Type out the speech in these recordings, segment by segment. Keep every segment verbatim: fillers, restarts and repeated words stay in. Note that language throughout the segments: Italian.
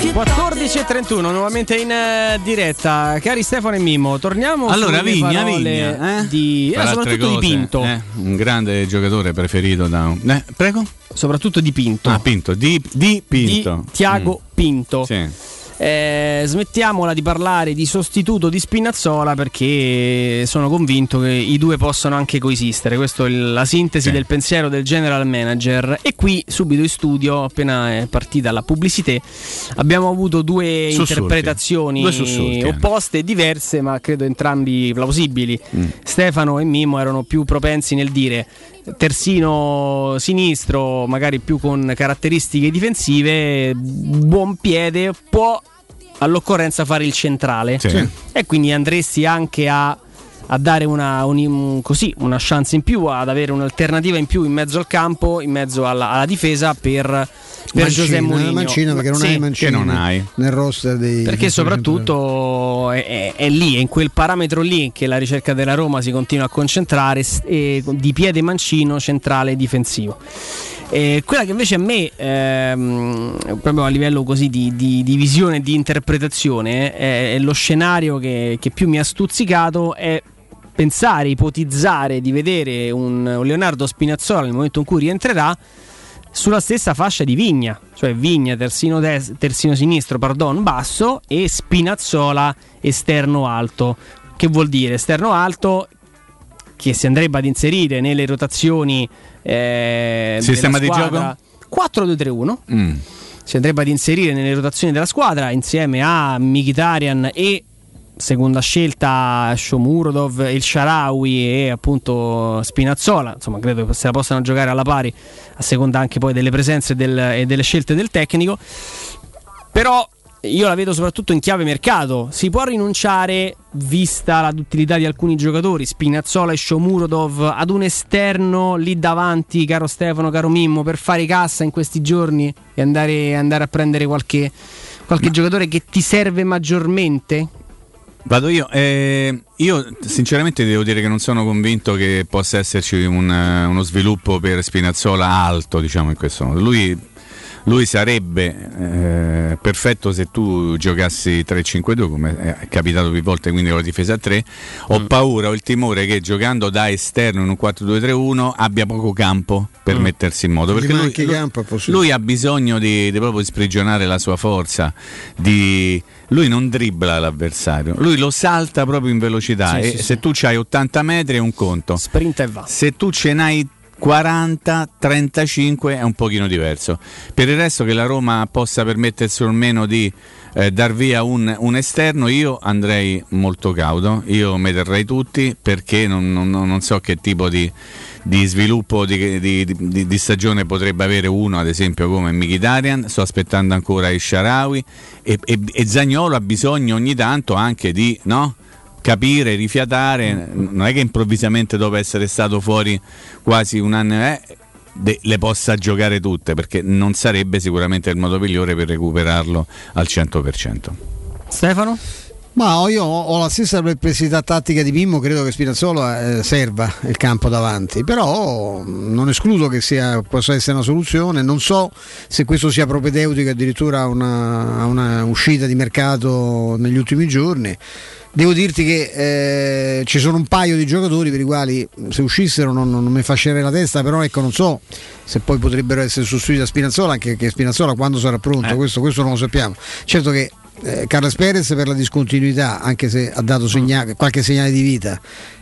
quattordici e trentuno, nuovamente in uh, diretta. Cari Stefano e Mimmo, torniamo allora, sulle Vigna, parole Vigna, eh? di eh, soprattutto cose, di Pinto. Eh? Un grande giocatore preferito da un... Eh, prego? Soprattutto di Pinto. Ah, Pinto, di, di Pinto. Di Tiago mm. Pinto. Sì. Eh, smettiamola di parlare di sostituto di Spinazzola, perché sono convinto che i due possano anche coesistere. Questa è la sintesi sì. del pensiero del general manager. E qui subito in studio, appena è partita la pubblicità, abbiamo avuto due sussulti. interpretazioni due sussulti, opposte e diverse, ma credo entrambi plausibili. mm. Stefano e Mimmo erano più propensi nel dire terzino sinistro, magari più con caratteristiche difensive, buon piede, può all'occorrenza fare il centrale, sì. e quindi andresti anche a, a dare una, un, così, una chance in più, ad avere un'alternativa in più in mezzo al campo, in mezzo alla, alla difesa per per José Mourinho. Mancino, perché non sì, hai Mancini che non hai. nel roster dei, perché soprattutto è, è, è lì, è in quel parametro lì che la ricerca della Roma si continua a concentrare, e, di piede mancino centrale difensivo. E quella che invece a me ehm, proprio a livello così di, di, di visione e di interpretazione è, è lo scenario che, che più mi ha stuzzicato, è pensare, ipotizzare di vedere un, un Leonardo Spinazzola nel momento in cui rientrerà sulla stessa fascia di Vigna, cioè Vigna terzino, des- terzino sinistro, pardon, basso, e Spinazzola esterno alto. Che vuol dire esterno alto? Che si andrebbe ad inserire nelle rotazioni eh, sistema di gioco quattro due tre uno. Mm. Si andrebbe ad inserire nelle rotazioni della squadra insieme a Mkhitaryan e seconda scelta Shomurodov, il Shaarawy e appunto Spinazzola. Insomma, credo che se la possano giocare alla pari, a seconda anche poi delle presenze del, e delle scelte del tecnico. Però io la vedo soprattutto in chiave mercato. Si può rinunciare, vista la duttilità di alcuni giocatori, Spinazzola e Shomurodov, ad un esterno lì davanti, caro Stefano, caro Mimmo, per fare cassa in questi giorni e andare, andare a prendere qualche, qualche giocatore che ti serve maggiormente? Vado io. Eh, io sinceramente devo dire che non sono convinto che possa esserci un, uno sviluppo per Spinazzola alto, diciamo, in questo modo. Lui, lui sarebbe eh, perfetto se tu giocassi tre cinque due, come è capitato più volte, quindi con la difesa a tre. Ho mm. paura, ho il timore che giocando da esterno in un quattro due tre uno abbia poco campo per mm. mettersi in moto, perché lui, lui, campo lui ha bisogno di, di proprio sprigionare la sua forza, di... Lui non dribbla l'avversario, lui lo salta proprio in velocità, sì, e sì, se sì. tu c'hai ottanta metri è un conto, sprint e va. Se tu ce n'hai quaranta trentacinque è un pochino diverso. Per il resto, che la Roma possa permettersi o meno di eh, dar via un, un esterno, io andrei molto cauto, io me terrei tutti, perché non, non, non so che tipo di di sviluppo di, di, di, di stagione potrebbe avere uno, ad esempio come Mkhitaryan. Sto aspettando ancora il Shaarawy, e, e, e Zaniolo ha bisogno ogni tanto anche di, no, capire, rifiatare. Non è che improvvisamente, dopo essere stato fuori quasi un anno, eh, de, le possa giocare tutte, perché non sarebbe sicuramente il modo migliore per recuperarlo al cento per cento. Stefano? Ma io ho la stessa perplessità tattica di Mimmo, credo che Spinazzola eh, serva il campo davanti, però non escludo che sia, possa essere una soluzione. Non so se questo sia propedeutico addirittura a una, a una uscita di mercato negli ultimi giorni. Devo dirti che eh, ci sono un paio di giocatori per i quali, se uscissero, non, non mi fascerei la testa, però ecco, non so se poi potrebbero essere sostituiti da Spinazzola, anche che Spinazzola quando sarà pronto, eh. questo, questo non lo sappiamo. Certo che Eh, Carles Perez per la discontinuità, anche se ha dato segna- qualche segnale di vita,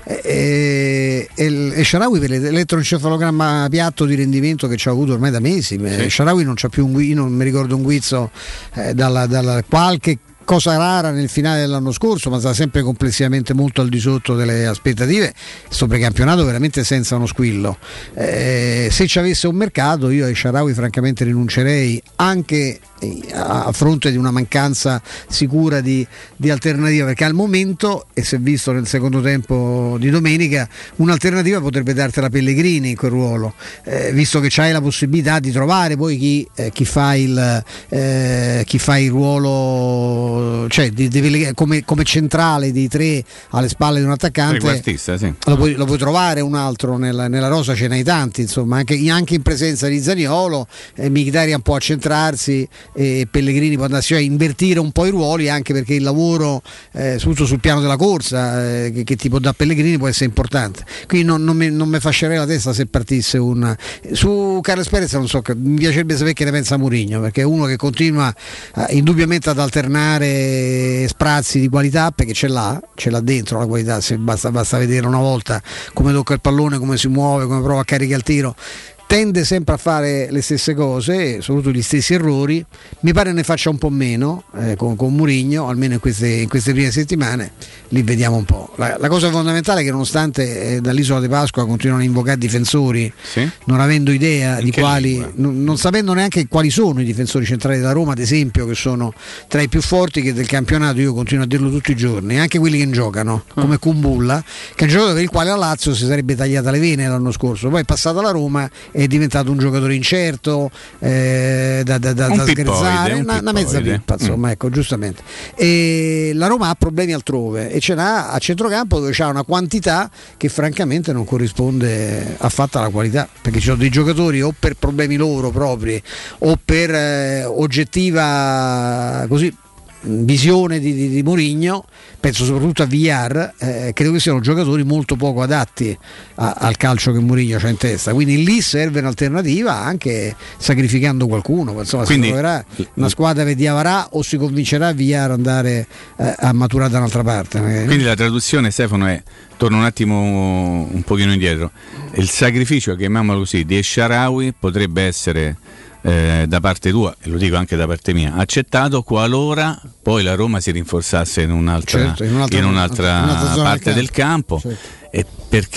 e, e, e Shaarawy per l'elettroencefalogramma piatto di rendimento che ci ha avuto ormai da mesi. Sì. Shaarawy non c'ha più un guizzo, non mi ricordo un guizzo eh, dalla, dalla qualche cosa rara nel finale dell'anno scorso, ma sta sempre complessivamente molto al di sotto delle aspettative. Sto precampionato veramente senza uno squillo. Eh, se ci avesse un mercato, io ai Shaarawy francamente rinuncerei, anche a fronte di una mancanza sicura di, di alternativa, perché al momento, e si è visto nel secondo tempo di domenica, un'alternativa potrebbe dartela Pellegrini in quel ruolo, eh, visto che c'hai la possibilità di trovare poi chi, eh, chi, fa il, eh, chi fa il ruolo Mourinho, cioè di, di, come, come centrale dei tre alle spalle di un attaccante, sì. lo, puoi, lo puoi trovare un altro nella, nella rosa, ce n'hai tanti, insomma, anche, anche in presenza di Zaniolo. eh, Mkhitaryan può accentrarsi e Pellegrini può andarsi a invertire un po' i ruoli, anche perché il lavoro eh, soprattutto sul piano della corsa eh, che, che tipo da Pellegrini può essere importante, quindi non, non, mi, non mi fascerei la testa se partisse un su Carles Perez. Non so, mi piacerebbe sapere che ne pensa Mourinho, perché è uno che continua eh, indubbiamente ad alternare sprazzi di qualità, perché ce l'ha, ce l'ha dentro la qualità, se basta, basta vedere una volta come tocca il pallone, come si muove, come prova a caricare il tiro. Tende sempre a fare le stesse cose, soprattutto gli stessi errori. Mi pare ne faccia un po' meno eh, con, con Mourinho, almeno in queste, in queste prime settimane. Lì vediamo un po'. La, la cosa fondamentale è che nonostante eh, dall'Isola di Pasqua continuano a invocare difensori, sì, non avendo idea in di quali, non, non sapendo neanche quali sono i difensori centrali della Roma, ad esempio, che sono tra i più forti che del campionato, io continuo a dirlo tutti i giorni, anche quelli che giocano, come Kumbulla, che è un giocatore per il quale a Lazio si sarebbe tagliata le vene l'anno scorso, poi è passato alla Roma, è diventato un giocatore incerto, eh, da, da, da, da sgrezzare, una, una mezza pippa, insomma, mm. ecco, giustamente. E la Roma ha problemi altrove e ce n'ha a centrocampo, dove c'ha una quantità che francamente non corrisponde affatto alla qualità, perché ci sono dei giocatori o per problemi loro propri o per eh, oggettiva così visione di, di, di Mourinho, penso soprattutto a Villar, eh, credo che siano giocatori molto poco adatti a, al calcio che Mourinho c'ha in testa, quindi lì serve un'alternativa, anche sacrificando qualcuno, insomma, quindi, si troverà una squadra che Diavarà o si convincerà Villar ad andare eh, a maturare da un'altra parte magari. Quindi la traduzione, Stefano, è, torno un attimo un pochino indietro, il sacrificio, chiamiamolo così, di El Shaarawy potrebbe essere Eh, da parte tua, e lo dico anche da parte mia, accettato qualora poi la Roma si rinforzasse in un'altra, certo, in un'altra, in un'altra, un'altra parte del campo, del campo certo. E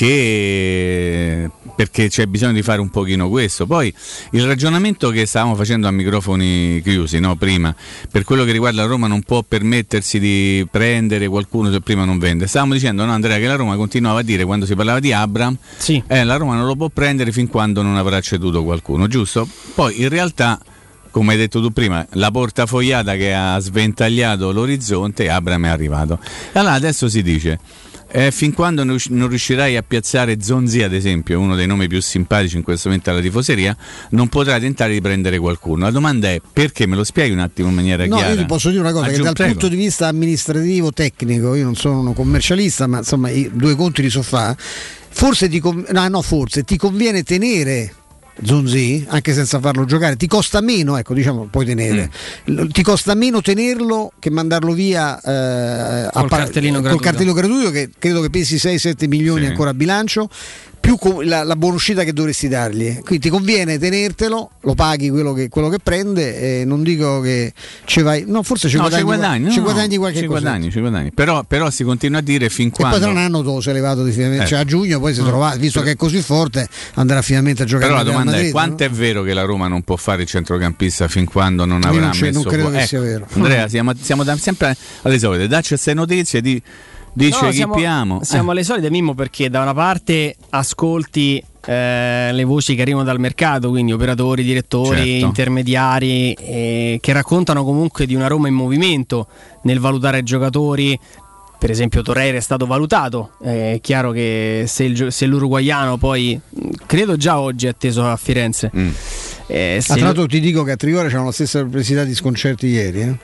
perché perché c'è bisogno di fare un pochino questo. Poi il ragionamento che stavamo facendo a microfoni chiusi, no, prima, per quello che riguarda la Roma, non può permettersi di prendere qualcuno se prima non vende. Stavamo dicendo, no, Andrea, che la Roma continuava a dire, quando si parlava di Abraham, sì, eh, la Roma non lo può prendere fin quando non avrà ceduto qualcuno, giusto? Poi in realtà, come hai detto tu prima, la portafogliata che ha sventagliato l'orizzonte, Abraham è arrivato. Allora adesso si dice, Eh, fin quando non riuscirai a piazzare Zonzi, ad esempio, uno dei nomi più simpatici in questo momento alla tifoseria, non potrai tentare di prendere qualcuno. La domanda è: perché? Me lo spieghi un attimo in maniera no, chiara? Io ti posso dire una cosa, Aggiung, che dal prego. punto di vista amministrativo tecnico, io non sono un commercialista, ma insomma i due conti li so fa. Forse ti conv- no, no, forse ti conviene tenere Zonzi anche senza farlo giocare, ti costa meno, ecco, diciamo, puoi tenere, mm. ti costa meno tenerlo che mandarlo via eh, col, a par- cartellino col cartellino gratuito, che credo che pesi sei sette milioni sì. ancora a bilancio, più la, la buonuscita che dovresti dargli, quindi ti conviene tenertelo, lo paghi quello che, quello che prende, e non dico che ci vai, no, forse ci no, guadagni, ci guadagni, ci no, guadagni qualche ci cosa, guadagni, ci guadagni. Però, però si continua a dire fin quando, e poi tra un anno tu sei levato di finalmente, eh. cioè a giugno poi si mm. trova, visto che è così forte, andrà finalmente a giocare. Però la domanda Madrid, è: quanto no? è vero che la Roma non può fare il centrocampista fin quando non avrà non messo non credo che ecco, sia vero. Andrea, siamo, siamo da, sempre alle solite, dacci queste notizie di dice no, chi siamo, piamo siamo eh. alle solite, Mimmo, perché da una parte ascolti eh, le voci che arrivano dal mercato, quindi operatori, direttori, certo. intermediari, eh, che raccontano comunque di una Roma in movimento nel valutare giocatori. Per esempio Torreira è stato valutato, è chiaro che se, il, se l'uruguaiano poi, credo già oggi è atteso a Firenze. mm. eh, Tra l'altro lo... ti dico che a Trigore c'erano la stessa perplessità di sconcerti ieri, eh?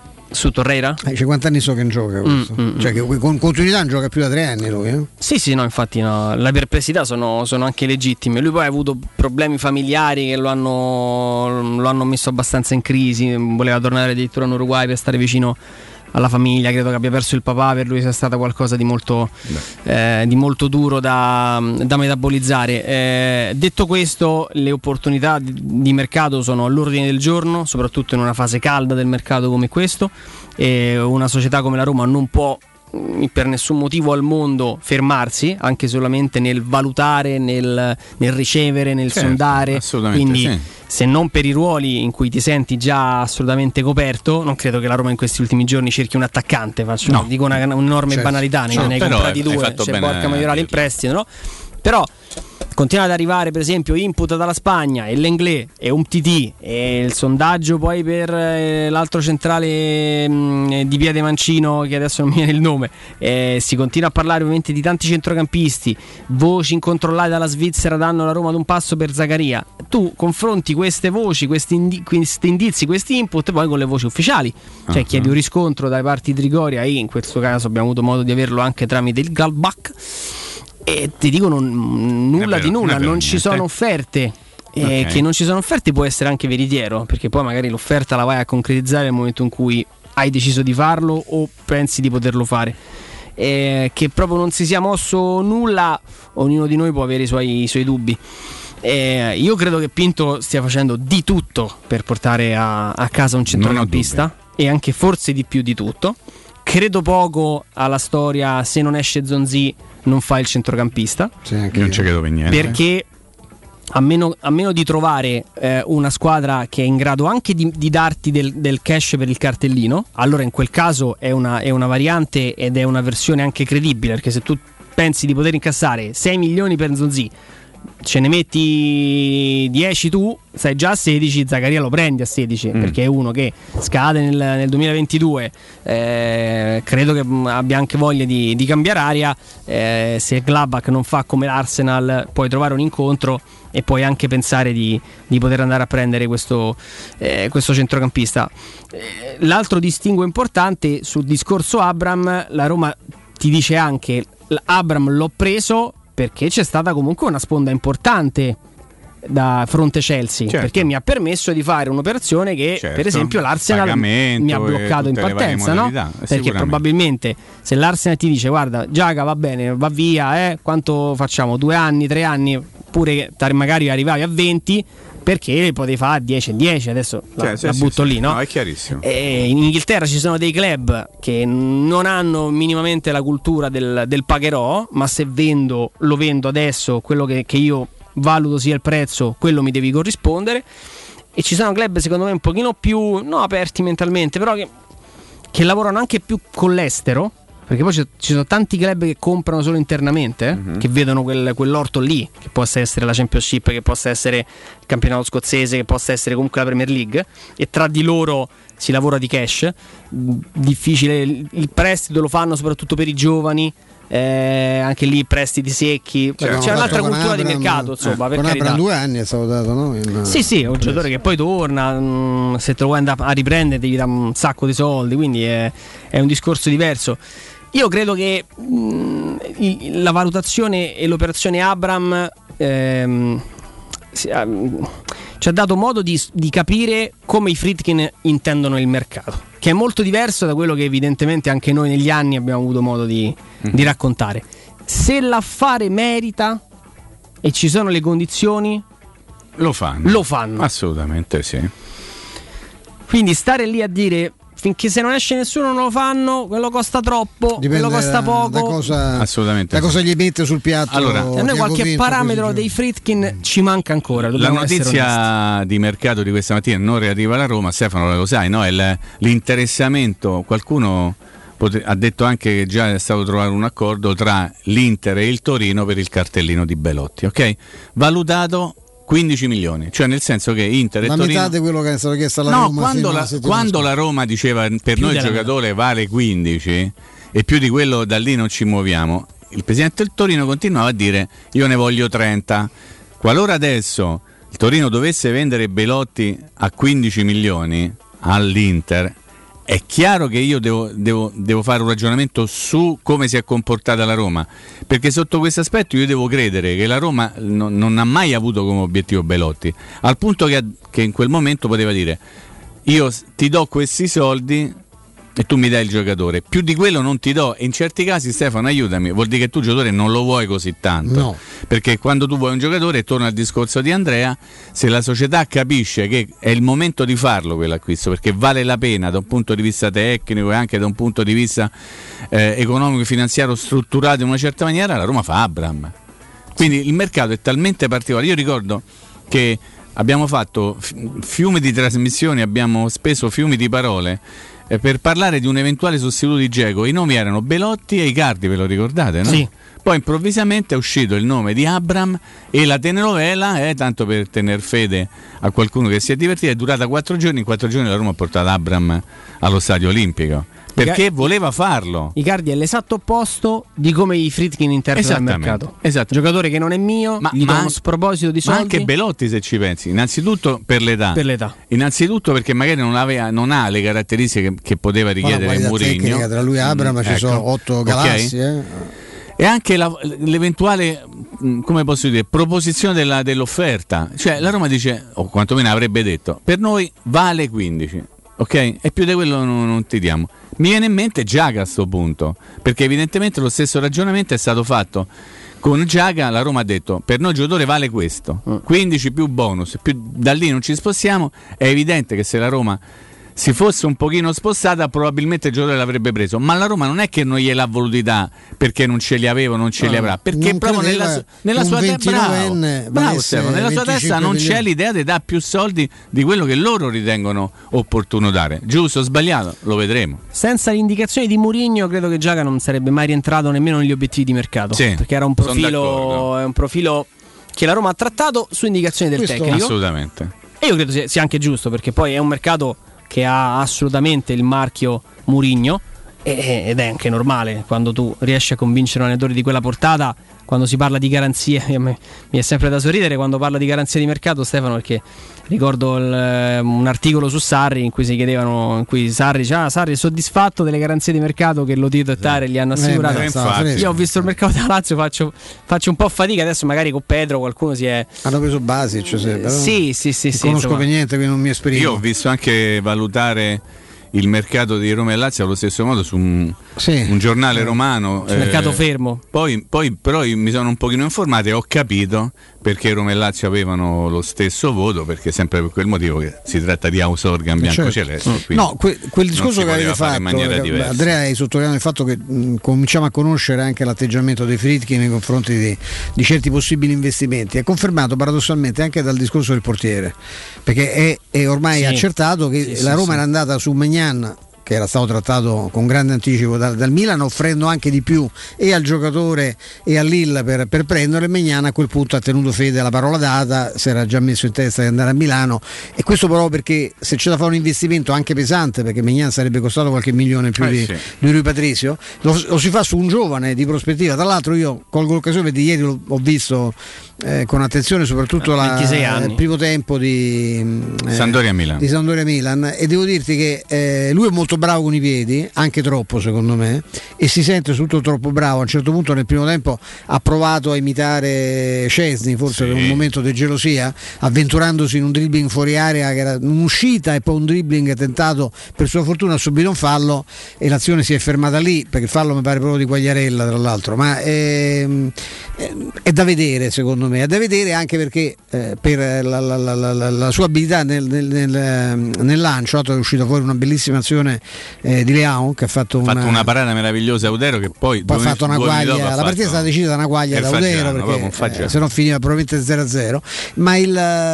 Su Torreira? Eh, cinquanta anni so che non gioca questo. Mm, mm, cioè che con continuità non gioca più da tre anni lui, eh? Sì, sì, no, infatti no, le perplessità sono, sono anche legittime. Lui poi ha avuto problemi familiari che lo hanno, lo hanno messo abbastanza in crisi, voleva tornare addirittura in Uruguay per stare vicino alla famiglia, credo che abbia perso il papà, per lui sia stata qualcosa di molto, eh, di molto duro da, da metabolizzare. Eh, detto questo, le opportunità di, di mercato sono all'ordine del giorno, soprattutto in una fase calda del mercato come questo, e una società come la Roma non può per nessun motivo al mondo fermarsi, anche solamente nel valutare, nel, nel ricevere, nel certo, sondare, quindi sì. se non per i ruoli in cui ti senti già assolutamente coperto, non credo che la Roma in questi ultimi giorni cerchi un attaccante, faccio no. dico una, un'enorme certo. banalità, ne, no, ne hai comprati due, c'è Borca Maiorale in prestito, no? Però continua ad arrivare per esempio input dalla Spagna e l'Englè e Umtiti e il sondaggio poi per eh, l'altro centrale mh, di Piede Mancino, che adesso non mi viene il nome, eh, si continua a parlare ovviamente di tanti centrocampisti, voci incontrollate dalla Svizzera danno la Roma ad un passo per Zaccaria. Tu confronti queste voci, questi, indi- questi indizi, questi input poi con le voci ufficiali, cioè uh-huh. chiedi un riscontro dai parti di Trigoria, e in questo caso abbiamo avuto modo di averlo anche tramite il Galbach, e ti dicono nulla vero, di nulla, non, non ci sono offerte. E okay. Che non ci sono offerte può essere anche veritiero, perché poi magari l'offerta la vai a concretizzare nel momento in cui hai deciso di farlo o pensi di poterlo fare. E che proprio non si sia mosso nulla, ognuno di noi può avere i suoi, i suoi dubbi. E io credo che Pinto stia facendo di tutto per portare a, a casa un centrocampista, e anche forse di più di tutto. Credo poco alla storia se non esce Zonzi non fa il centrocampista, sì, anche non ci credo per niente, perché a meno, a meno di trovare eh, una squadra che è in grado anche di, di darti del, del cash per il cartellino, allora in quel caso è una, è una variante ed è una versione anche credibile, perché se tu pensi di poter incassare sei milioni per Zonzi, ce ne metti dieci tu, sei già a sedici, Zaccaria lo prendi a sedici, mm. perché è uno che scade nel, nel duemilaventidue, eh, credo che abbia anche voglia di, di cambiare aria, eh, se Gladbach non fa come l'Arsenal puoi trovare un incontro e puoi anche pensare di, di poter andare a prendere questo, eh, questo centrocampista. Eh, l'altro distinguo importante sul discorso Abraham, la Roma ti dice anche Abraham l'ho preso perché c'è stata comunque una sponda importante da fronte Chelsea, certo. perché mi ha permesso di fare un'operazione che certo. per esempio l'Arsenal mi ha bloccato in partenza, no? Perché probabilmente se l'Arsenal ti dice guarda Giaga va bene, va via, eh, quanto facciamo? Due anni, tre anni, pure magari arrivavi a venti, perché potevi fare dieci e dieci, adesso cioè, la, sì, la sì, butto sì, lì, no? No, è chiarissimo. E in Inghilterra ci sono dei club che non hanno minimamente la cultura del, del pagherò, ma se vendo, lo vendo adesso, quello che, che io valuto sia il prezzo, quello mi devi corrispondere. E ci sono club secondo me un pochino più, no aperti mentalmente, però che, che lavorano anche più con l'estero, perché poi ci, ci sono tanti club che comprano solo internamente, eh, uh-huh. che vedono quel, quell'orto lì, che possa essere la Championship, che possa essere il campionato scozzese, che possa essere comunque la Premier League, e tra di loro si lavora di cash. Difficile, il prestito lo fanno soprattutto per i giovani, eh, anche lì prestiti secchi, cioè, c'è un'altra cultura Abraham, di mercato, insomma, eh, per con carità. Abraham due anni è stato dato, no? In, sì sì, è un giocatore che poi torna, mh, se te lo vuoi andare a riprendere devi dare un sacco di soldi, quindi è, è un discorso diverso. Io credo che mh, la valutazione e l'operazione Abraham ehm, ci ha dato modo di, di capire come i Friedkin intendono il mercato, che è molto diverso da quello che evidentemente anche noi negli anni abbiamo avuto modo di, mm. di raccontare. Se l'affare merita e ci sono le condizioni, lo fanno. Lo fanno. Assolutamente sì. Quindi stare lì a dire finché se non esce nessuno non lo fanno, quello costa troppo, dipende, quello costa poco, da cosa, assolutamente da sì. cosa gli mette sul piatto. Allora, a noi qualche parametro dei Friedkin ci manca ancora. La notizia di mercato di questa mattina non arriva alla Roma, Stefano lo sai, no? È l'interessamento, qualcuno pote- ha detto anche che già è stato trovato un accordo tra l'Inter e il Torino per il cartellino di Belotti, ok? Valutato quindici milioni, cioè nel senso che Inter e la Torino, metà di quello che è stato chiesto alla no, Roma. quando, la, quando la Roma diceva per più noi il giocatore metà. Vale quindici e più di quello da lì non ci muoviamo, il presidente del Torino continuava a dire io ne voglio trenta. Qualora adesso il Torino dovesse vendere Belotti a quindici milioni all'Inter, è chiaro che io devo, devo, devo fare un ragionamento su come si è comportata la Roma, perché sotto questo aspetto io devo credere che la Roma non, non ha mai avuto come obiettivo Belotti, al punto che, che in quel momento poteva dire io ti do questi soldi e tu mi dai il giocatore, più di quello non ti do. E in certi casi, Stefano, aiutami, vuol dire che tu il giocatore non lo vuoi così tanto, no. Perché quando tu vuoi un giocatore, torna al discorso di Andrea, se la società capisce che è il momento di farlo quell'acquisto, perché vale la pena da un punto di vista tecnico e anche da un punto di vista eh, economico, finanziario, strutturato in una certa maniera, la Roma fa Abraham. Quindi il mercato è talmente particolare. Io ricordo che abbiamo fatto fiumi di trasmissioni, abbiamo speso fiumi di parole eh, per parlare di un eventuale sostituto di Dzeko. I nomi erano Belotti e Icardi, ve lo ricordate, no? Sì. Poi improvvisamente è uscito il nome di Abram e la telenovela, eh, tanto per tener fede a qualcuno che si è divertito, è durata quattro giorni. In quattro giorni la Roma ha portato Abram allo Stadio Olimpico. Perché Icar- voleva farlo. Icardi è l'esatto opposto di come i Friedkin interpretano il mercato. Esatto. Giocatore che non è mio, ma, gli do uno sproposito di soldi. Ma anche Belotti, se ci pensi, innanzitutto per l'età. Per l'età. Innanzitutto perché magari non, aveva, non ha le caratteristiche che, che poteva richiedere Mourinho. Tra lui e Abram mm, ci ecco. sono otto galassi. Okay. Eh. E anche la, l'eventuale, come posso dire, proposizione della, dell'offerta. Cioè la Roma dice, o quantomeno avrebbe detto, per noi vale quindici. Ok? E più di quello non, non ti diamo. Mi viene in mente Giaga a sto punto, perché evidentemente lo stesso ragionamento è stato fatto con Giaga. La Roma ha detto per noi giocatore vale questo, quindici più bonus, più, da lì non ci spostiamo. È evidente che se la Roma si fosse un pochino spostata probabilmente il giocatore l'avrebbe preso, ma la Roma non è che non gliel'ha voluti dare perché non ce li aveva o non ce li avrà, perché proprio nella, nella sua testa bravo, bravo Stefano, nella sua testa non c'è l'idea di dare più soldi di quello che loro ritengono opportuno dare. Giusto o sbagliato? Lo vedremo. Senza l'indicazione di Mourinho credo che Giaga non sarebbe mai rientrato nemmeno negli obiettivi di mercato, sì, perché era un profilo, è un profilo che la Roma ha trattato su indicazione del Questo tecnico. Assolutamente. E io credo sia, sia anche giusto, perché poi è un mercato che ha assolutamente il marchio Mourinho, ed è anche normale quando tu riesci a convincere un allenatore di quella portata. Quando si parla di garanzie, mi è sempre da sorridere quando parla di garanzie di mercato, Stefano, perché ricordo il, un articolo su Sarri in cui si chiedevano, in cui Sarri diceva ah, Sarri è soddisfatto delle garanzie di mercato che Lotito e Tare gli hanno assicurato. Eh, io ho visto il mercato della Lazio, faccio, faccio un po' fatica adesso, magari con Pedro qualcuno si è hanno preso Basic, sì, però sì sì sì, sì conosco per niente, quindi non mi esprimo. Io ho visto anche valutare il mercato di Roma e Lazio allo stesso modo su un, sì. un giornale romano, eh, mercato fermo. Poi, poi però mi sono un pochino informato e ho capito perché Roma e Lazio avevano lo stesso voto, perché sempre per quel motivo che si tratta di house organ biancoceleste. Certo. No, que- quel discorso che avete fatto, Andrea, hai sottolineato il fatto che mh, cominciamo a conoscere anche l'atteggiamento dei Friedkin nei confronti di, di certi possibili investimenti. È confermato paradossalmente anche dal discorso del portiere, perché è, è ormai sì. accertato che sì, la Roma sì, era andata su Maignan, che era stato trattato con grande anticipo dal, dal Milan, offrendo anche di più e al giocatore e al Lille per, per prendere. Maignan a quel punto ha tenuto fede alla parola data, si era già messo in testa di andare a Milano, e questo però perché se c'è da fare un investimento anche pesante, perché Maignan sarebbe costato qualche milione in più eh, di, sì. di Rui Patricio, lo, lo si fa su un giovane di prospettiva. Tra l'altro io colgo l'occasione perché ieri lo, ho visto eh, con attenzione soprattutto la, il primo tempo di eh, Sampdoria Milan. di Sampdoria Milan, e devo dirti che eh, lui è molto bravo con i piedi, anche troppo secondo me, e si sente tutto troppo bravo. A un certo punto nel primo tempo ha provato a imitare Szczesny, forse sì. per un momento di gelosia, avventurandosi in un dribbling fuori area che era un'uscita e poi un dribbling tentato, per sua fortuna ha subito un fallo e l'azione si è fermata lì, perché il fallo mi pare proprio di Quagliarella tra l'altro, ma è, è, è da vedere secondo me, è da vedere anche perché eh, per la, la, la, la, la sua abilità nel, nel, nel, nel lancio è uscita fuori una bellissima azione Eh, di Leao, che ha fatto, fatto una, una parata meravigliosa a Udero, che poi, poi ha fatto una guaglia, la partita è stata decisa da una guaglia da Udero, perché eh, se no finiva probabilmente zero a zero, ma il,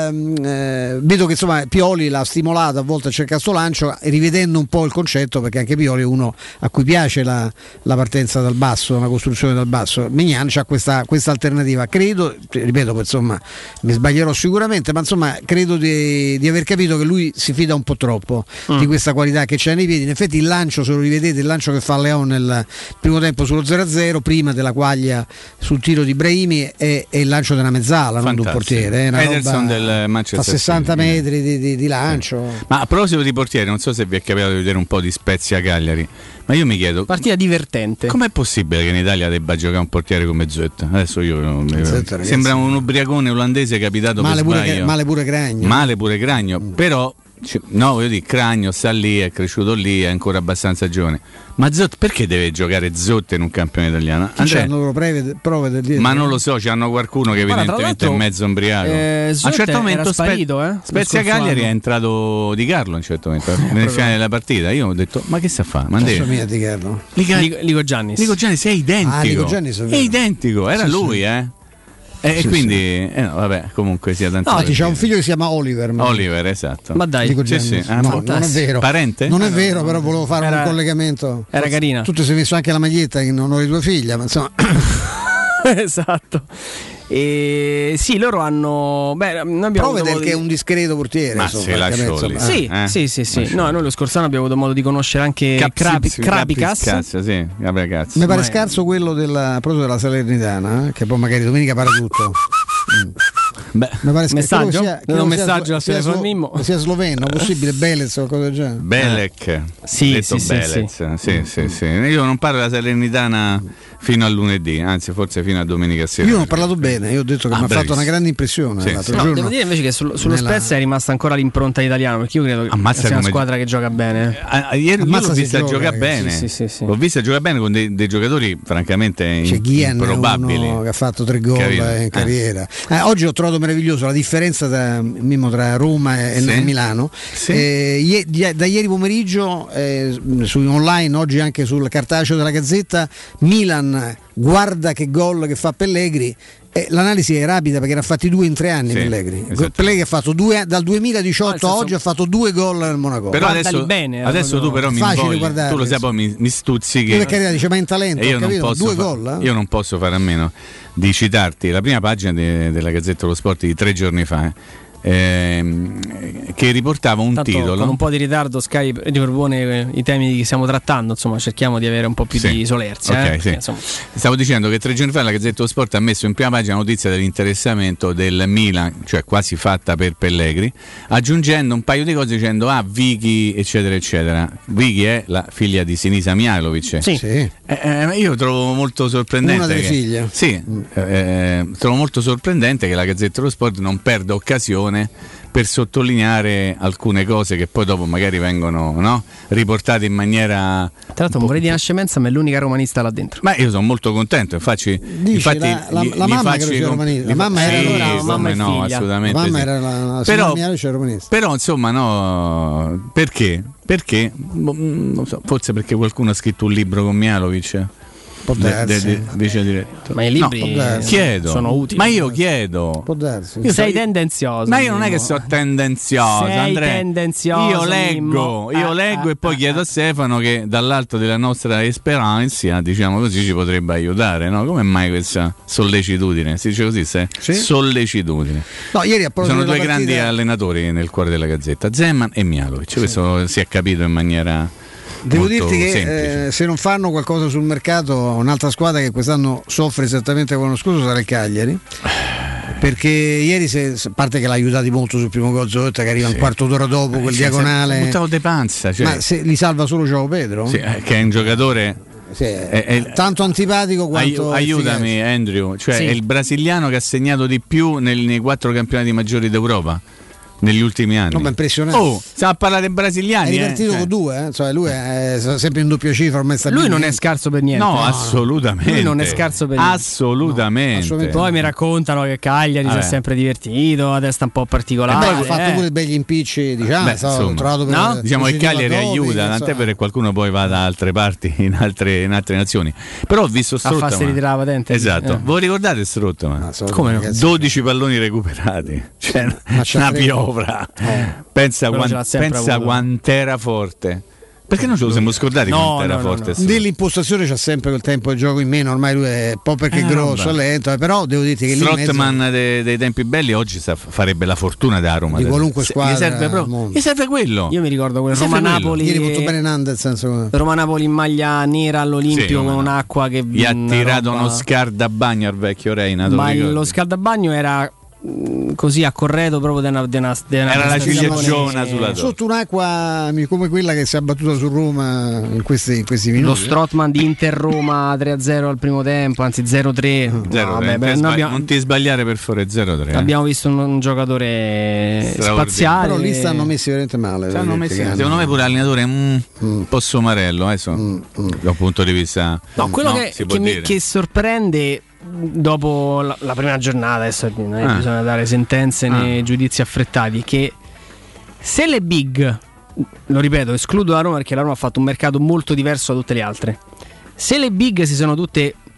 eh, vedo che insomma Pioli l'ha stimolato a volte a cercare sto lancio, rivedendo un po' il concetto, perché anche Pioli è uno a cui piace la, la partenza dal basso, una costruzione dal basso. Maignan c'ha questa, questa alternativa, credo, ripeto, poi, insomma mi sbaglierò sicuramente, ma insomma credo di, di aver capito che lui si fida un po' troppo mm. di questa qualità che c'è nei piedi. In effetti il lancio, se lo rivedete, il lancio che fa Leao nel primo tempo sullo zero a zero, prima della quaglia sul tiro di Brahimi, è, è il lancio della mezzala, non di un portiere, è una Ederson del Manchester a sessanta metri di, di, di lancio. Sì. Ma a proposito di portiere, non so se vi è capitato di vedere un po' di Spezia Cagliari, ma io mi chiedo, partita divertente, com'è possibile che in Italia debba giocare un portiere come Zetta? Adesso io non mi Zetta, sembra un ubriacone olandese capitato male per pure, sbaglio. Male pure Cragno. Male pure Cragno, mm. però no, voglio dire, Cragno sta lì, è cresciuto lì, è ancora abbastanza giovane. Ma Zotti, perché deve giocare Zotti in un campione italiano? C'hanno prove, prove del dietro. Ma non lo so, c'hanno qualcuno che Guarda, evidentemente è mezzo ombriaco. Eh, a un certo momento sparito, eh? Spezia Cagliari è entrato Di Carlo a un certo momento, eh, nel finale della partita. Io ho detto, ma che sta a fare? Ma deve... Di Carlo. Lico, Lico Giannis. Lico Giannis è identico. Ah, Lico Giannis è, è identico, era lui, eh. E sì, quindi, sì. Eh, no, vabbè, comunque sia tanto. No, c'è un figlio che si chiama Oliver. Ma... Oliver, esatto. Ma dai, Dico sì, sì. Ah, no, non è vero. Parente? Non è Ah, no, vero, no, però volevo fare era, un collegamento. Era carina. Tu ti sei messo anche la maglietta in onore di tua figlia, ma insomma. Esatto. E sì, loro hanno. Beh, noi abbiamo Prova avuto che è un discreto portiere. Ma insomma, se lasciò insomma. lì. Sì, Eh? sì, sì, sì. Lasciò. No, noi lo scorso anno abbiamo avuto modo di conoscere anche Krabi- Krabicas. Cazzo, sì, Krabicas. Mi pare Ma è- scarso quello della, proprio della Salernitana, eh, che poi magari domenica pare tutto. Mm. Beh, Mi pare sc- Messaggio? credo sia- Vedo credo un sia messaggio slo- al sia telefono slo- Mimmo. sia sloveno, possibile, Belez o qualcosa del genere. Belek, Sì, detto sì, sì, Belez, sì, sì, sì. Io non parlo della Salernitana fino a lunedì, anzi forse fino a domenica sera. Io non ho parlato bene, io ho detto che Ah, mi ha fatto bravissimo. una grande impressione Sì, l'altro sì. No, giorno. devo dire invece che sul- sullo Nella- Spezia è rimasta ancora l'impronta italiana, perché io credo che Ammazza sia una come- squadra che gioca bene. Ah, ieri io Ammazza l'ho se vista gioca, giocare ragazzi. bene. Sì, sì, sì. L'ho vista giocare bene con dei, dei giocatori francamente C'è in- Guillen, improbabili. uno che ha fatto tre gol Carino. eh, in Eh. carriera. Eh, oggi ho trovato meraviglioso la differenza tra, Mimmo, tra Roma e, Sì. e Milano. Sì. Eh, ie- di- da ieri pomeriggio eh, su online, oggi anche sul cartaceo della Gazzetta, Milan guarda che gol che fa Pellegrini. Eh, l'analisi è rapida perché ne ha fatti due in tre anni. Sì, Pellegrini. esatto. Pellegrini ha fatto due, dal duemiladiciotto No, nel senso- a oggi ha fatto due gol nel Monaco. Però Guardali adesso, bene, era adesso tu proprio però mi facile invogli, guardarli, tu lo sai, poi mi, mi stuzzichi. Lui per carità dice ma è in talento, E io ho non capito, posso due fa- gol. eh? Io non posso fare a meno di citarti la prima pagina de- della Gazzetta dello Sport di tre giorni fa, ehm, che riportava un Tanto, titolo. con un po' di ritardo Sky ripropone i temi che stiamo trattando, insomma cerchiamo di avere un po' più Sì. di solerzia. Ok, eh, sì. perché, insomma, Stavo dicendo che tre giorni fa la Gazzetta dello Sport ha messo in prima pagina notizia dell'interessamento del Milan, cioè quasi fatta per Pellegrini, aggiungendo un paio di cose dicendo ah Vicky eccetera eccetera. Vicky è la figlia di Sinisa Mihajlovic. Sì. Sì. Eh, eh, io trovo molto sorprendente. Una delle che, figlie. Sì, eh, trovo molto sorprendente che la Gazzetta dello Sport non perda occasione per sottolineare alcune cose che poi dopo magari vengono, no, riportate in maniera. tra l'altro non vorrei di una scemenza, ma è l'unica romanista là dentro. Ma io sono molto contento, infatti, Dici, infatti la- la- gli- la gli mamma faccio credo i sia comp- romanista. gli La mamma fa- era sì, allora mamma come e no, figlia. La assolutamente mamma sì. era la, la Però- signora Mihajlovic, era romanista. Però insomma no, perché? Perché? Boh, non so, forse perché qualcuno ha scritto un libro con Mihajlovic. Può De- de- darsi. de- vice direttore. Ma i libri può darsi. Chiedo, sono utili. ma io chiedo. Può darsi. Io sei so- tendenzioso. Ma io non è che Mimmo. sono tendenzioso, Sei Andrea. tendenzioso, Io leggo, Mimmo. io Ah, leggo ah, e poi ah, chiedo ah. a Stefano che dall'alto della nostra esperienza, diciamo così, ci potrebbe aiutare, no? Come mai questa sollecitudine? Si dice così, se? Sì. Sollecitudine. No, ieri a proposito Sono due della grandi partita- allenatori nel cuore della Gazzetta, Zeman e Mihajlovic. Questo si è capito in maniera Devo molto dirti che semplice. eh, se non fanno qualcosa sul mercato, un'altra squadra che quest'anno soffre esattamente come l'anno scorso sarà il Cagliari. Perché ieri, se, a parte che l'ha aiutati molto sul primo gol Zotta, che arriva Sì. un quarto d'ora dopo, quel Sì, diagonale. si è buttato de panza, cioè, Ma se li salva solo João Pedro? sì, eh, che è un giocatore. Sì, è- è- tanto antipatico quanto Ai- aiutami efficace. Andrew, cioè Sì. è il brasiliano che ha segnato di più nel- nei quattro campionati maggiori d'Europa negli ultimi anni. No, ma impressionante. Oh, stiamo a parlare dei È brasiliani. ripartito eh, cioè. con due, eh? Cioè, lui è sempre in doppia cifra, ormai sta Lui bene. non è scarso per niente. No, assolutamente. Lui non è scarso per niente. Assolutamente. No, assolutamente. Poi mi raccontano che Cagliari si Vabbè. è sempre divertito, a testa un po' particolare. E poi ha fatto eh. pure begli impicci, diciamo, Beh, è stato insomma. trovato per No? Diciamo che positivo Cagliari a doping, aiuta, tant'è insomma. per che qualcuno poi va da altre parti, in altre, in altre nazioni. Però ho visto A farsi Strottman. ritirare la patente. Esatto. Eh. Voi ricordate Strottman? Ma assolutamente, Come no? ragazzi. dodici palloni recuperati, cioè Ma c'è una tre- piovra. Eh. Pensa, Quello ce quan- l'ha sempre pensa avuto. quant'era forte. Perché non ce lo siamo scordati No, quant'era no, no, forte? no. sto- Nell'impostazione c'ha sempre quel tempo di gioco in meno, ormai lui è un po' perché è Eh, grosso, vabbè. è lento, eh, però devo dirti che lì in mezzo- Strottman dei, dei tempi belli oggi sa- farebbe la fortuna da Roma. Di qualunque Se- squadra Gli serve, al proprio, mondo. gli serve quello. Io mi ricordo quel Sì, fai quello. Roma-Napoli. ieri molto bene Nandez, senso che- Roma-Napoli in maglia nera all'Olimpio Sì, con come no. un'acqua che Gli ha una tirato roba- uno scardabagno al vecchio Reina. te lo Ma ricordi? lo scaldabagno era mh, così a corredo proprio da una, da una, da una Era la prestazione- cilieggiona sulla torre. sotto un'acqua come quella che si è abbattuta su Roma in questi, in questi minuti. Lo Strottman di Inter-Roma tre a zero al primo tempo, anzi zero a tre. Zero, No, tre. vabbè, Non beh, ti noi sbagli- abbiamo, non ti sbagliare per fare zero tre. abbiamo visto un, un giocatore Straordinario. spaziale. Però lì stanno messi veramente male. Ci hanno veramente, messi- che hanno- secondo me pure l'allenatore mm, un po' somarello eh, so, Mm, mm. da un punto di vista No, quello no, che, si può che mi- dire. che sorprende dopo la, la prima giornata, adesso non è che Ah. bisogna dare sentenze né Ah. giudizi affrettati, che se le big, lo ripeto, escludo la Roma perché la Roma ha fatto un mercato molto diverso da tutte le altre, se le big si sono tutte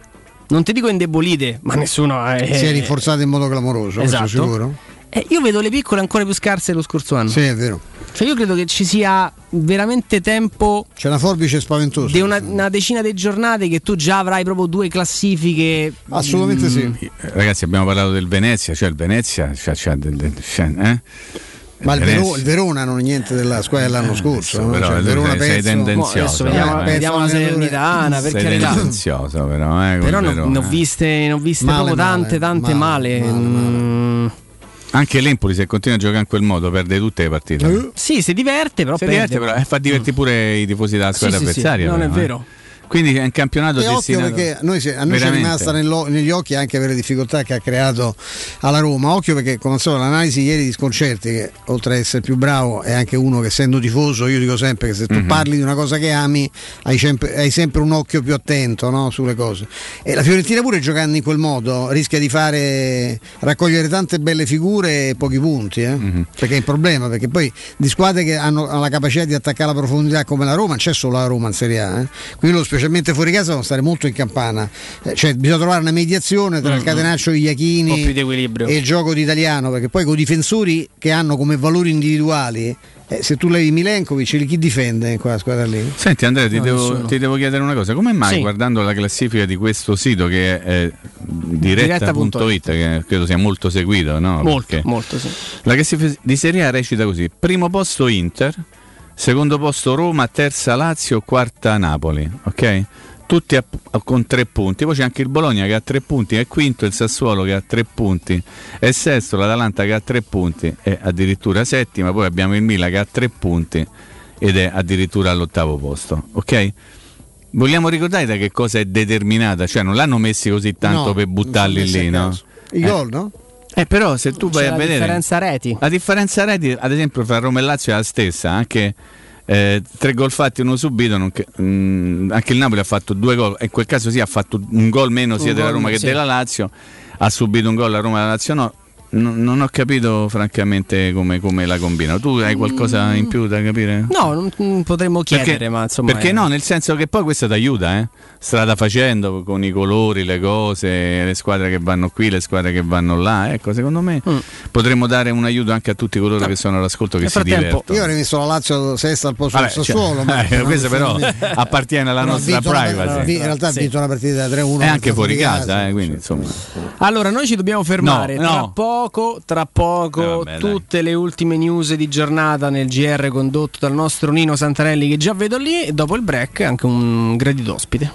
non ti dico indebolite, ma nessuno è, si è rinforzato in modo clamoroso, esatto. Sicuro? Eh, io vedo le piccole ancora più scarse dello scorso anno. Sì, è vero. Cioè io credo che ci sia veramente tempo. C'è una forbice spaventosa di una, una decina di giornate che tu già avrai proprio due classifiche. Assolutamente mm. sì. Ragazzi, abbiamo parlato del Venezia, cioè il Venezia c'ha, c'ha del, del, c'ha, eh? Ma il, Vero, il Verona non è niente della squadra dell'anno scorso, no? Però cioè, il Verona sei, sei tendenzioso. Mo vediamo, eh, vediamo la Salernitana, per sei carità. tendenzioso, però, eh, però ne ho viste, ho viste male, proprio tante, tante male. male, male, male. Anche l'Empoli, se continua a giocare in quel modo, perde tutte le partite. Uh. Sì, si diverte, però si perde. diverte, però, eh, fa divertire pure i tifosi della squadra sì, avversaria. Sì, sì. Non però, è vero. Eh. Quindi è un campionato e destinato. Occhio perché noi, a noi c'è rimasta nello, negli occhi anche per le difficoltà che ha creato alla Roma. Occhio perché, come al solito, l'analisi ieri di Sconcerti, che oltre ad essere più bravo è anche uno che, essendo tifoso, io dico sempre che se tu mm-hmm. parli di una cosa che ami hai sempre, hai sempre un occhio più attento, no? Sulle cose. E la Fiorentina pure, giocando in quel modo, rischia di fare raccogliere tante belle figure e pochi punti, eh? mm-hmm. perché è il problema, perché poi di squadre che hanno la capacità di attaccare la profondità come la Roma, c'è solo la Roma in Serie A, eh? Quindi lo, specialmente fuori casa, devono stare molto in campana, eh, cioè bisogna trovare una mediazione tra mm-hmm. il catenaccio di Iachini e il gioco di Italiano, perché poi con i difensori che hanno come valori individuali, eh, se tu levi Milenkovic, chi difende in quella squadra lì? Senti Andrea, ti, no, devo, ti devo chiedere una cosa: come mai, sì. guardando la classifica di questo sito che è diretta punto it, che credo sia molto seguito, no? Molto, molto sì. La classifica di Serie A recita così: primo posto Inter, secondo posto Roma, terza Lazio, quarta Napoli, ok? Tutti a, a, con tre punti. Poi c'è anche il Bologna che ha tre punti, è quinto il Sassuolo che ha tre punti, è sesto l'Atalanta che ha tre punti, è addirittura settima. Poi abbiamo il Milan che ha tre punti ed è addirittura all'ottavo posto, ok? Vogliamo ricordare da che cosa è determinata? Cioè non l'hanno messi così tanto no, per buttarli lì, no? I eh. gol, no? Eh, però se tu vai c'è a vedere la differenza reti, la differenza reti ad esempio fra Roma e Lazio è la stessa, anche eh, tre gol fatti, uno subito, non che, mh, anche il Napoli ha fatto due gol, in quel caso sì ha fatto un gol meno sia un della Roma che sì. della Lazio, ha subito un gol la Roma e la Lazio no. Non, non ho capito francamente come, come la combinano. Tu hai qualcosa in più da capire? No, non, non potremmo chiedere, perché, ma insomma. Perché è... no, nel senso che poi questo ti aiuta, eh? Strada facendo, con i colori, le cose, le squadre che vanno qui, le squadre che vanno là. Ecco, secondo me mm. potremmo dare un aiuto anche a tutti coloro no. che sono all'ascolto, che Nel si divertono. Io avrei messo la Lazio sesta al posto Vabbè, del Sassuolo. Cioè, ma eh, questo però appartiene alla però nostra privacy. Una, in realtà ha sì. vinto una partita da tre uno. E anche fuori casa, casa eh, quindi insomma. Allora, noi ci dobbiamo fermare. No, tra no. poco, tra poco. Poco, eh vabbè, tutte dai. le ultime news di giornata nel G R condotto dal nostro Nino Santarelli, che già vedo lì, e dopo il break anche un gradito ospite.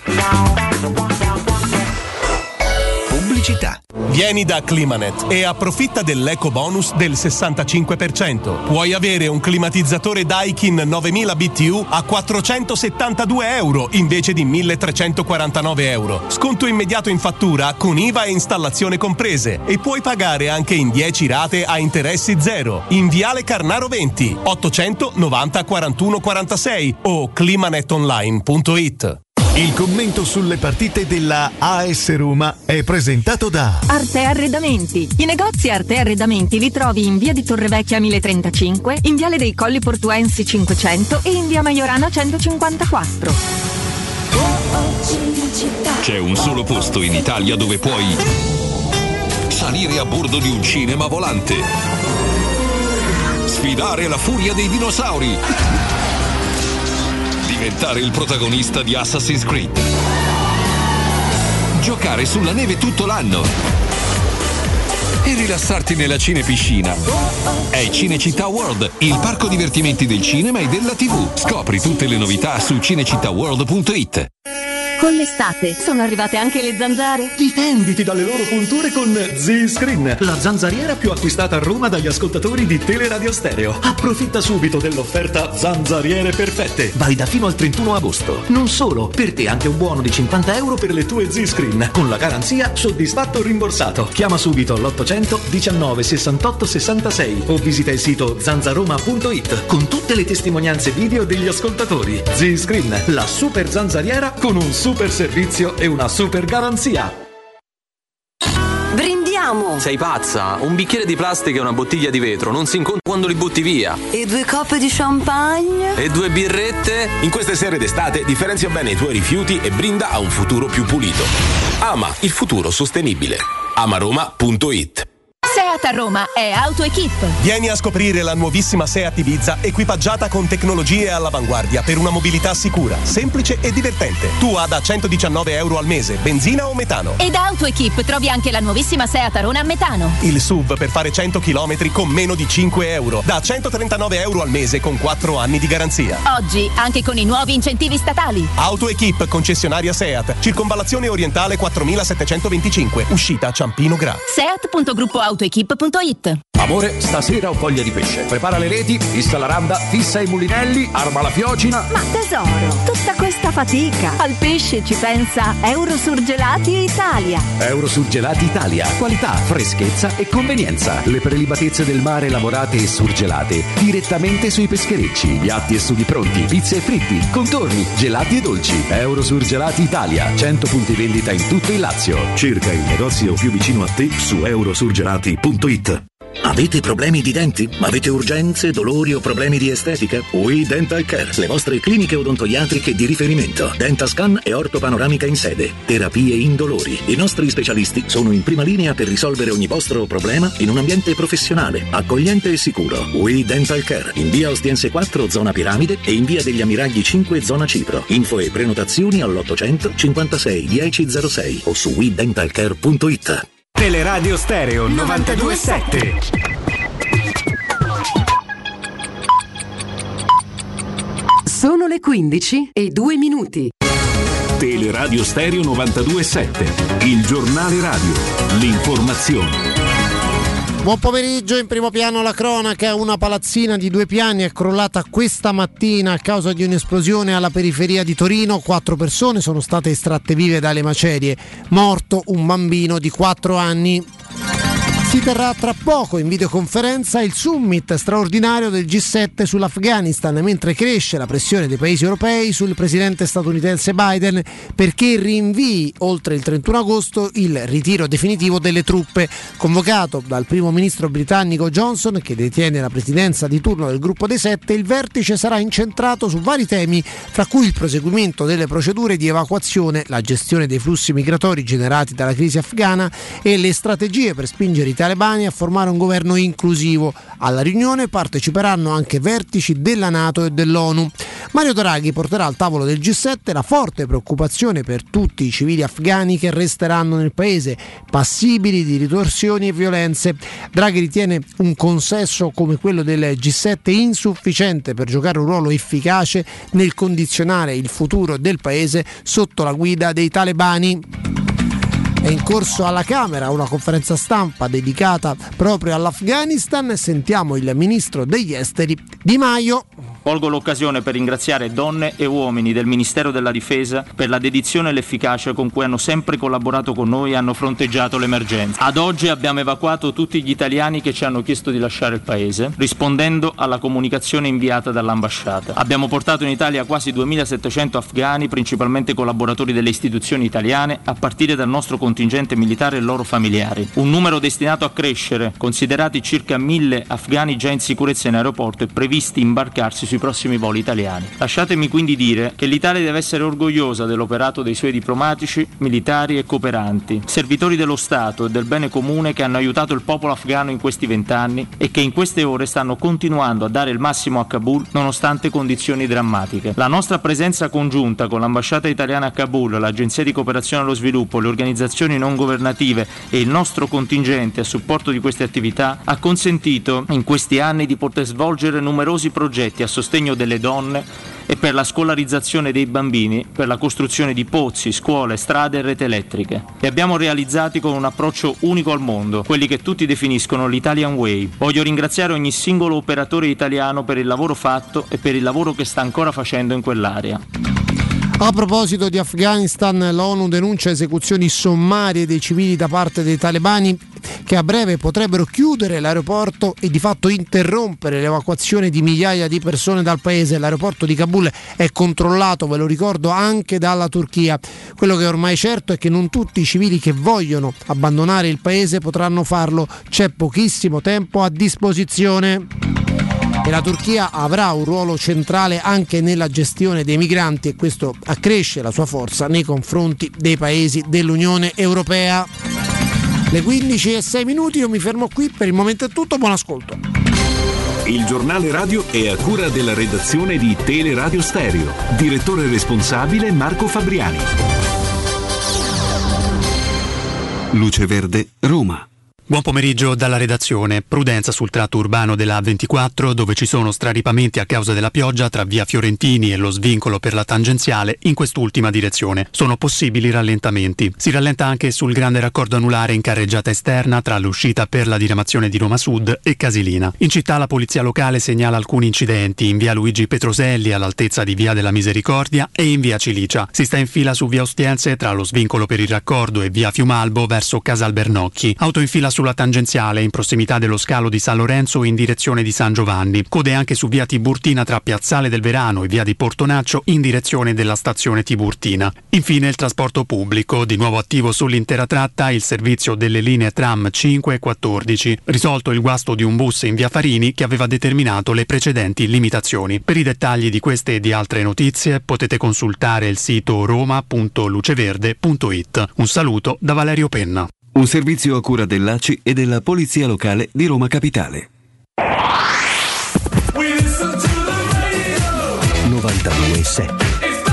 Pubblicità. Vieni da Climanet e approfitta dell'eco bonus del sessantacinque per cento. Puoi avere un climatizzatore Daikin novemila B T U a quattrocentosettantadue euro invece di milletrecentoquarantanove euro. Sconto immediato in fattura con I V A e installazione comprese, e puoi pagare anche in dieci rate a interessi zero. In Viale Carnaro venti, ottocentonovanta quarantuno quarantasei o climanetonline punto it. Il commento sulle partite della A S Roma è presentato da Arte Arredamenti. I negozi Arte Arredamenti li trovi in via di Torrevecchia mille trentacinque, in viale dei Colli Portuensi cinquecento e in via Maiorana centocinquantaquattro. C'è un solo posto in Italia dove puoi salire a bordo di un cinema volante, sfidare la furia dei dinosauri, diventare il protagonista di Assassin's Creed, giocare sulla neve tutto l'anno e rilassarti nella cinepiscina. È Cinecittà World, il parco divertimenti del cinema e della tivù. Scopri tutte le novità su cinecittà world punto it. Con l'estate sono arrivate anche le zanzare? Difenditi dalle loro punture con Z-Screen, la zanzariera più acquistata a Roma dagli ascoltatori di Teleradio Stereo. Approfitta subito dell'offerta Zanzariere Perfette, valida fino al trentuno agosto. Non solo, per te anche un buono di cinquanta euro per le tue Z-Screen, con la garanzia soddisfatto o rimborsato. Chiama subito l'ottocento diciannove sessantotto sessantasei o visita il sito zanzaroma punto it con tutte le testimonianze video degli ascoltatori. Z-Screen, la super zanzariera con un super servizio e una super garanzia. facciamo? Sei pazza? Un bicchiere di plastica e una bottiglia di vetro non si incontrano quando li butti via. E due coppe di champagne? E due birrette? In queste sere d'estate differenzia bene i tuoi rifiuti e brinda a un futuro più pulito. Ama il futuro sostenibile. amaroma punto it. Seat a Roma è AutoEquip. Vieni a scoprire la nuovissima Seat Ibiza equipaggiata con tecnologie all'avanguardia per una mobilità sicura, semplice e divertente. Tua da centodiciannove euro al mese, benzina o metano. E da AutoEquip trovi anche la nuovissima Seat Arona a metano. Il S U V per fare cento chilometri con meno di cinque euro, da centotrentanove euro al mese con quattro anni di garanzia. Oggi anche con i nuovi incentivi statali. AutoEquip, concessionaria Seat, circonvallazione orientale quattromilasettecentoventicinque, uscita Ciampino Gra. Seat punto gruppo autoequip punto it. Amore, stasera ho voglia di pesce. Prepara le reti, fissa la randa, fissa i mulinelli, arma la fiocina. Ma tesoro, tutta questa fatica. Al pesce ci pensa Eurosurgelati Italia. Eurosurgelati Italia. Qualità, freschezza e convenienza. Le prelibatezze del mare lavorate e surgelate direttamente sui pescherecci. Piatti e sughi pronti, pizze e fritti, contorni, gelati e dolci. Eurosurgelati Italia. cento punti vendita in tutto il Lazio. Cerca il negozio più vicino a te su eurosurgelati punto it. Avete problemi di denti? Avete urgenze, dolori o problemi di estetica? We Dental Care, le vostre cliniche odontoiatriche di riferimento. Dentascan e ortopanoramica in sede. Terapie indolori. I nostri specialisti sono in prima linea per risolvere ogni vostro problema in un ambiente professionale, accogliente e sicuro. We Dental Care, in via Ostiense quattro, zona Piramide, e in via degli Ammiragli cinque, zona Cipro. Info e prenotazioni all'ottocento cinquantasei dieci zero sei o su we dental care punto it. Teleradio Stereo novantadue sette. Sono le quindici e due minuti. Teleradio Stereo novantadue sette, il giornale radio, l'informazione. Buon pomeriggio, in primo piano la cronaca. Una palazzina di due piani è crollata questa mattina a causa di un'esplosione alla periferia di Torino. Quattro persone sono state estratte vive dalle macerie. Morto un bambino di quattro anni. Si terrà tra poco in videoconferenza il summit straordinario del G sette sull'Afghanistan, mentre cresce la pressione dei paesi europei sul presidente statunitense Biden perché rinvii oltre il trentuno agosto il ritiro definitivo delle truppe. Convocato dal primo ministro britannico Johnson, che detiene la presidenza di turno del gruppo dei sette, il vertice sarà incentrato su vari temi, fra cui il proseguimento delle procedure di evacuazione, la gestione dei flussi migratori generati dalla crisi afghana e le strategie per spingere i talebani a formare un governo inclusivo. Alla riunione parteciperanno anche vertici della NATO e dell'ONU. Mario Draghi porterà al tavolo del G sette la forte preoccupazione per tutti i civili afghani che resteranno nel paese, passibili di ritorsioni e violenze. Draghi ritiene un consesso come quello del G sette insufficiente per giocare un ruolo efficace nel condizionare il futuro del paese sotto la guida dei talebani. È in corso alla Camera una conferenza stampa dedicata proprio all'Afghanistan. Sentiamo il ministro degli esteri Di Maio. Colgo l'occasione per ringraziare donne e uomini del Ministero della Difesa per la dedizione e l'efficacia con cui hanno sempre collaborato con noi e hanno fronteggiato l'emergenza. Ad oggi abbiamo evacuato tutti gli italiani che ci hanno chiesto di lasciare il paese, rispondendo alla comunicazione inviata dall'ambasciata. Abbiamo portato in Italia quasi duemilasettecento afghani, principalmente collaboratori delle istituzioni italiane, a partire dal nostro contingente militare e loro familiari. Un numero destinato a crescere, considerati circa mille afghani già in sicurezza in aeroporto e previsti imbarcarsi sui prossimi voli italiani. Lasciatemi quindi dire che l'Italia deve essere orgogliosa dell'operato dei suoi diplomatici, militari e cooperanti, servitori dello Stato e del bene comune che hanno aiutato il popolo afghano in questi vent'anni e che in queste ore stanno continuando a dare il massimo a Kabul nonostante condizioni drammatiche. La nostra presenza congiunta con l'ambasciata italiana a Kabul, l'Agenzia di cooperazione allo sviluppo, le organizzazioni non governative e il nostro contingente a supporto di queste attività ha consentito in questi anni di poter svolgere numerosi progetti a sostegno delle donne e per la scolarizzazione dei bambini, per la costruzione di pozzi, scuole, strade e rete elettriche. Li abbiamo realizzati con un approccio unico al mondo, quelli che tutti definiscono l'Italian Way. Voglio ringraziare ogni singolo operatore italiano per il lavoro fatto e per il lavoro che sta ancora facendo in quell'area. A proposito di Afghanistan, l'ONU denuncia esecuzioni sommarie dei civili da parte dei talebani che a breve potrebbero chiudere l'aeroporto e di fatto interrompere l'evacuazione di migliaia di persone dal paese. L'aeroporto di Kabul è controllato, ve lo ricordo, anche dalla Turchia. Quello che è ormai certo è che non tutti i civili che vogliono abbandonare il paese potranno farlo, c'è pochissimo tempo a disposizione. E la Turchia avrà un ruolo centrale anche nella gestione dei migranti e questo accresce la sua forza nei confronti dei paesi dell'Unione Europea. Le quindici e sei minuti, io mi fermo qui, per il momento è tutto, buon ascolto. Il giornale radio è a cura della redazione di Teleradio Stereo. Direttore responsabile Marco Fabriani. Luce Verde, Roma. Buon pomeriggio dalla redazione. Prudenza sul tratto urbano della A ventiquattro, dove ci sono straripamenti a causa della pioggia tra via Fiorentini e lo svincolo per la tangenziale in quest'ultima direzione. Sono possibili rallentamenti. Si rallenta anche sul grande raccordo anulare in carreggiata esterna tra l'uscita per la diramazione di Roma Sud e Casilina. In città la polizia locale segnala alcuni incidenti in via Luigi Petroselli all'altezza di via della Misericordia e in via Cilicia. Si sta in fila su via Ostiense tra lo svincolo per il raccordo e via Fiumalbo verso Casal Bernocchi. Auto in fila sulla tangenziale in prossimità dello scalo di San Lorenzo in direzione di San Giovanni. Code anche su via Tiburtina tra Piazzale del Verano e via di Portonaccio in direzione della stazione Tiburtina. Infine il trasporto pubblico, di nuovo attivo sull'intera tratta il servizio delle linee tram cinque e quattordici. Risolto il guasto di un bus in via Farini che aveva determinato le precedenti limitazioni. Per i dettagli di queste e di altre notizie potete consultare il sito roma punto luceverde punto it. Un saluto da Valerio Penna. Un servizio a cura dell'A C I e della Polizia Locale di Roma Capitale. novantadue e sette.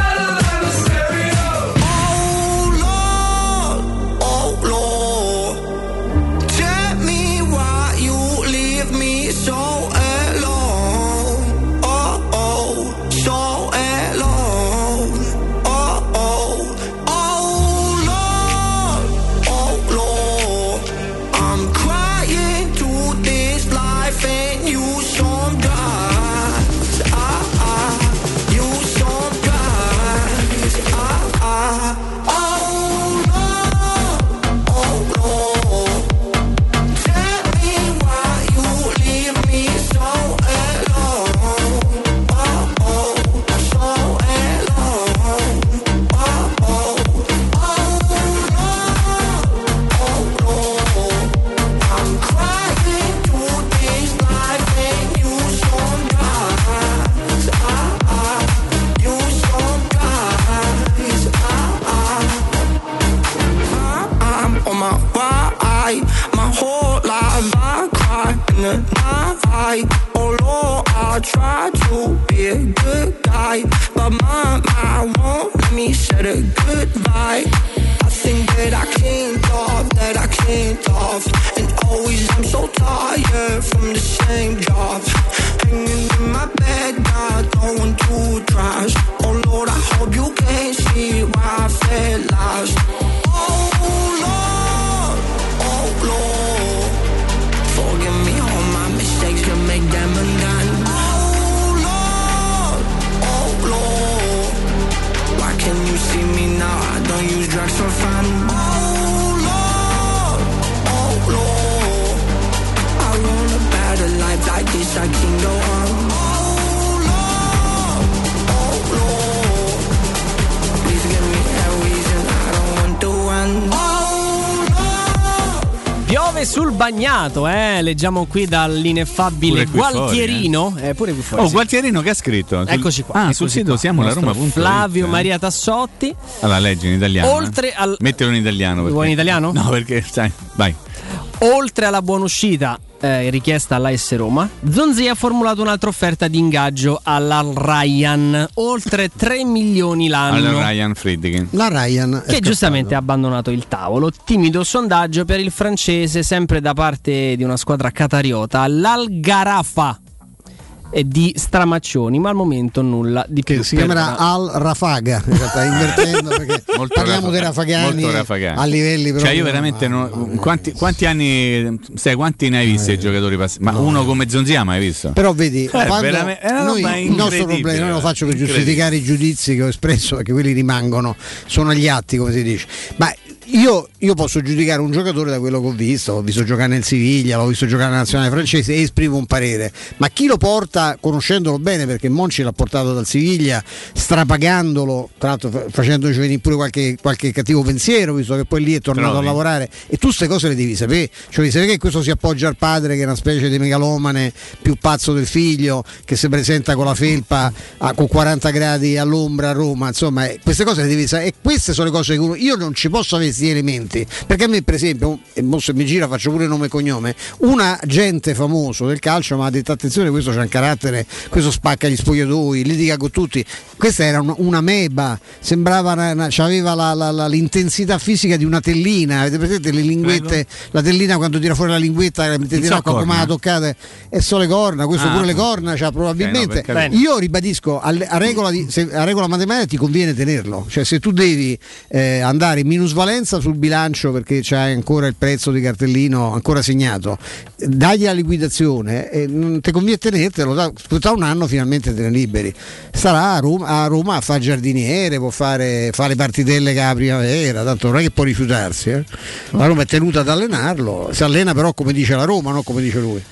Oh Lord, I try to be a good guy, but my mind won't let me set a good vibe. I think that I can't off, that I can't off, and always I'm so tired from the same job. Hanging in my bed now, throwing two tries. Oh Lord, I hope you can see why I feel lost. Oh Lord, oh Lord, forgive me all my mistakes, can make them undone. Oh Lord, oh Lord, why can't you see me now? I don't use drugs for fun. Oh Lord, oh Lord, I want a better life like this, I can go on. Oh Lord, oh Lord, please give me a reason, I don't want to run. Oh, piove sul bagnato, eh? Leggiamo qui dall'ineffabile Gualtierino. Fuori, eh. eh, pure qui fuori. Oh, sì. Gualtierino che ha scritto? Eccoci qua. Ah, eccoci sul sito qua. siamo la Roma punto it. Flavio Maria Tassotti. Allora, leggi in italiano. Oltre eh. al. Mettilo in italiano. Vuoi in italiano? No, perché, sai, vai. Oltre alla buona uscita eh, richiesta all'A S Roma, Zonzi ha formulato un'altra offerta di ingaggio alla Ryan, oltre tre milioni l'anno. Alla Ryan Friedkin. La Ryan che giustamente ha abbandonato il tavolo. Timido sondaggio per il francese, sempre da parte di una squadra qatariota, l'Al Gharafa e di Stramaccioni, ma al momento nulla di più. Che si chiamerà Al Rafaga, in realtà, invertendo, perché molto parliamo rafag- dei rafagani, molto rafagani a livelli però. Cioè io veramente non, quanti, quanti anni sai, quanti ne hai visti i giocatori passati? Ma no, uno come Zonzia mai visto? Però vedi, eh, quando noi, il nostro problema, non lo faccio per giustificare i giudizi che ho espresso, perché quelli rimangono, sono agli atti, come si dice, ma io, io posso giudicare un giocatore da quello che ho visto, ho visto giocare nel Siviglia, l'ho visto giocare nella nazionale francese e esprimo un parere, ma chi lo porta conoscendolo bene, perché Monchi l'ha portato dal Siviglia strapagandolo, tra l'altro facendoci venire pure qualche, qualche cattivo pensiero, visto che poi lì è tornato Trovi. a lavorare, e tu queste cose le devi sapere, cioè devi sapere che questo si appoggia al padre, che è una specie di megalomane più pazzo del figlio, che si presenta con la felpa a, con quaranta gradi all'ombra a Roma, insomma eh, queste cose le devi sapere, e queste sono le cose che uno, io non ci posso avere questi elementi, perché a me per esempio, e mo se mi gira faccio pure nome e cognome, un agente famoso del calcio mi ha detto attenzione, questo c'ha un carattere, questo spacca gli spogliatoi, litiga con tutti, questa era una, una meba, sembrava una, una, aveva la, la, la, l'intensità fisica di una tellina, avete presente le linguette, Prego. la tellina quando tira fuori la linguetta la mettete in acqua come la toccate e so le corna, questo ah, pure le corna c'ha probabilmente, okay, no, io ribadisco a, a, regola di, se, a regola matematica ti conviene tenerlo, cioè se tu devi eh, andare in minusvalenza sul bilancio perché c'hai ancora il prezzo di cartellino ancora segnato, dagli la liquidazione e non ti conviene tenertelo, da, tra un anno finalmente te ne liberi, starà a Roma a, Roma a fare giardiniere, può fare, fare partitelle che la primavera, tanto non è che può rifiutarsi, eh. La Roma è tenuta ad allenarlo, si allena però come dice la Roma, non come dice lui.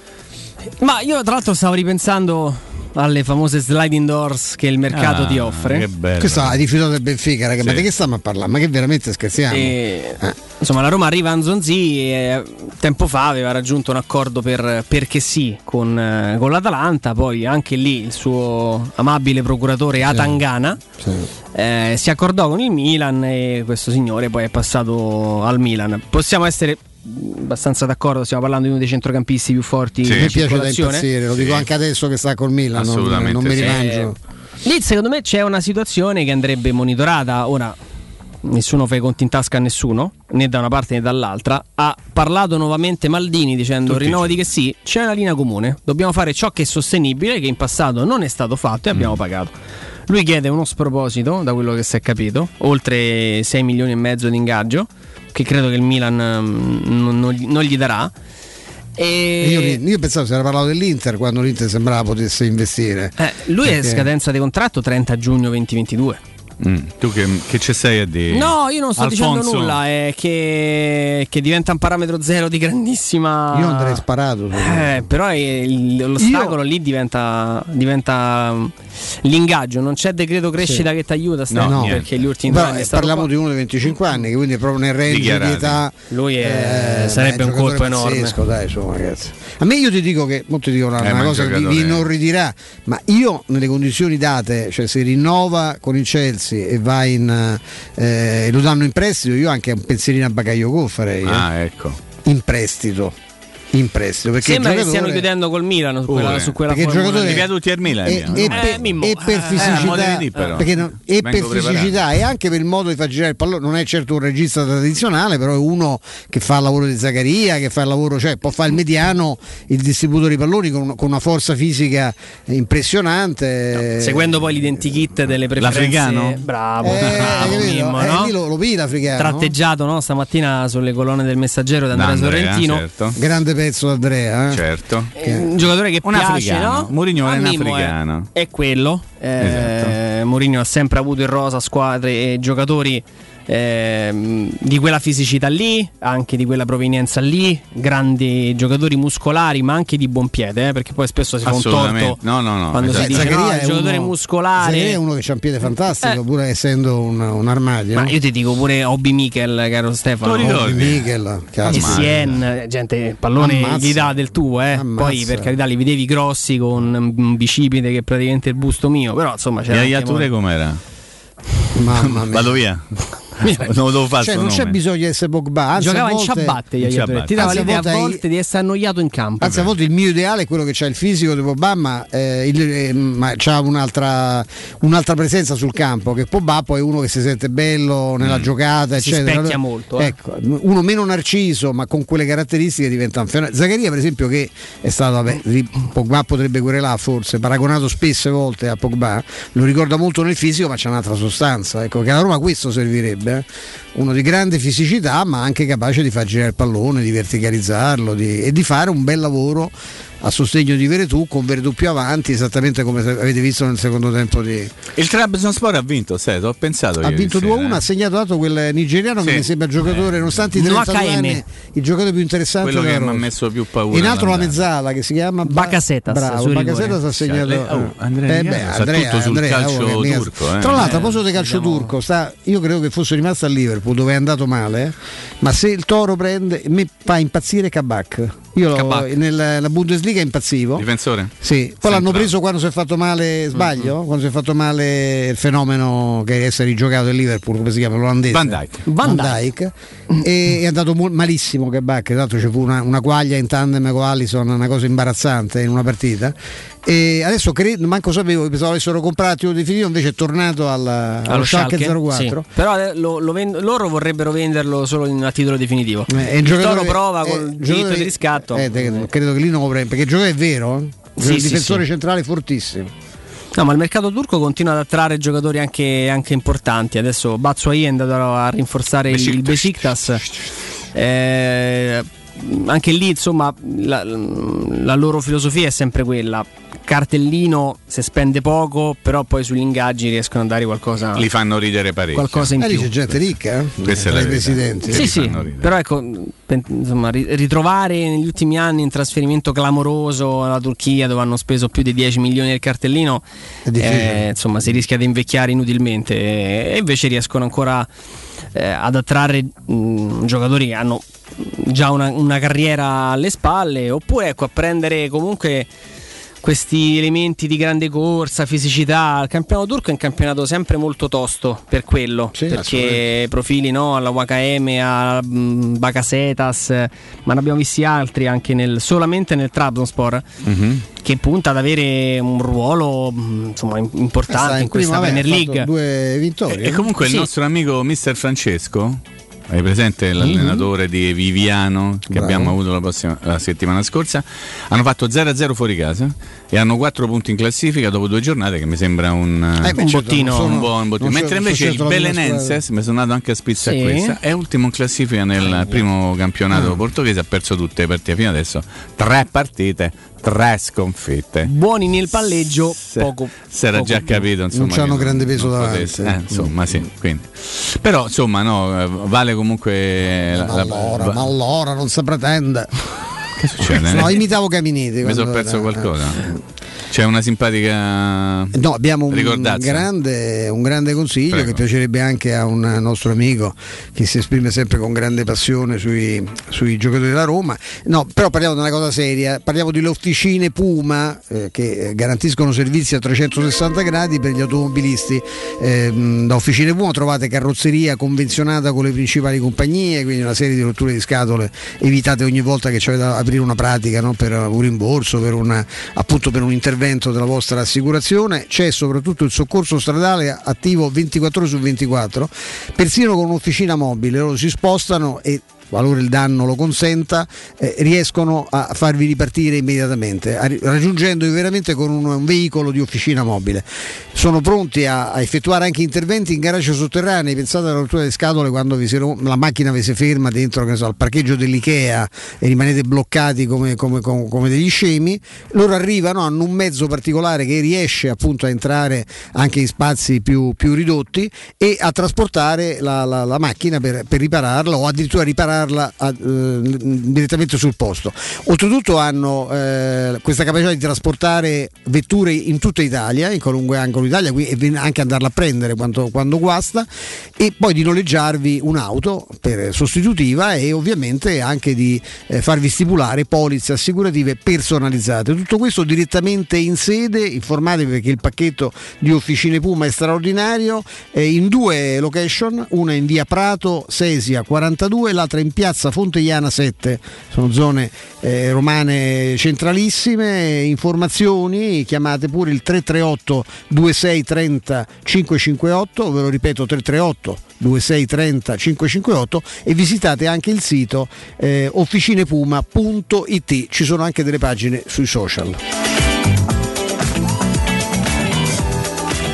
Ma io tra l'altro stavo ripensando alle famose sliding doors che il mercato ah, ti offre. Che bello. Questo ha rifiutato del Benfica, raga, sì. Ma di che stiamo a parlare? Ma che veramente scherziamo? E, eh. Insomma, la Roma arriva a Nzonzi e tempo fa aveva raggiunto un accordo per perché sì con, eh, con l'Atalanta, poi anche lì il suo amabile procuratore Atangana sì. Sì. Eh, si accordò con il Milan e questo signore poi è passato al Milan. Possiamo essere abbastanza d'accordo, stiamo parlando di uno dei centrocampisti più forti. Sì. Mi piace da impazzire, lo dico sì. anche adesso che sta col Milan, non, non mi rimangio. Eh, lì secondo me c'è una situazione che andrebbe monitorata. Ora nessuno fa i conti in tasca a nessuno, né da una parte né dall'altra. Ha parlato nuovamente Maldini dicendo rinnovo di che sì, c'è una linea comune, dobbiamo fare ciò che è sostenibile, che in passato non è stato fatto e abbiamo mm. pagato. Lui chiede uno sproposito, da quello che si è capito, oltre sei milioni e mezzo di ingaggio, che credo che il Milan non, non, non gli darà. E io, io pensavo si era parlato dell'Inter quando l'Inter sembrava potesse investire. Eh, lui perché... è scadenza di contratto trenta giugno duemilaventidue. Mm, tu che, che ci sei a dire? No, io non sto Alfonso. dicendo nulla, è che, che diventa un parametro zero di grandissima. Io andrei sparato. Eh, però è il, l'ostacolo io... lì diventa, diventa l'ingaggio. Non c'è decreto crescita sì. che ti aiuta, no, perché gli ultimi due anni parliamo di uno di venticinque anni, che quindi è proprio nel range di età. Lui è, eh, sarebbe un colpo enorme. Dai, insomma, ragazzi. A me io ti dico che, molto ti dico una, eh, una cosa che vi inorridirà, ma io nelle condizioni date, cioè se rinnova con il Chelsea e va in eh, lo danno in prestito, io anche un pensierino a Bakayoko farei. Ah, eh. ecco. In prestito. In prestito, perché sembra che stiano chiudendo col Milan su quella, su quella perché il giocatore è tutti al Milan e, e, eh, Mimmo. e per fisicità eh, perché no, e per fisicità e anche per il modo di far girare il pallone, non è certo un regista tradizionale, però è uno che fa il lavoro di Zaccaria, che fa il lavoro, cioè può fare il mediano, il distributore di palloni con, con una forza fisica impressionante, no, seguendo poi l'identikit delle preferenze. L'africano? Bravo, eh, bravo Mimmo, eh, no? Lo, lo vedi l'africano? Tratteggiato, no? Stamattina sulle colonne del Messaggero da Andrea Sorrentino, certo. Grande pezzo da Andrea. Certo, eh, un giocatore che un piace, africano. No? Mourinho è un africano, è, è quello. Eh, esatto. Mourinho ha sempre avuto in rosa squadre e giocatori eh, di quella fisicità lì, anche di quella provenienza lì, grandi giocatori muscolari, ma anche di buon piede, eh, perché poi spesso si fa un torto no, no, no, quando esatto. si dice Zaccaria no, è giocatore uno, muscolare. Zaccaria è uno che c'ha un piede fantastico, eh. pur essendo un, un armadio. Ma io ti dico pure Obi Mikel, caro Stefano. Obi Mikel, Essien, gente, pallone Ammazza. Gli dà del tuo, eh. Poi per carità li vedevi grossi con un bicipite che è praticamente il busto mio, però insomma c'era. E Iature com'era? Mamma mia. Vado via. Non, lo cioè, non c'è bisogno di essere Pogba, anzi, giocava volte, in ciabatte, in ciabatte. Ti dava l'idea a volte di essere annoiato in campo. Anzi, a volte il mio ideale è quello che c'ha il fisico di Pogba, ma, eh, il, eh, ma c'ha un'altra, un'altra presenza sul campo, che Pogba poi è uno che si sente bello nella mm. giocata, si eccetera. specchia molto, eh. Ecco, uno meno narciso, ma con quelle caratteristiche diventa un fenomeno. Zaccaria, per esempio, che è stato, vabbè, Pogba potrebbe querelare forse, paragonato spesse volte a Pogba, lo ricorda molto nel fisico, ma c'è un'altra sostanza, ecco, che a Roma questo servirebbe, eh. Uno di grande fisicità, ma anche capace di far girare il pallone, di verticalizzarlo di, e di fare un bel lavoro a sostegno di Veretù, con Veretù più avanti, esattamente come avete visto nel secondo tempo di... Il Trabzonspor ha vinto, sai, ho pensato. Ha vinto due a uno, ha segnato dato quel nigeriano, sì, che mi sembra giocatore, eh, nonostante i trentadue anni, il giocatore più interessante. Quello che mi ha messo più paura. In altro la mezzala che si chiama Bakasetas. Bravo, Bakasetas ha segnato. Cioè, oh, Andrea, eh beh, Andrea, tutto sul Andrea, calcio oh, turco. Eh. Tra l'altro, a proposito di calcio diciamo... turco, sta, io credo che fosse rimasto a Liverpool, dove è andato male, eh, ma se il Toro prende, mi fa impazzire Kabak. Io lo, nella Bundesliga impazzivo. Difensore? Sì. Poi Sempre. L'hanno preso quando si è fatto male, sbaglio? Mm-hmm. Quando si è fatto male il fenomeno che è rigiocato del Liverpool, come si chiama? L'olandese? Van Dijk. Van Dijk. E è andato mo- malissimo Kabak, tra l'altro ci fu una, una quaglia in tandem con Alisson, una cosa imbarazzante in una partita. E adesso credo, manco sapevo che pensavo avessero comprato il definitivo, invece è tornato alla, allo, allo Schalke zero quattro. Sì. Però lo, lo vend- loro vorrebbero venderlo solo in, a titolo definitivo. Eh, il Toro che, prova eh, col diritto di riscatto. Eh, credo che lì non lo prenda, perché il giocatore è vero, eh? Sì, il sì, difensore sì. centrale fortissimo. No, ma il mercato turco continua ad attrarre giocatori anche, anche importanti. Adesso Batshuayi è andato a rinforzare Besiktas. il Besiktas. Eh, anche lì, insomma, la, la loro filosofia è sempre quella: cartellino se spende poco, però poi sugli ingaggi riescono a dare qualcosa. Li fanno ridere parecchio. Qualcosa in eh, più. C'è gente ricca, eh? Questa tra è i presidenti. Sì, sì. Però ecco, insomma, ritrovare negli ultimi anni un trasferimento clamoroso alla Turchia, dove hanno speso più di dieci milioni del cartellino, eh, insomma, si rischia di invecchiare inutilmente. E invece riescono ancora eh, ad attrarre mh, giocatori che hanno già una, una carriera alle spalle, oppure ecco, a prendere comunque questi elementi di grande corsa, fisicità. Il campionato turco è un campionato sempre molto tosto per quello, sì, perché profili, no, alla Wakame, a Bakasetas, ma ne abbiamo visti altri anche nel, solamente nel Trabzonspor, mm-hmm. che punta ad avere un ruolo, insomma, importante eh, in questa Premier League. Due vittorie. E, e comunque sì. Il nostro amico mister Francesco, hai presente l'allenatore mm-hmm. di Viviano che Bravo. abbiamo avuto la, prossima, la settimana scorsa? Hanno fatto zero a zero fuori casa e hanno quattro punti in classifica dopo due giornate, che mi sembra un, eh, un certo, bottino, sono, un buon bottino. Mentre invece il Belenenses, mi sono andato anche a spizza sì. a questa, è ultimo in classifica nel eh, primo campionato mm. portoghese, ha perso tutte le partite fino adesso, tre partite, tre sconfitte. Buoni nel palleggio, poco. Si era già capito, insomma, non c'hanno grande peso davanti. Eh, insomma, sì, quindi. Però insomma, no, vale comunque ma, la, allora, la, ma allora non si pretende. Che succede? No, imitavo Caminiti. Mi sono perso era, qualcosa. Eh. C'è una simpatica. No, abbiamo un grande, un grande consiglio. Prego. Che piacerebbe anche a un nostro amico che si esprime sempre con grande passione sui, sui giocatori della Roma. No, però parliamo di una cosa seria. Parliamo delle officine Puma eh, che garantiscono servizi a trecentosessanta gradi per gli automobilisti. Eh, da Officine Puma trovate carrozzeria convenzionata con le principali compagnie, quindi una serie di rotture di scatole evitate ogni volta che c'è da aprire una pratica, no? Per un rimborso, per una, appunto per un intervento della vostra assicurazione. C'è soprattutto il soccorso stradale attivo ventiquattro ore su ventiquattro, persino con un'officina mobile. Loro si spostano e, qualora il danno lo consenta, eh, riescono a farvi ripartire immediatamente, a, raggiungendovi veramente con un, un veicolo di officina mobile. Sono pronti a, a effettuare anche interventi in garage sotterranei. Pensate alla rottura delle scatole quando vi si, la macchina vi si ferma dentro, che ne so, al parcheggio dell'Ikea e rimanete bloccati come, come, come, come degli scemi. Loro arrivano, hanno un mezzo particolare che riesce appunto a entrare anche in spazi più, più ridotti e a trasportare la, la, la macchina per, per ripararla, o addirittura ripararla A, eh, direttamente sul posto. Oltretutto hanno eh, questa capacità di trasportare vetture in tutta Italia, in qualunque angolo d'Italia, qui, e anche andarla a prendere quando, quando guasta, e poi di noleggiarvi un'auto per sostitutiva e ovviamente anche di eh, farvi stipulare polizze assicurative personalizzate. Tutto questo direttamente in sede. Informatevi perché il pacchetto di Officine Puma è straordinario, eh, in due location, una in via Prato Sesia quarantadue, l'altra in piazza Fonteiana sette. Sono zone eh, romane centralissime. Informazioni, chiamate pure il tre tre otto due sei tre zero cinque cinque otto, ve lo ripeto, tre tre otto due sei tre zero cinque cinque otto, e visitate anche il sito eh, officinepuma punto it. Ci sono anche delle pagine sui social.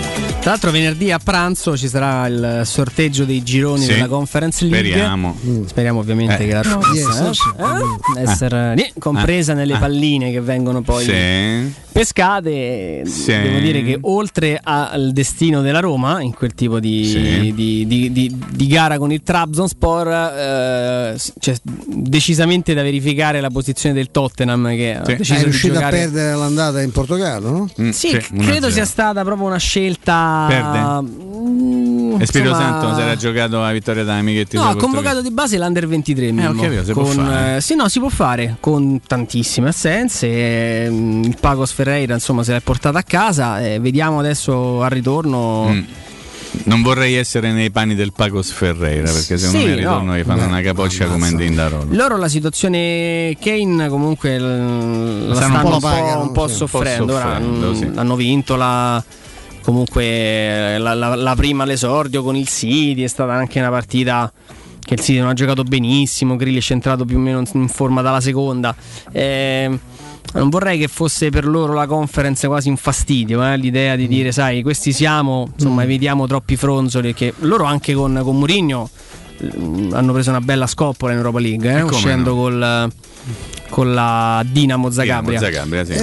Tra l'altro venerdì a pranzo ci sarà il sorteggio dei gironi Sì, della Conference League. speriamo. Speriamo ovviamente Eh. che la Roma possa eh, essere eh, compresa nelle Ah. palline che vengono poi Sì. pescate. Sì. Devo dire che oltre al destino della Roma in quel tipo di, Sì. di, di, di, di gara con il Trabzonspor, eh, c'è decisamente da verificare la posizione del Tottenham che ha Sì. deciso È di riuscito giocare. a perdere l'andata in Portogallo, no? Mm, Sì, sì, credo uno a zero. sia stata proprio una scelta. Perde? Mm, E Spirito insomma- Santo si era giocato la vittoria da Amichetti. No, sui ha convocato di base l'Under ventitré. Eh, Mimmo, ho capito, si può con, fare. eh, sì, no, si può fare con tantissime assenze. eh, Il Pacos Ferreira, insomma, se l'è portata a casa. eh, vediamo adesso al ritorno. Mm. Non vorrei essere nei panni del Pacos Ferreira, perché secondo Sì, me al ritorno no. gli fanno Beh, una capoccia come in Dindarolo. Loro la situazione Kane comunque l- la Stanno stanno un un po' po', pagano, un po' sì, un po' soffrendo. Ora, soffrendo, mm, sì. hanno vinto la, comunque eh, la, la- la prima all'esordio con il City, è stata anche una partita che il City non ha giocato benissimo, Grealish è entrato più o meno in forma dalla seconda. Eh, non vorrei che fosse per loro la conference quasi un fastidio, eh? L'idea di dire sai questi siamo, insomma evitiamo troppi fronzoli, perché loro anche con, con Mourinho mm, hanno preso una bella scoppola in Europa League, eh? E come uscendo no? col, con la Dinamo Zagabria. Dinamo Zagabria, sì.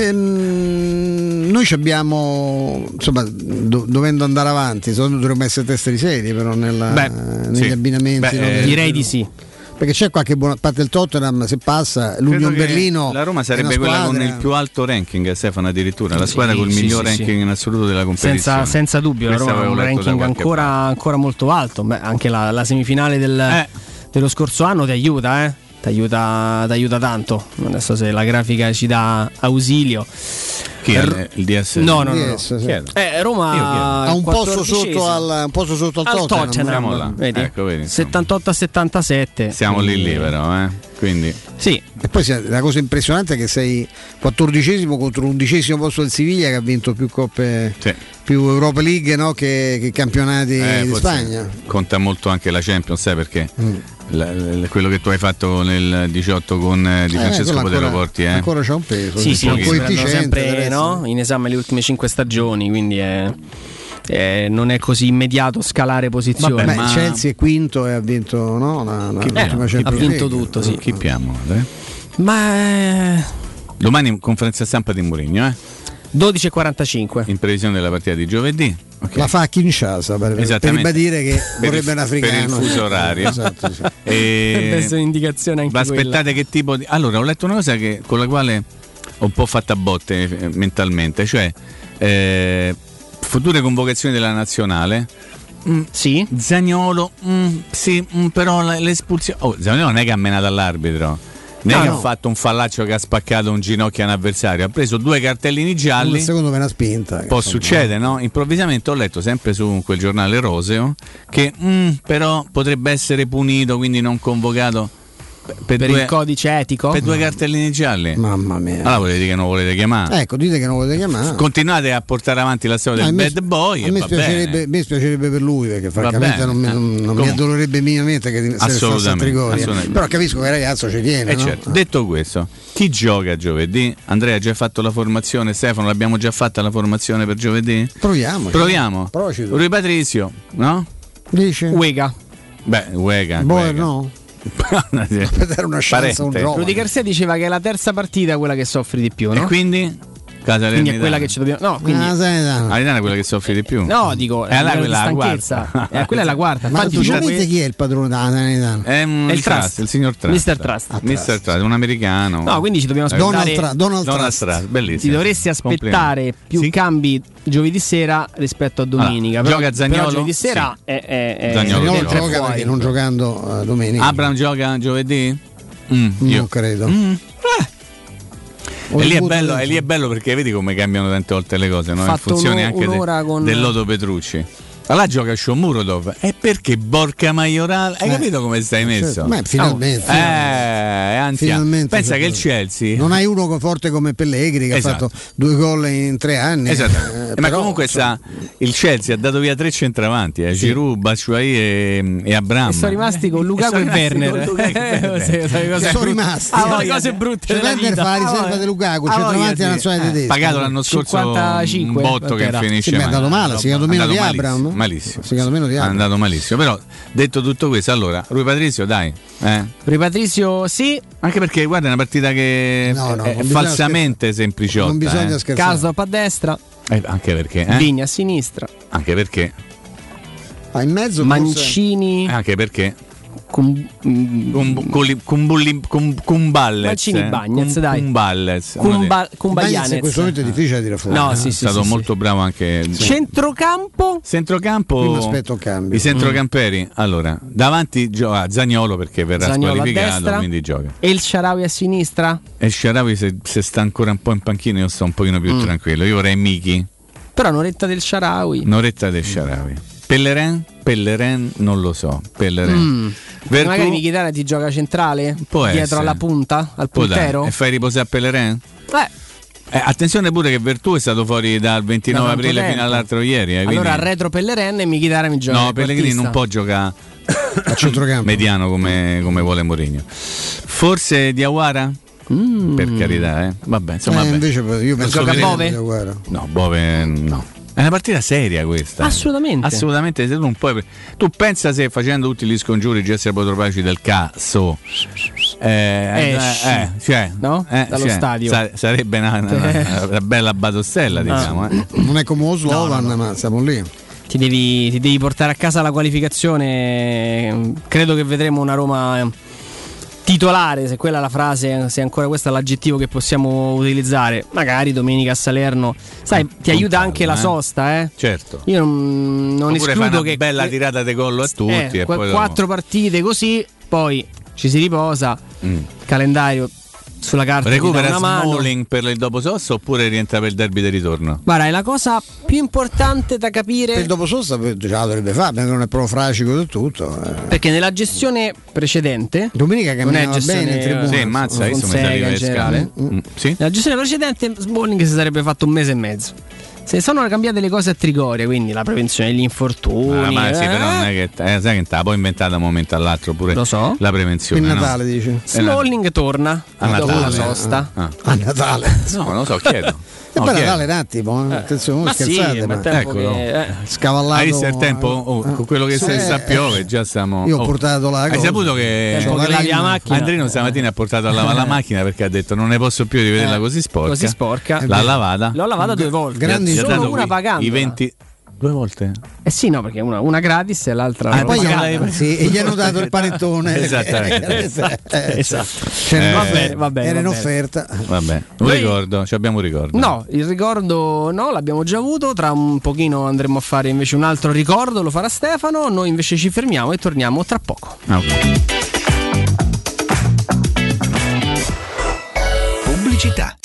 Ehm, noi ci abbiamo, insomma, do- dovendo andare avanti, secondo me dovremmo essere teste di serie, però nella, Beh, negli sì. abbinamenti. Beh, no, eh, del- Direi di sì. Perché c'è qualche buona parte del Tottenham, se passa, Credo l'Union che Berlino. la Roma è sarebbe una quella squadra- con il più alto ranking, Stefano, addirittura la Sì, squadra col sì, miglior sì, ranking sì. in assoluto della competizione. Senza, senza dubbio, la Questo Roma ha un avevo letto da ranking qualche ancora, parte. ancora molto alto. Beh, anche la, la semifinale del, Eh. dello scorso anno ti aiuta, eh? Ti aiuta, ti aiuta tanto. Adesso se la grafica ci dà ausilio. Chi è R- il D S? No, no, no, no. D S, sì. Chi è? Eh, Roma ha un posto quattordicesimo. sotto al, un posto sotto al, Al Tottenham. Tottenham. Siamo là. Vedi? Ecco, vedi, insomma. settantotto a settantasette. Siamo lì lì però, eh? Quindi Sì. E poi sì, la cosa impressionante è che sei quattordicesimo contro l'undicesimo posto del Siviglia, che ha vinto più coppe, sì. più Europa League, no, che, che campionati Eh, di forse Spagna. conta molto anche la Champions, sai perché? Mm. La- la- quello che tu hai fatto nel diciotto con eh, Di Eh, Francesco quello Potero ancora- Porti, eh? ancora c'ha un peso. Sì, sì, un che prendono coefficiente, sempre adesso. no, in esame le ultime cinque stagioni, quindi è, è- non è così immediato scalare posizioni. Beh, ma- il Chelsea è quinto e ha vinto no, la, la, Chi- l'ultima eh, Champions ha vinto League. tutto, sì. Chi piamo? eh? Ma è Domani conferenza stampa di Mourinho, eh? dodici e quarantacinque. In previsione della partita di giovedì. Ok. La fa a Kinshasa per, per Esattamente. ribadire che Per vorrebbe il- un africano. per il fuso orario. Esatto, sì. E... Questa è un'indicazione anche Ma aspettate quella. che tipo di... Allora, ho letto una cosa che, con la quale ho un po' fatto a botte eh, mentalmente, cioè eh, future convocazioni della nazionale. Mm, sì. Zaniolo, mm, sì, mm, però la- l'espulsione... Oh, Zaniolo non è che ha menato all'arbitro. Non è No, che no. ha fatto un fallaccio che ha spaccato un ginocchio a un avversario, ha preso due cartellini gialli. Il secondo me una spinta. Può succedere, no? Improvvisamente ho letto sempre su quel giornale roseo che mm, però potrebbe essere punito, quindi non convocato per, Per due, il codice etico? per due cartellini gialli. Mamma mia. Allora volete dire che non volete chiamare? Ecco, dite che non volete chiamare. Continuate a portare avanti la storia No, del a me- bad boy a e me va spiacerebbe, bene. mi spiacerebbe per lui, perché francamente bene, non, mi, eh. non- non mi Comunque. addolorerebbe minimamente che se ne stasse a Assolutamente, Trigoria. assolutamente. Però capisco che il ragazzo ci tiene. Eh no? certo. Detto questo, chi gioca giovedì? Andrea ha già fatto la formazione, Stefano l'abbiamo già fatta la formazione per giovedì? Proviamo. Proviamo. Provaci tu. Rui Patrizio, no? Dice? Uega. Beh, Uega. Boer Uega. no? Per dare una chance a un Parente. giovane. Rudy Garcia diceva che è la terza partita quella che soffri di più, no? E quindi? Casa Quindi è quella che ci dobbiamo. No, quindi. Ah, sai, dai. Aritana è quella che soffre di più. No, dico, è allora a livello quella di la stanchezza. quarta. Eh, quella è la quarta. Ma Infatti, ufficialmente dico, chi è il padrone della Sanità? È, un- È il il Trust. Trust, il signor Trust. mister Trust. Ah, mister Trust, un americano. No, quindi ci dobbiamo Donald, aspettare. Tra- Donald Donald Trust. Trust, Ti bellissimo. dovresti aspettare Complimenti. più Sì? cambi giovedì sera rispetto a domenica. Allora, però, gioca Zaniolo? però giovedì sera Sì. è, è, è, Zaniolo Zaniolo è tre gioca fuori. perché non giocando eh, domenica. Abraham gioca giovedì? Mm, non io. credo. Mm. Ho E lì, è avuto bello, dentro. e lì è bello perché vedi come cambiano tante volte le cose, no? In Fatto funzione uno- anche de- un'ora con- del lodo Petrucci. Allora gioca Shomurodov. E perché Borca Majoral? Hai eh, capito come stai messo? Certo. Ma finalmente. Oh. Eh, anzi, finalmente pensa che il Chelsea. Non hai uno forte come Pellegrini che esatto. ha fatto due gol in tre anni. Esatto. Eh, Ma però, comunque cioè... sta, il Chelsea ha dato via tre centravanti, eh, sì. Giroud, Batshuayi e, e Abraham. E sono rimasti con Lukaku e, e Werner. Sono rimasti. Ah, le cose brutte. Cioè, Werner fa la riserva di Lukaku, centravanti della nazionale tedesca. Pagato l'anno scorso cinquantacinque un botto che finisce. Sì, è andato male, si è andato meno di Abraham. Malissimo. Si è meno di È andato malissimo. Però detto tutto questo, allora, Rui Patricio, dai. Eh. Rui Patricio sì. Anche perché guarda, è una partita che no, no, è falsamente scher- sempliciotta. Non bisogna eh. scherzare. Karsdorp a destra. Eh, anche perché eh? Vigna a sinistra. Anche perché ah, in mezzo Mancini. Eh, anche perché Cum, Cumballez Mancini Bagnez, dai. Cumballez Cumbaglianez. In questo momento è difficile dire fuori. No, sì, è sì, stato sì, molto sì. bravo anche. Centrocampo? Centrocampo. Prima aspetto un cambio. I centrocamperi. Allora, davanti gioca Zaniolo perché verrà Zaniolo squalificato, quindi gioca. E il Shaarawy a sinistra? E il Shaarawy se, se sta ancora un po' in panchina io sto un pochino più mm. tranquillo. Io vorrei Miki. Però un'oretta del Shaarawy. Un'oretta del Shaarawy. Pellerin? Pellerin non lo so. Pellerin. Mm. Vertu... Magari Mkhitaryan ti gioca centrale? Può dietro essere. alla punta? Al Può puntero? Dare. E fai riposare Pellerin? Eh. Eh, attenzione pure che Vertù è stato fuori dal ventinove aprile tempo. fino all'altro ieri. Eh, allora quindi... retro Pellerin e Mkhitaryan mi gioca. No, Pellegrini non può giocare a centrocampo mediano come, come vuole Mourinho. Forse Diawara? Mm. Per carità, eh. Vabbè, insomma, eh, vabbè. invece io penso gioca che Bove? No, Bove no. È una partita seria questa. Assolutamente. Assolutamente. Se tu, non puoi... tu pensa se facendo tutti gli scongiuri già siamo trovati del cazzo. Eh, Esci, eh, cioè, no? Eh, Dallo cioè, stadio. Sa- sarebbe una, una, una bella batostella, ah. diciamo. Eh. Non è come Slovan, no, no, no. ma siamo lì. Ti devi, ti devi portare a casa la qualificazione. Credo che vedremo una Roma titolare, se quella è la frase, se ancora questo è l'aggettivo che possiamo utilizzare. Magari domenica a Salerno, sai, ti non aiuta calma, anche la sosta, eh? Certo. Io non, non escludo fai una che bella tirata di collo a tutti eh, e poi quattro dopo. partite così, poi ci si riposa. Mm. Calendario sulla carta recupera una mano. Smalling per il dopo sosta oppure rientra per il derby di ritorno? Guarda, è la cosa più importante da capire. Per il dopo sosta già la dovrebbe fare, perché non è proprio fracico del tutto. Eh. Perché nella gestione precedente domenica camminava bene in tribuna. Sì, mazza, io sono in generale. Mm. Sì? Nella gestione precedente Smalling si sarebbe fatto un mese e mezzo. Se sono cambiate le cose a Trigoria, quindi la prevenzione degli infortuni. Ah, ma eh, sì, però non è che eh, sai che non te la puoi inventare da un momento all'altro pure lo so. La prevenzione. Il Natale no? dice. Smalling torna a dopo Natale. la sosta. Ah. A Natale. No, non lo so, chiedo. E no, poi Natale un attimo, eh. attenzione, ma scherzate, sì, ma eccolo. Che, eh. Scavallato. Hai visto il tempo? Oh, con quello che sì, si sta eh, piove, già stiamo. Io ho oh. portato la cosa. Hai saputo che, che lavi la macchina? Andrino stamattina ha portato a lavare la macchina perché ha detto non ne posso più di vederla così sporca. Così sporca. L'ha lavata. L'ho lavata due volte. Grandi solo una pagando. I venti due volte? Eh sì, no, perché una, una gratis e l'altra ah, poi gli, sì, e gli hanno dato il panettone. Esattamente. esatto. eh, esatto. Cioè, eh, va bene, va bene. Era in va offerta. Vabbè, un Noi... ricordo, ci abbiamo un ricordo. No, il ricordo no, l'abbiamo già avuto. Tra un pochino andremo a fare invece un altro ricordo, lo farà Stefano. Noi invece ci fermiamo e torniamo tra poco. Ah, okay. Pubblicità.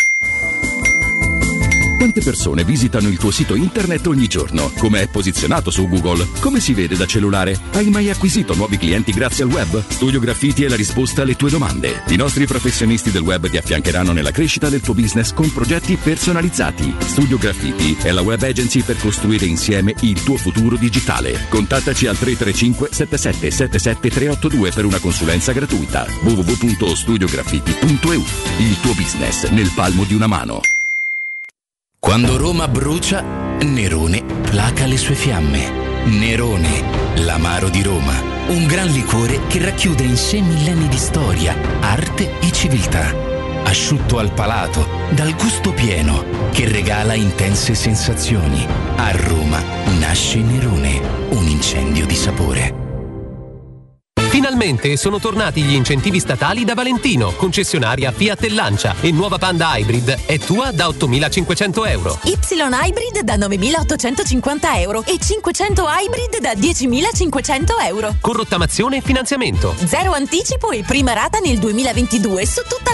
Quante persone visitano il tuo sito internet ogni giorno? Come è posizionato su Google? Come si vede da cellulare? Hai mai acquisito nuovi clienti grazie al web? Studio Graffiti è la risposta alle tue domande. I nostri professionisti del web ti affiancheranno nella crescita del tuo business con progetti personalizzati. Studio Graffiti è la web agency per costruire insieme il tuo futuro digitale. Contattaci al tre tre cinque sette sette sette sette tre otto due per una consulenza gratuita. w w w punto studio graffiti punto e u. Il tuo business nel palmo di una mano. Quando Roma brucia, Nerone placa le sue fiamme. Nerone, l'amaro di Roma. Un gran liquore che racchiude in sé millenni di storia, arte e civiltà. Asciutto al palato, dal gusto pieno, che regala intense sensazioni. A Roma nasce Nerone, un incendio di sapore. Finalmente sono tornati gli incentivi statali da Valentino, concessionaria Fiat e Lancia, e nuova Panda Hybrid è tua da ottomilacinquecento euro. Y Hybrid da novemilaottocentocinquanta euro e cinquecento Hybrid da diecimilacinquecento euro. Con rottamazione e finanziamento. Zero anticipo e prima rata nel duemilaventidue su tutta la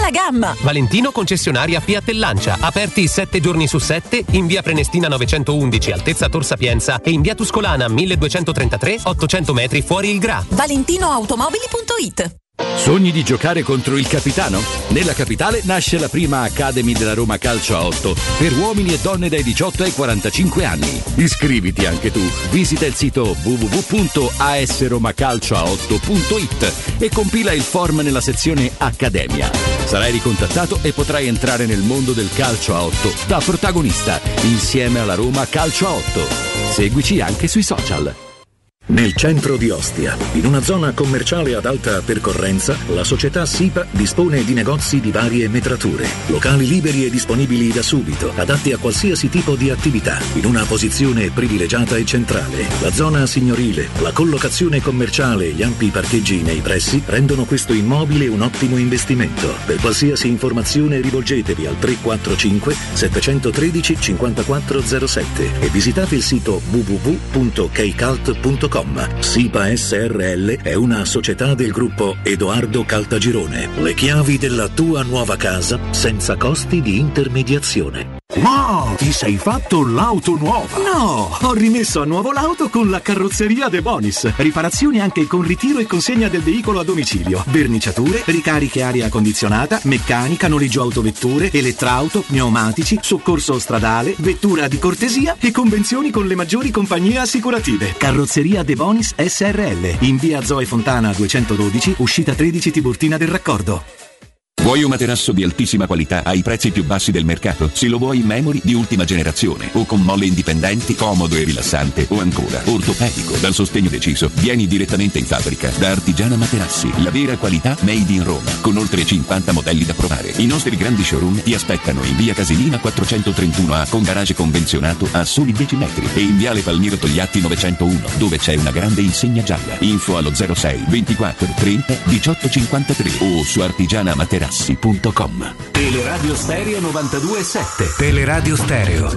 la gamma. Valentino concessionaria Fiat e Lancia, aperti sette giorni su sette in via Prenestina novecentoundici, altezza Tor Sapienza, e in via Tuscolana milleduecentotrentatré, ottocento metri fuori il Gra. valentinoautomobili punto it. Sogni di giocare contro il capitano? Nella capitale nasce la prima Academy della Roma Calcio a otto per uomini e donne dai diciotto ai quarantacinque anni. Iscriviti anche tu. Visita il sito w w w punto a s roma calcio a otto punto it e compila il form nella sezione Accademia. Sarai ricontattato e potrai entrare nel mondo del calcio a otto da protagonista insieme alla Roma Calcio a otto. Seguici anche sui social. Nel centro di Ostia, in una zona commerciale ad alta percorrenza, la società SIPA dispone di negozi di varie metrature, locali liberi e disponibili da subito, adatti a qualsiasi tipo di attività, in una posizione privilegiata e centrale. La zona signorile, la collocazione commerciale e gli ampi parcheggi nei pressi rendono questo immobile un ottimo investimento. Per qualsiasi informazione rivolgetevi al tre quattro cinque sette uno tre cinque zero sette e visitate il sito w w w punto keycult punto com. SIPA S R L è una società del gruppo Edoardo Caltagirone. Le chiavi della tua nuova casa senza costi di intermediazione. Ma ti sei fatto l'auto nuova? No, ho rimesso a nuovo l'auto con la carrozzeria De Bonis. Riparazioni anche con ritiro e consegna del veicolo a domicilio, verniciature, ricariche aria condizionata, meccanica, noleggio autovetture, elettrauto, pneumatici, soccorso stradale, vettura di cortesia e convenzioni con le maggiori compagnie assicurative. Carrozzeria De Bonis S R L, in via Zoe Fontana duecentododici, uscita tredici Tiburtina del Raccordo. Vuoi un materasso di altissima qualità ai prezzi più bassi del mercato? Se lo vuoi in memory di ultima generazione o con molle indipendenti, comodo e rilassante, o ancora ortopedico dal sostegno deciso, vieni direttamente in fabbrica da Artigiana Materassi, la vera qualità made in Roma, con oltre cinquanta modelli da provare. I nostri grandi showroom ti aspettano in via Casilina quattrocentotrentuno A con garage convenzionato a soli dieci metri e in viale Palmiro Togliatti novecentouno dove c'è una grande insegna gialla. Info allo zero sei ventiquattro trenta diciotto cinquantatré o su artigiana materassi punto com. Teleradio Stereo novantadue sette. Teleradio Stereo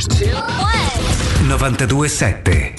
novantadue sette.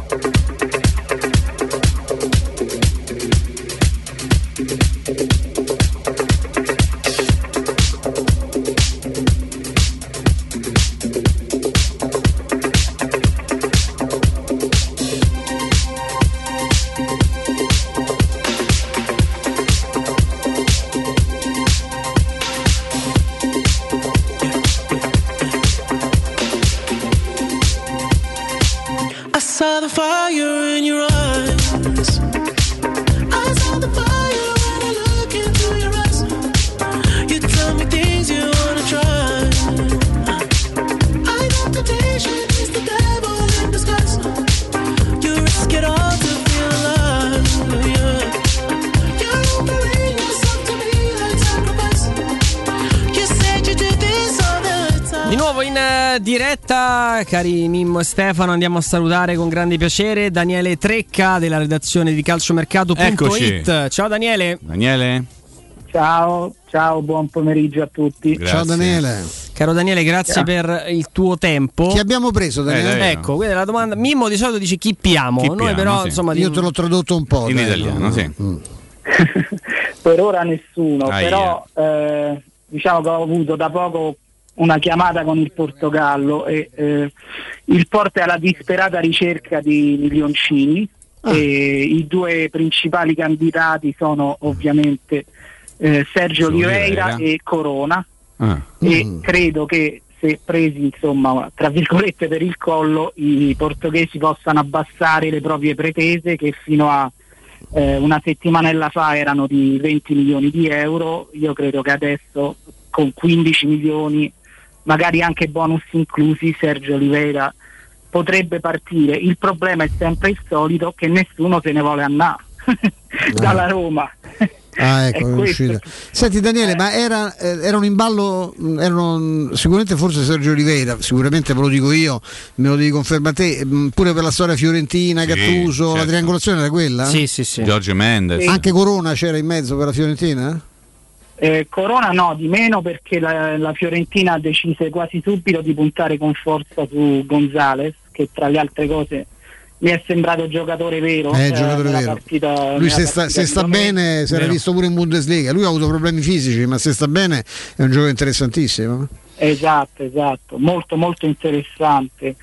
Diretta, cari Mimmo e Stefano, andiamo a salutare con grande piacere Daniele Trecca della redazione di calciomercato punto it. Ciao Daniele. Daniele. Ciao, ciao, buon pomeriggio a tutti. Grazie. Ciao Daniele. Caro Daniele, grazie yeah. per il tuo tempo. Chi abbiamo preso Daniele? Eh, ecco, questa è la domanda. Mimmo di solito dice chi piamo, chi noi piamo, però sì. insomma io te l'ho tradotto un po' in dai, italiano, no? sì. Mm. Per ora nessuno, ah, però yeah. eh, diciamo che ho avuto da poco una chiamata con il Portogallo e eh, il Porto è alla disperata ricerca di milioncini ah. e i due principali candidati sono ovviamente eh, Sergio Oliveira e Corona ah. e mm. credo che se presi insomma tra virgolette per il collo i portoghesi possano abbassare le proprie pretese che fino a eh, una settimanella fa erano di venti milioni di euro. Io credo che adesso con quindici milioni, magari anche bonus inclusi, Sergio Oliveira potrebbe partire. Il problema è sempre il solito, che nessuno se ne vuole andare dalla Roma. Ah, ecco, è uscita. Senti Daniele, eh. ma era, eh, era un imballo, erano sicuramente forse Sergio Oliveira, sicuramente ve lo dico io, me lo devi confermare te, mh, pure per la storia fiorentina, sì, Gattuso, certo. La triangolazione era quella? Sì, sì, sì. Giorgio Mendes. Sì. Anche Corona c'era in mezzo per la Fiorentina? Eh, Corona no, di meno, perché la, la Fiorentina decise quasi subito di puntare con forza su Gonzalez, che tra le altre cose mi è sembrato giocatore vero. È eh, giocatore nella vero. Partita, Lui nella se sta, partita se sta di bene, si era Vero. visto pure in Bundesliga. Lui ha avuto problemi fisici, ma se sta bene è un giocatore interessantissimo. Esatto, esatto, molto molto interessante.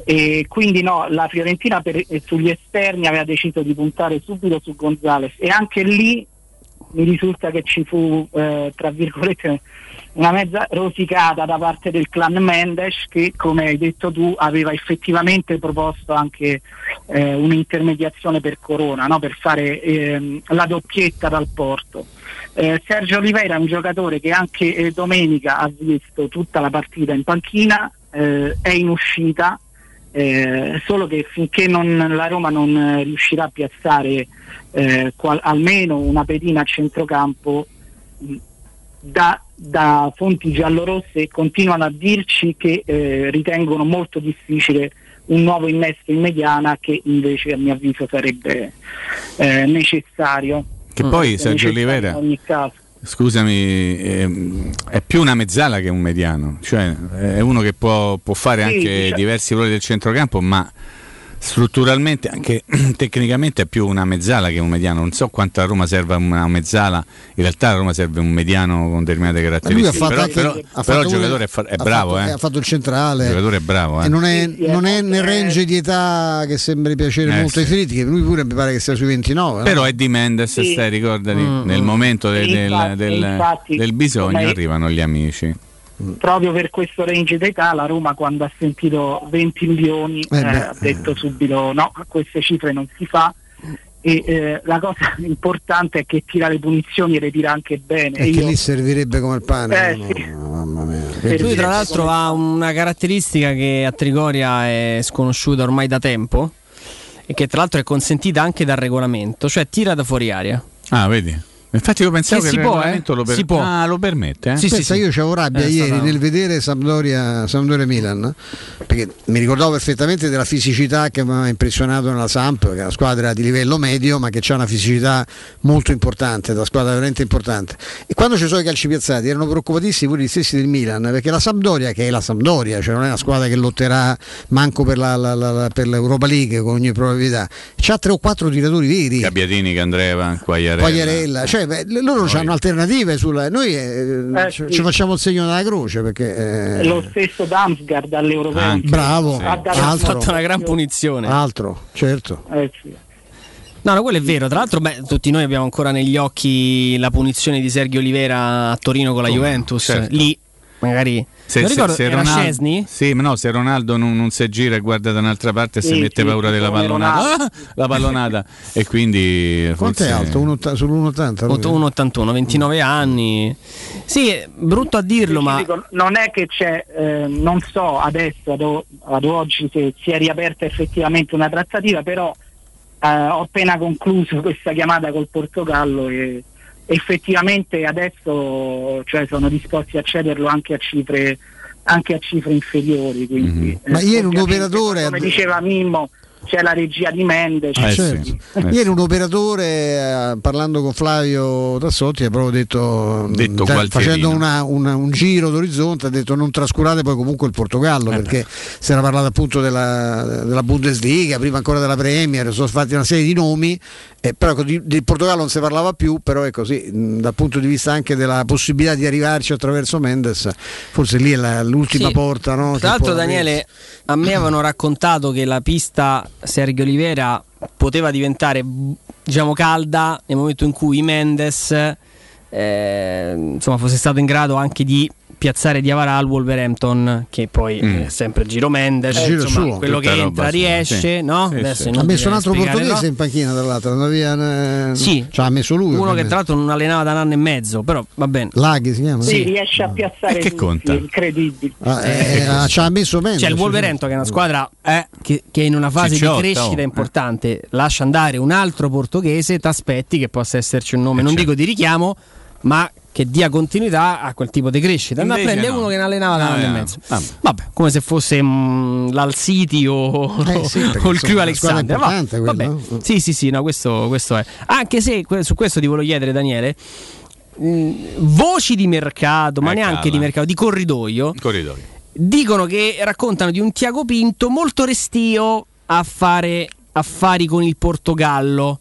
E quindi no, la Fiorentina per, sugli esterni aveva deciso di puntare subito su Gonzalez, e anche lì mi risulta che ci fu eh, tra virgolette una mezza rosicata da parte del clan Mendes, che come hai detto tu aveva effettivamente proposto anche eh, un'intermediazione per Corona, no? Per fare ehm, la doppietta dal Porto. Eh, Sergio Oliveira è un giocatore che anche eh, domenica ha visto tutta la partita in panchina, eh, è in uscita, eh, solo che finché non, la Roma non eh, riuscirà a piazzare eh, qual, almeno una pedina a centrocampo, mh, da, da fonti giallorosse continuano a dirci che eh, ritengono molto difficile un nuovo innesto in mediana, che invece a mio avviso sarebbe eh, necessario. Che poi Sergio Oliveira, in ogni caso. scusami, ehm, è più una mezzala che un mediano, cioè è uno che può, può fare Sì, anche diciamo. diversi ruoli del centrocampo, ma strutturalmente, anche tecnicamente, è più una mezzala che un mediano. Non so quanto a Roma serva una mezzala, in realtà a Roma serve un mediano con determinate caratteristiche. Lui ha fatto però anche- però, ha però fatto il giocatore pure- è, fa- è ha bravo, fatto, eh. ha fatto il centrale, Il giocatore è bravo, eh. e non è, Sì, sì, non è è nel molto- range di età che sembri piacere Eh, molto ai sì. feriti, che lui pure mi pare che sia sui ventinove, no? Però è di Mendes, Sì. stai, ricordati, Mm, nel mm. momento de- E del, infatti- del- e infatti, del bisogno come- arrivano gli amici. Proprio per questo range d'età la Roma, quando ha sentito venti milioni, Eh eh, beh. ha detto subito no, a queste cifre non si fa. E eh, la cosa importante è che tira le punizioni e le tira anche bene. E che Io- lì servirebbe come il pane. Eh, no, sì. no, mamma mia. Per Lui dire, tra l'altro come- ha una caratteristica che a Trigoria è sconosciuta ormai da tempo, e che tra l'altro è consentita anche dal regolamento, cioè tira da fuori area. Ah, vedi? Infatti io pensavo Che che, si il può, regolamento eh? lo, per- Si può. Ah, lo permette, eh? Sì, Pensa, sì, sì. io c'avevo rabbia È ieri stata- nel vedere Sampdoria, Sampdoria Milan, perché mi ricordavo perfettamente della fisicità che mi aveva impressionato nella Samp, che è una squadra di livello medio ma che ha una fisicità molto importante, una squadra veramente importante. E quando ci sono i calci piazzati erano preoccupatissimi pure gli stessi del Milan, perché la Sampdoria, che è la Sampdoria, cioè non è una squadra che lotterà manco per, la, la, la, la- per l'Europa League con ogni probabilità, c'ha tre o quattro tiratori veri. Gabbiadini, Candreva, Quagliarella. Quagliarella, cioè, beh, loro hanno alternative sulla. Noi eh, Eh, ci, sì. ci facciamo il segno della croce perché. eh, Lo stesso Damsgaard all'Europeo. Anche. bravo, Sì. Ha dato- Ha altro, fatto una gran punizione. altro, certo. Eh, sì. No, no, quello è vero. Tra l'altro, beh, tutti noi abbiamo ancora negli occhi la punizione di Sergio Oliveira a Torino con la Come? Juventus. Certo. Lì, magari. Se, non se- ricordo, se era Ronaldo, Szczesny? sì, ma no, se Ronaldo non, non si gira e guarda da un'altra parte Sì, si mette sì, paura della come pallonata. Ronaldo. Ah, la pallonata. E quindi Quanto forse è alto? uno ottanta sull'uno ottanta? lui? uno virgola ottantuno, ventinove anni. Sì, è brutto a dirlo, Ti ma dico, non è che c'è, eh, non so adesso ad, o- ad oggi se si è riaperta effettivamente una trattativa, però eh, ho appena concluso questa chiamata col Portogallo e effettivamente adesso, cioè, sono disposti a cederlo anche a cifre anche a cifre inferiori, quindi, Mhm. eh, Ma ieri un ovviamente, operatore come ha- diceva Mimmo, c'è la regia di Mendes. Eh, Certo. sì, eh, Ieri sì. un operatore eh, parlando con Flavio Tassotti ha proprio detto, Detto mh, Gualtierino. facendo una- una- un giro d'orizzonte, ha detto non trascurate poi comunque il Portogallo, Eh perché si era parlato appunto della, della Bundesliga, prima ancora della Premier, sono fatti una serie di nomi, eh, però ecco, di, del Portogallo non si parlava più, però è così, mh, dal punto di vista anche della possibilità di arrivarci attraverso Mendes, forse lì è la- l'ultima Sì. porta. No, che tra l'altro, può aprirsi. Daniele, a me avevano raccontato che la pista Sergio Oliveira poteva diventare, diciamo, calda nel momento in cui Mendes eh, insomma fosse stato in grado anche di piazzare Diawara al Wolverhampton, che poi Mm. è sempre il giro Mendes, Il giro insomma, suo. quello Tutta che roba entra sua, riesce, sì. no? Sì, Adesso sì. è Ha inutile messo un altro spiegare, portoghese no? in panchina, tra l'altro, non aveva, eh, Sì. cioè, ha messo lui. Uno che ovviamente. tra l'altro non allenava da un anno e mezzo, però va bene. Laghi si chiama? Sì, riesce a piazzare E che tutti, conta? è incredibile. Ah, eh, eh, ci ha messo Mendes. C'è il Wolverhampton, che è una squadra eh, che, che è in una fase Cicciotta, di crescita oh. importante. Lascia andare un altro portoghese, t'aspetti che possa esserci un nome, Eh, non certo. dico di richiamo, ma che dia continuità a quel tipo di crescita. Andare a Invece prendere no. uno che ne allenava da un Ah, anno e eh, mezzo. vabbè. Vabbè, come se fosse mm, l'Al City o, Eh, sì, perché o il insomma, Crew una squadra Alexander. Va- importante vabbè. quella, no? Sì, sì, sì, no, questo, questo è. Anche se que- su questo ti volevo chiedere, Daniele. mh, Voci di mercato, ma Eh, neanche calla. di mercato, di corridoio, Corridoio. dicono che raccontano di un Tiago Pinto molto restio a fare affari con il Portogallo.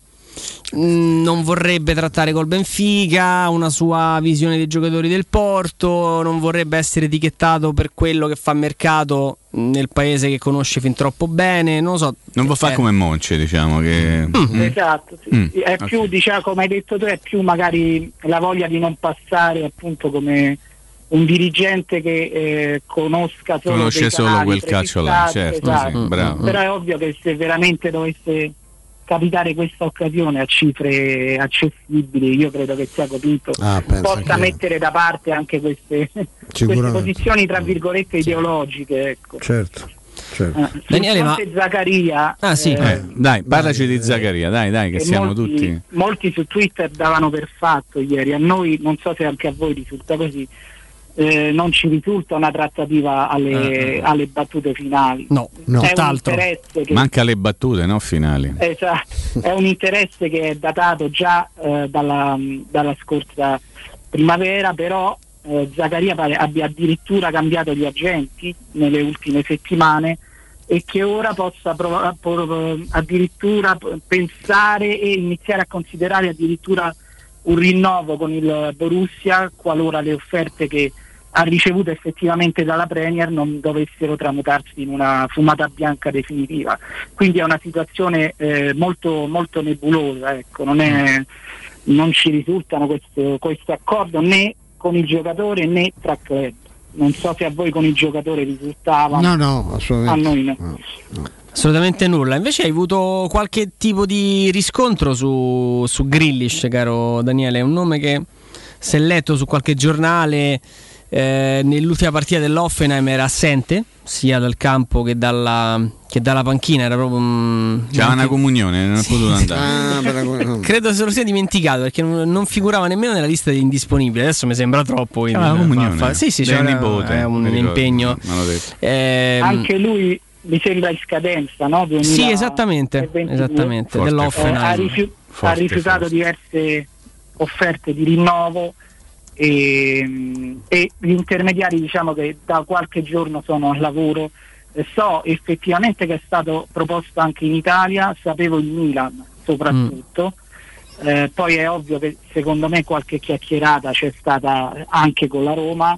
Non vorrebbe trattare col Benfica, una sua visione dei giocatori del Porto, non vorrebbe essere etichettato per quello che fa mercato nel paese che conosce fin troppo bene, non lo so. Non può fare eh. come Monce, diciamo che mm. esatto, sì. mm. È più, okay. diciamo, come hai detto tu, è più magari la voglia di non passare appunto come un dirigente che eh, conosca solo conosce solo quel calcio là, certo, esatto. sì, bravo. Però è ovvio che se veramente dovesse capitare questa occasione a cifre accessibili, io credo che Tiago Pinto ah, possa mettere da parte anche queste, queste posizioni tra virgolette ideologiche, ecco. Certo, certo. Uh, Daniele, ma Zaccaria, ah, sì. eh, dai, parlaci di Zaccaria, dai, dai, che siamo molti, tutti. Molti su Twitter davano per fatto ieri, a noi, non so se anche a voi risulta così, Eh, non ci risulta una trattativa alle, uh-huh. alle battute finali. No, no. È un interesse che... Manca le battute, no? Finali. Esatto, è un interesse che è datato già eh, dalla, dalla scorsa primavera, però eh, Zaccaria pare abbia addirittura cambiato gli agenti nelle ultime settimane e che ora possa prov- prov- addirittura pensare e iniziare a considerare addirittura un rinnovo con il Borussia qualora le offerte che ha ricevuto effettivamente dalla Premier non dovessero tramutarsi in una fumata bianca definitiva. Quindi è una situazione eh, molto molto nebulosa, ecco. non, è, non ci risultano questo, questo accordo né con il giocatore né tra club. Non so se a voi con il giocatore risultava. No, no, assolutamente. A noi no. no, no. Assolutamente nulla. Invece hai avuto qualche tipo di riscontro su, su Grealish, caro Daniele? È un nome che si è letto su qualche giornale. Eh, nell'ultima partita dell'Hoffenheim era assente sia dal campo che dalla, che dalla panchina, era proprio un... c'era una comunione, non sì. è potuto andare. Ah, credo se lo sia dimenticato perché non, non figurava nemmeno nella lista degli indisponibili. Adesso mi sembra troppo. C'era una comunione, fa, fa, sì, sì, c'era nipote, è un impegno. Eh, anche lui mi sembra in scadenza, no? duemila Sì, esattamente, esattamente dell'Hoffenheim. Eh, ha, rifiu- forte, ha rifiutato forte. diverse offerte di rinnovo. E, e gli intermediari, diciamo che da qualche giorno sono al lavoro. Eh, so effettivamente che è stato proposto anche in Italia, sapevo il Milan soprattutto. Mm. Eh, poi è ovvio che secondo me qualche chiacchierata c'è stata anche con la Roma,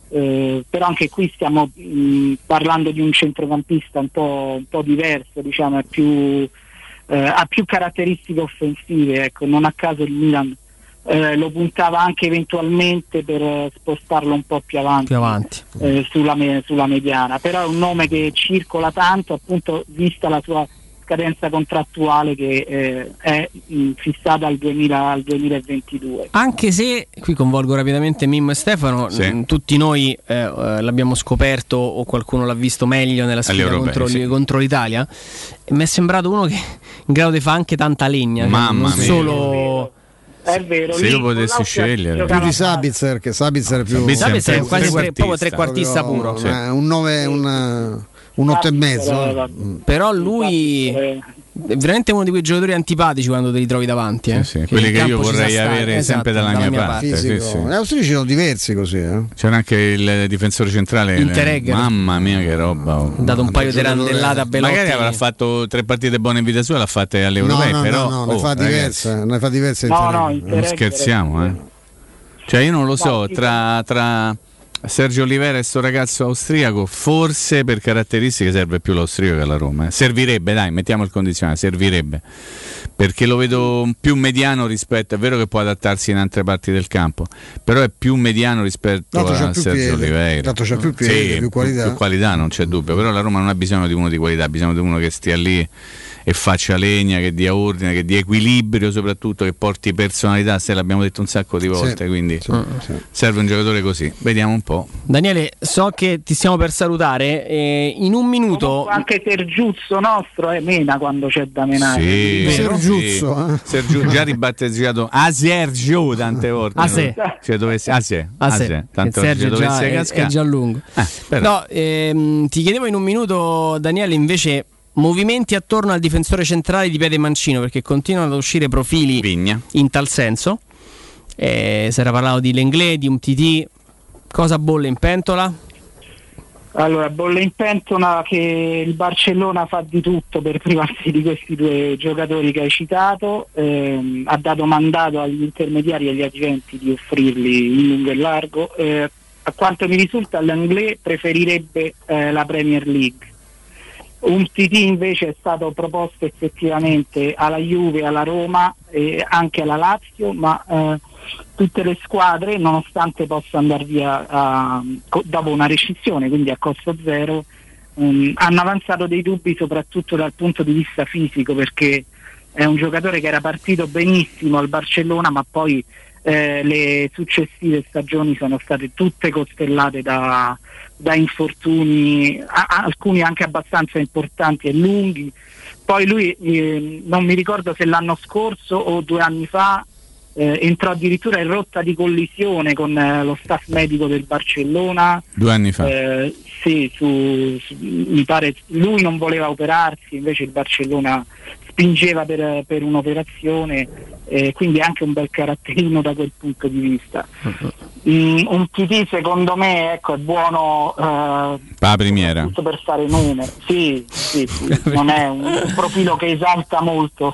eh, però anche qui stiamo mh, parlando di un centrocampista un po', un po' diverso, diciamo, è più, eh, ha più caratteristiche offensive, ecco. Non a caso il Milan Eh, lo puntava anche eventualmente per eh, spostarlo un po' più avanti, più avanti. Eh, sulla, me- sulla mediana, però è un nome che circola tanto, appunto, vista la sua scadenza contrattuale che eh, è mh, fissata al, duemila, al duemilaventidue. Anche se, qui convolgo rapidamente Mimmo e Stefano, sì. mh, tutti noi eh, eh, l'abbiamo scoperto o qualcuno l'ha visto meglio nella sfida contro, sì. contro l'Italia, e mi è sembrato uno che in grado di fare anche tanta legna, mamma cioè, non mia. Solo... È vero, se io potessi scegliere più di Sabitzer, che Sabitzer è più Sabitzer è quasi tre, proprio trequartista puro, sì. un nove un, un otto e mezzo, però lui è veramente uno di quei giocatori antipatici quando te li trovi davanti, eh? sì, sì. quelli che io vorrei avere esatto, sempre dalla, dalla mia, mia parte, parte. Sì, sì. Gli austriaci sono diversi così, eh? C'era anche il difensore centrale Interregger. Mamma mia che roba, oh. Ha dato un paio di randellate a Belotti, magari avrà fatto tre partite buone in vita sua, l'ha fatte alle europee, no, no, però no, no, oh, ne fa diverse, ne fa diverse no, no, non scherziamo, eh. Cioè io non lo so, tra, tra Sergio Olivera e sto ragazzo austriaco, forse per caratteristiche serve più l'austriaco che la Roma, eh. Servirebbe, dai, mettiamo il condizionale, servirebbe, perché lo vedo più mediano rispetto, è vero che può adattarsi in altre parti del campo, però è più mediano rispetto a Sergio piede. Oliveira. Tanto c'è più piede, sì, più qualità. Più, più qualità, non c'è dubbio, però la Roma non ha bisogno di uno di qualità, ha bisogno di uno che stia lì e faccia legna, che dia ordine, che dia equilibrio, soprattutto che porti personalità, se l'abbiamo detto un sacco di volte, sì, quindi sì, sì. Serve un giocatore così. Vediamo un po'. Daniele, so che ti stiamo per salutare, eh, in un minuto comunque anche Sergiuzzo nostro è mena quando c'è da menare. Sì, Sergiuzzo, sì. Eh? Sergiu, già ribattezzato a Sergio tante volte. A se. Cioè dovesse a se, a se. Tanto Sergio dovesse è, cascare. È già lungo. Eh, no, ehm, ti chiedevo in un minuto, Daniele, invece movimenti attorno al difensore centrale di Piede Mancino, perché continuano ad uscire profili Vigna. in tal senso. Eh, si era parlato di Lenglet, di Umtiti, cosa bolle in pentola? Allora, bolle in pentola che il Barcellona fa di tutto per privarsi di questi due giocatori che hai citato, ehm, ha dato mandato agli intermediari e agli agenti di offrirli in lungo e largo. Eh, a quanto mi risulta l'Anglais preferirebbe eh, la Premier League. Un T T invece è stato proposto effettivamente alla Juve, alla Roma e anche alla Lazio, ma eh, tutte le squadre, nonostante possa andare via a, dopo una rescissione, quindi a costo zero, um, hanno avanzato dei dubbi soprattutto dal punto di vista fisico, perché è un giocatore che era partito benissimo al Barcellona, ma poi eh, le successive stagioni sono state tutte costellate da, da infortuni, a, alcuni anche abbastanza importanti e lunghi. Poi lui, eh, non mi ricordo se l'anno scorso o due anni fa, Eh, entrò addirittura in rotta di collisione con eh, lo staff medico del Barcellona due anni fa. Eh, sì, su, su, mi pare lui non voleva operarsi, invece il Barcellona spingeva per, per un'operazione, eh, quindi anche un bel caratterino da quel punto di vista. Mm, un T T secondo me, ecco, è buono eh, la primiera tutto per fare numeri, sì, sì, sì. Non è un, un profilo che esalta molto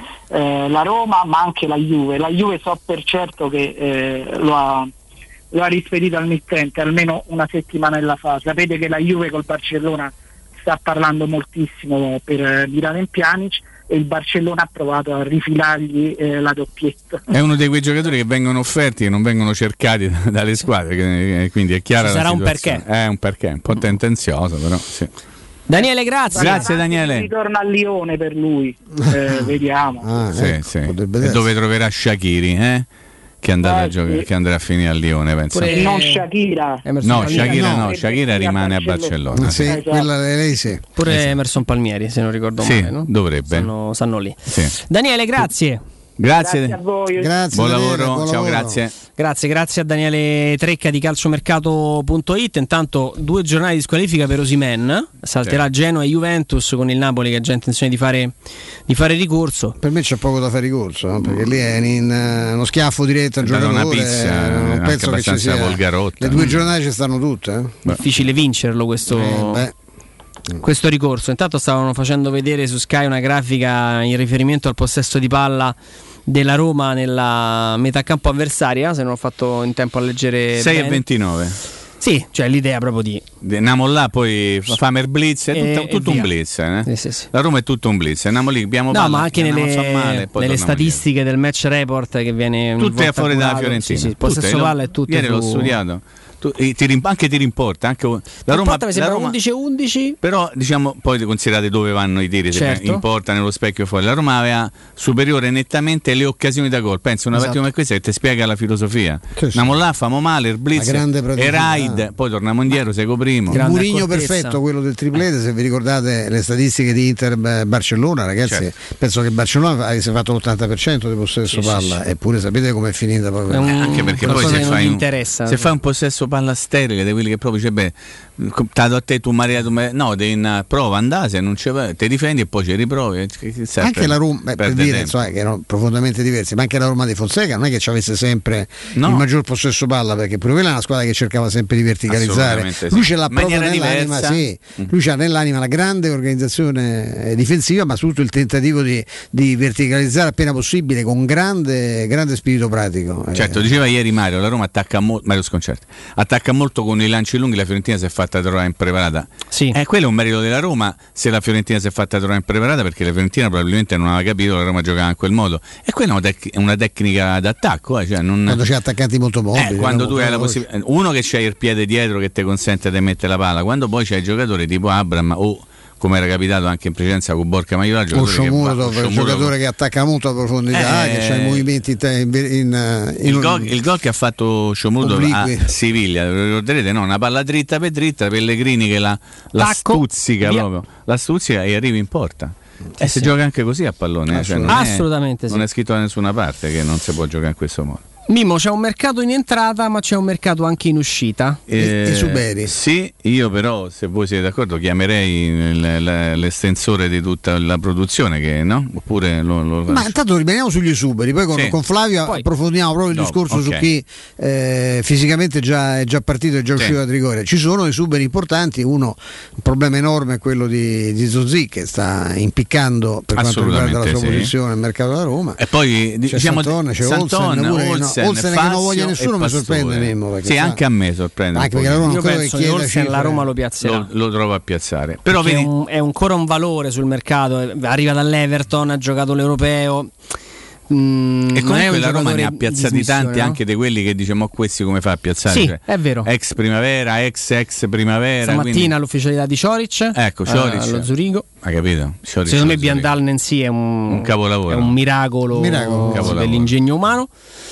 Eh, la Roma, ma anche la Juve. La Juve so per certo che eh, lo ha lo ha rispedito al mittente almeno una settimanella fa. Sapete che la Juve col Barcellona sta parlando moltissimo per eh, Miralem Pjanic, e il Barcellona ha provato a rifilargli eh, la doppietta. È uno di quei giocatori che vengono offerti e non vengono cercati dalle squadre, che, quindi è chiara Ci la sarà un situazione. perché. È un perché, un po' tendenzioso, però sì. Daniele, grazie. Grazie Daniele. Ritorna a Lione per lui, eh, vediamo. Ah, sì, ecco, sì. E dove troverà Shaqiri, eh? Che, è andato Eh, a giocare, sì. che andrà a finire a Lione, penso. E non Shakira. No, Shakira no, no. Shakira rimane a Barcellona. Sì, Esatto. quella lei sì. Pure Emerson Palmieri, se non ricordo Sì, male, no? dovrebbe. Stanno, stanno lì. Sì. Daniele, grazie. Grazie. Grazie a voi. Grazie, Buon Daniele, lavoro, buon ciao, lavoro. grazie. Grazie, grazie a Daniele Trecca di calciomercato punto it. Intanto due giornate di squalifica per Osimhen, salterà Sì. Genoa e Juventus, con il Napoli che ha già intenzione di fare, di fare ricorso. Per me c'è poco da fare ricorso, no? Perché lì è in, eh, uno schiaffo diretto al È stata giocatore. una pizza, eh, non anche penso che ci abbastanza sia. volgarotta. Le due giornate ci stanno tutte. Eh? Difficile vincerlo questo, Eh, beh. questo ricorso. Intanto stavano facendo vedere su Sky una grafica in riferimento al possesso di palla della Roma nella metà campo avversaria, se non ho fatto in tempo a leggere sei bene. e ventinove. Sì, cioè l'idea proprio di Andiamo là, poi Famer Blitz, è E- tutto, e tutto un via. blitz. Eh? Sì, sì, sì. La Roma è tutto un blitz. Andiamo lì, abbiamo No, palla, ma anche andiamo nelle, a far male, e poi nelle torniamo statistiche del match report che viene ogni Tutte a volta fuori dalla curato. Fiorentina. Sì, sì, Tutte, possesso lo- palla è tutto Ieri su... l'ho studiato. Tu, e ti rim- anche ti rimporta. Anche la Roma, Porta, mi la sembra Roma undici undici. però diciamo poi considerate dove vanno i tiri, se Certo. importa nello specchio fuori. La Roma aveva superiore nettamente le occasioni da gol. Penso una Esatto. partita come questa che ti spiega la filosofia. Sì, sì. Andiamo là, famo male, il blitz La grande e produttività. raid, poi torniamo indietro, seguo primo. Grande Murigno accortezza. perfetto, quello del triplete. Se vi ricordate le statistiche di Inter eh, Barcellona, ragazzi, Certo. penso che Barcellona avesse fatto l'ottanta per cento di possesso Sì, palla, sì, sì. eppure sapete com'è finita poi. È un- Eh, anche perché una poi cosa se che non fai, gli un, interessa. se fai un possesso palla sterile di quelli che proprio dice beh dato a te tu Maria tu Maria, no devi in prova andare, se non c'è ti difendi e poi ci riprovi, che- che serve? Anche la Roma, beh, per Perde dire tempo. insomma, che erano profondamente diversi, ma anche la Roma di Fonseca non è che ci avesse sempre No. il maggior possesso palla, perché pure quella è una squadra che cercava sempre di verticalizzare. Assolutamente sì. Lui ce l'ha In proprio maniera nell'anima, diversa. sì. Mm. Lui ha nell'anima la grande organizzazione eh, difensiva, ma soprattutto il tentativo di, di verticalizzare appena possibile con grande, grande spirito pratico. Eh, Certo, diceva ieri Mario, la Roma attacca molto, Mario Sconcerti, attacca molto con i lanci lunghi, la Fiorentina si è fatta trovare impreparata. Sì. Eh, quello è un merito della Roma, se la Fiorentina si è fatta trovare impreparata, perché la Fiorentina probabilmente non aveva capito che la Roma giocava in quel modo. E quella è una, tec- una tecnica d'attacco, eh, cioè non... quando c'è attaccanti molto mobili, Eh, quando no? tu hai la Molto possibilità, uno che c'hai il piede dietro che ti consente di mettere la palla, quando poi c'hai giocatori tipo Abram o come era capitato anche in precedenza con Borca Maiola, o giocatori che va- Shomurov, Shomurov- un giocatore che attacca molto a profondità, Eh, che ha i movimenti in, te- in, in, in il, un- gol, il gol che ha fatto Shomurov a Obliqui. Siviglia, lo ricorderete, no? Una palla dritta per dritta, Pellegrini che la, la Tacco, stuzzica via. proprio, la stuzzica e arriva in porta. E sì. si gioca anche così a pallone, eh, cioè non è- Assolutamente sì. non è scritto da nessuna parte che non si può giocare in questo modo. Mimmo, c'è un mercato in entrata ma c'è un mercato anche in uscita. Eh, Esuberi. Sì, io però se voi siete d'accordo chiamerei l- l- l'estensore di tutta la produzione, che no? Oppure lo, lo Ma intanto rimaniamo sugli esuberi, poi con, Sì. con Flavio Poi- approfondiamo proprio il No, discorso ok. su chi eh, fisicamente già, è già partito, è già Sì. uscito da Trigoria. Ci sono esuberi importanti, uno un problema enorme è quello di, di Zozzi, che sta impiccando per quanto riguarda la sua sì. posizione nel mercato della Roma. E poi C'è diciamo Santone, c'è Santone, Olsen, pure che no- Olsen, Olsen che non Fazio voglia nessuno e mi Pastore. sorprende, Mimmo, perché Sì, sa- anche a me sorprende. Anche un perché la Roma Io ancora che penso che chiede Olsen la cifre. Roma lo piazzerà. lo, lo trovo a piazzare. Però Perché vedi, è, un, è ancora un valore sul mercato, eh, arriva dall'Everton, ha giocato l'Europeo. Mm, e non è comunque un la Roma giocatore ne ha di piazzati dismissione, tanti, no? anche di quelli che diciamo questi come fa a piazzare. Sì, Cioè, è vero. ex primavera, ex ex primavera. Stamattina quindi- l'ufficialità di Cioric, Ecco, Cioric. allo Zurigo. Hai capito? Cioric Secondo me allo Zurigo. Biandal in sì è un, Un capolavoro. è un miracolo, Miracolo. Capolavoro. dell'ingegno umano.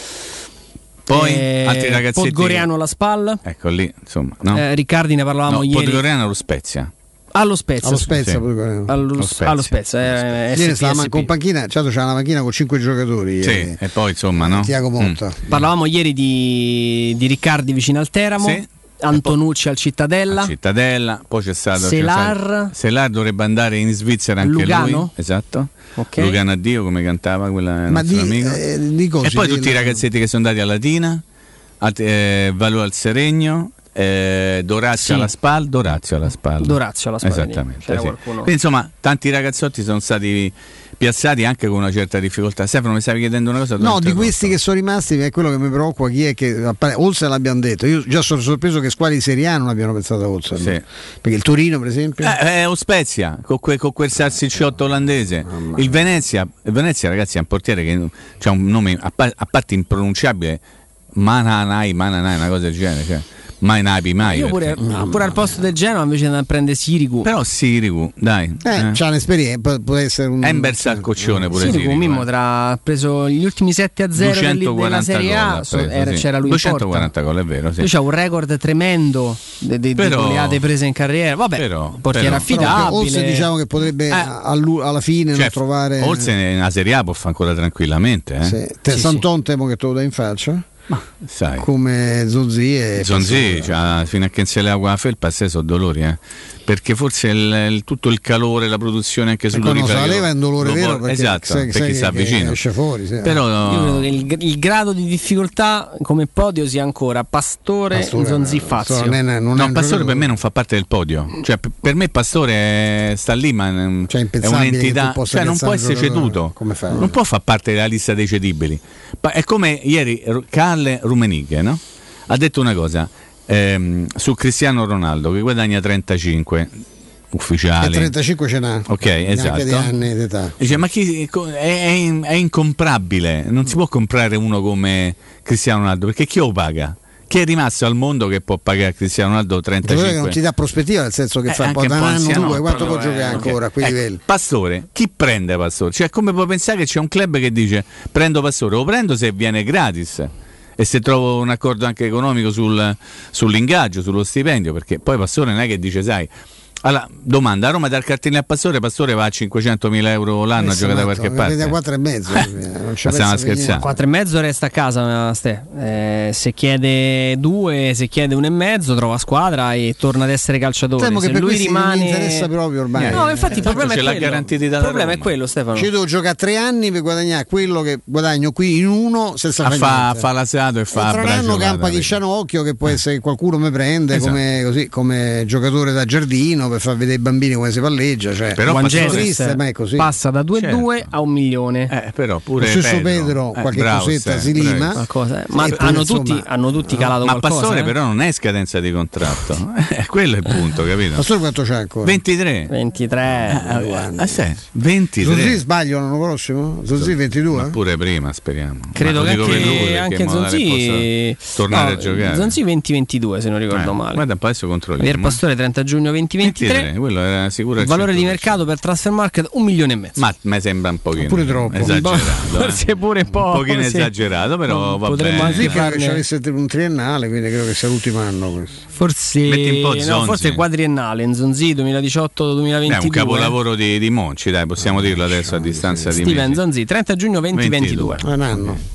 Poi Eh, altri ragazzetti. Podgoriano alla spalla. Ecco lì, insomma. No? Eh, Riccardi ne parlavamo no, ieri. Podgoriano lo Spezia. Allo Spezia. Allo Spezia, Sì. pure- Allo, Lo Spezia. allo Spezia, eh, Ieri S P stava S P. con panchina, certo c'era una macchina con cinque giocatori. Sì, ieri. e poi insomma, no? Tiago Motta. Mm. Parlavamo ieri di, di Riccardi vicino al Teramo, Sì. Antonucci al Cittadella, Cittadella, poi c'è stato Selar. c'è stato- Selar dovrebbe andare in Svizzera anche Lugano? lui, esatto. Ok. Lugano a Dio, come cantava quella Ma nostra di, amica. eh, di cose, E poi di- tutti i ragazzetti che sono andati a Latina, a, eh, Valù al Seregno, eh, Dorazio Sì. alla spalla, Dorazio alla spalla. Dorazio alla spalla. Esattamente. C'era sì. qualcuno. Quindi insomma, tanti ragazzotti sono stati piazzati anche con una certa difficoltà. Stefano, mi stavi chiedendo una cosa? No, di questi che sono rimasti è quello che mi preoccupa, chi è che appare- Olsen l'abbiamo detto, io già sono sorpreso che squadre di Serie A non abbiano pensato a Olsen, Sì. perché il Torino per esempio Eh, eh, o Spezia con, que- con quel salsicciotto olandese. Il Venezia, il Venezia, ragazzi, è un portiere che ha un nome a, pa- a parte impronunciabile, Mananai, Mananai, una cosa del genere. Cioè. Mai napi, mai. Io pure, perché- pure al posto del Genoa invece andare a prendere Sirigu. Però Sirigu, dai. eh, eh. c'ha un'esperienza, può essere un Embers al coccione pure Sirigu, Sirigu. Mimmo eh. tra, ha preso gli ultimi sette a zero dell'I- della duecentoquaranta Serie gol A, ha so- preso, era- sì. c'era lui in porta. duecentoquaranta gol, è vero, sì. Lui c'ha un record tremendo de- de- di Però- goleate prese in carriera. Vabbè, Però- portiere però- affidabile. Olsen diciamo che potrebbe Eh. allu- alla fine Cioè, non trovare Olsen nella Serie A può fare ancora tranquillamente. Eh? sì. Te- Sì, Santon temo che te lo dà in faccia Sai. come Zozzi e Zonzi, Pastore. cioè, fino a che non se le ha con la felpa, se sono dolori, eh. Perché forse il, il- tutto il calore, la produzione anche E sul quando se la leva è un dolore lo vero por- perché esatto, sai- perché sai sta che vicino. esce fuori, sì. Però Io credo che il, il grado di difficoltà come podio sia ancora Pastore, Pastore, Zonzi, Pastore Fazio. non è- non è no, un Pastore giocatore. per me non fa parte del podio. Cioè, p- per me Pastore è- sta lì, ma è Cioè, è impensabile che un'entità, tu possa cioè non può piazzare un essere giocatore. ceduto. Come fai? Non può far parte della lista dei cedibili. Pa- È come ieri Ru- Calle Rummenigge, no? Ha detto una cosa ehm, su Cristiano Ronaldo che guadagna trentacinque E ufficiali. trentacinque ce n'ha. Ok, Neanche esatto. di anni d'età. Dice, ma chi, è, è, è incomprabile, non si può comprare uno come Cristiano Ronaldo, perché chi lo paga? Chi è rimasto al mondo che può pagare Cristiano Ronaldo Ti voglio dire trentacinque? che non ti dà prospettiva, nel senso che Eh, fa anche poi un da po' un anno anziano, due, quanto però, può giocare eh, ancora a quei ecco, livelli? Pastore, chi prende Pastore? Cioè, come puoi pensare che c'è un club che dice prendo Pastore, lo prendo se viene gratis e se trovo un accordo anche economico sul, sull'ingaggio, sullo stipendio, perché poi Pastore non è che dice, sai. Allora, domanda, a Roma dal cartellino a Pastore, Pastore va a cinquecentomila euro l'anno a giocare da qualche parte. Vede a quattro e mezzo. Eh, non ci ma stiamo pensa a scherzare. quattro e mezzo resta a casa, Ste. Eh, se chiede due, se chiede uno e mezzo, trova squadra e torna ad essere calciatore. Temo se che per lui questi rimane non mi interessa proprio ormai. No, infatti il problema ce è l'ha quello. garantiti dalla Il problema Roma. è quello, Stefano. Ci devo giocare tre anni per guadagnare quello che guadagno qui in uno senza A fare fa, niente. fa l'asato e fa E tra un anno braciolata, campa chi vedi. c'ha un occhio che può essere che qualcuno mi prende Esatto. come, così, come giocatore da giardino per far vedere ai bambini come si palleggia. Cioè, Però Juan Pastore- Jesus triste, ma è così. passa da due virgola due Certo. a un milione. Eh, però pure Lo stesso Pedro, Pedro, eh, qualche bravo, cosetta Ste, si lima. bravo. Qualcosa, eh. Ma Eppure, hanno, insomma, tutti, hanno tutti calato Ma qualcosa. Pastore eh? però non è scadenza di contratto. Eh, quello è il punto, capito? Pastore quanto c'ha ancora? ventitré. ventitré. Ah, sì, ventitré. Zozzi sbaglio l'anno prossimo? Zozzi ventidue? Ma pure prima, speriamo. Credo Ma che lo dico per lui, anche, perché anche in modo tale Zonzi possa tornare no, a giocare. Zonzi venti ventidue se non ricordo Eh, male. Guarda un po', adesso controlliamo. Javier Pastore trenta giugno venti ventitré. ventitré, quello era sicuro al Valore di cento per cento. mercato per Transfermarkt un milione e mezzo. Ma mi sembra un pochino Pure troppo. esagerato. Forse eh. pure poco, un pochino sì. esagerato, però va Potremmo bene. anche Sì, credo che farne- ci avesse un triennale, quindi credo che sia l'ultimo anno questo. Forse, Metti un po' no, Zonzi. forse quadriennale in Zonzi duemiladiciotto Beh, duemilaventidue. un capolavoro di, di Monci, dai, possiamo dirlo adesso a distanza di Steven mesi. Zonzi trenta giugno venti ventidue. Un anno.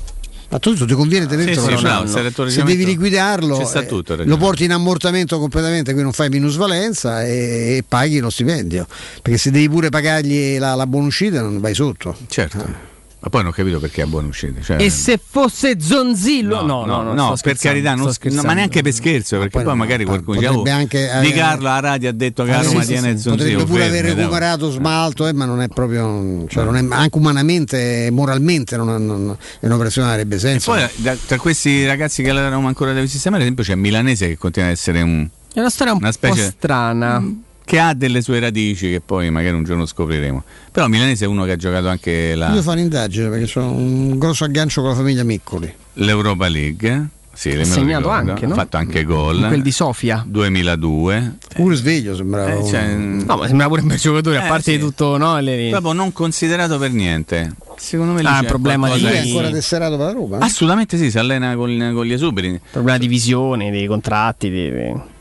A tutto ti conviene tenerlo, sì, sì, no, no. Se devi liquidarlo, sta tutto, eh, lo porti in ammortamento completamente, quindi non fai minusvalenza e, e paghi lo stipendio, perché se devi pure pagargli la, la buonuscita non vai sotto. Certo. Eh. Ma poi non ho capito perché è buona uscita. Cioè, e se fosse Zonzillo? No, no, no, no, no per carità, non, no, ma neanche per scherzo, perché poi, poi magari qualcuno dice, oh, anche, Di Carlo a radio ha detto che a Roma tiene Zonzillo. Potrebbe pure fermi, aver recuperato Smalto, eh, ma non è proprio, cioè non è, anche umanamente, moralmente non, non, è un'operazione che avrebbe senso. E poi da, tra questi ragazzi che la Roma ancora deve sistemare, ad esempio c'è Milanese che continua ad essere un, è una storia un una specie, po' strana. Mm. Che ha delle sue radici che poi magari un giorno scopriremo. Però Milanese è uno che ha giocato anche la... Io fare un'indagine perché ho un grosso aggancio con la famiglia Miccoli. L'Europa League, sì, ha segnato anche, no? Ha fatto anche gol. Quel di Sofia duemiladue. Pure sveglio sembrava. Eh, cioè... No, ma sembrava pure un bel giocatore, eh, a parte sì. di tutto, no? Le... Proprio non considerato per niente. Secondo me ah, il problema di... Lui è ancora tesserato per la Roma? Eh? Assolutamente sì, si allena con, con gli esuberi. Problema di visione, dei contratti, di...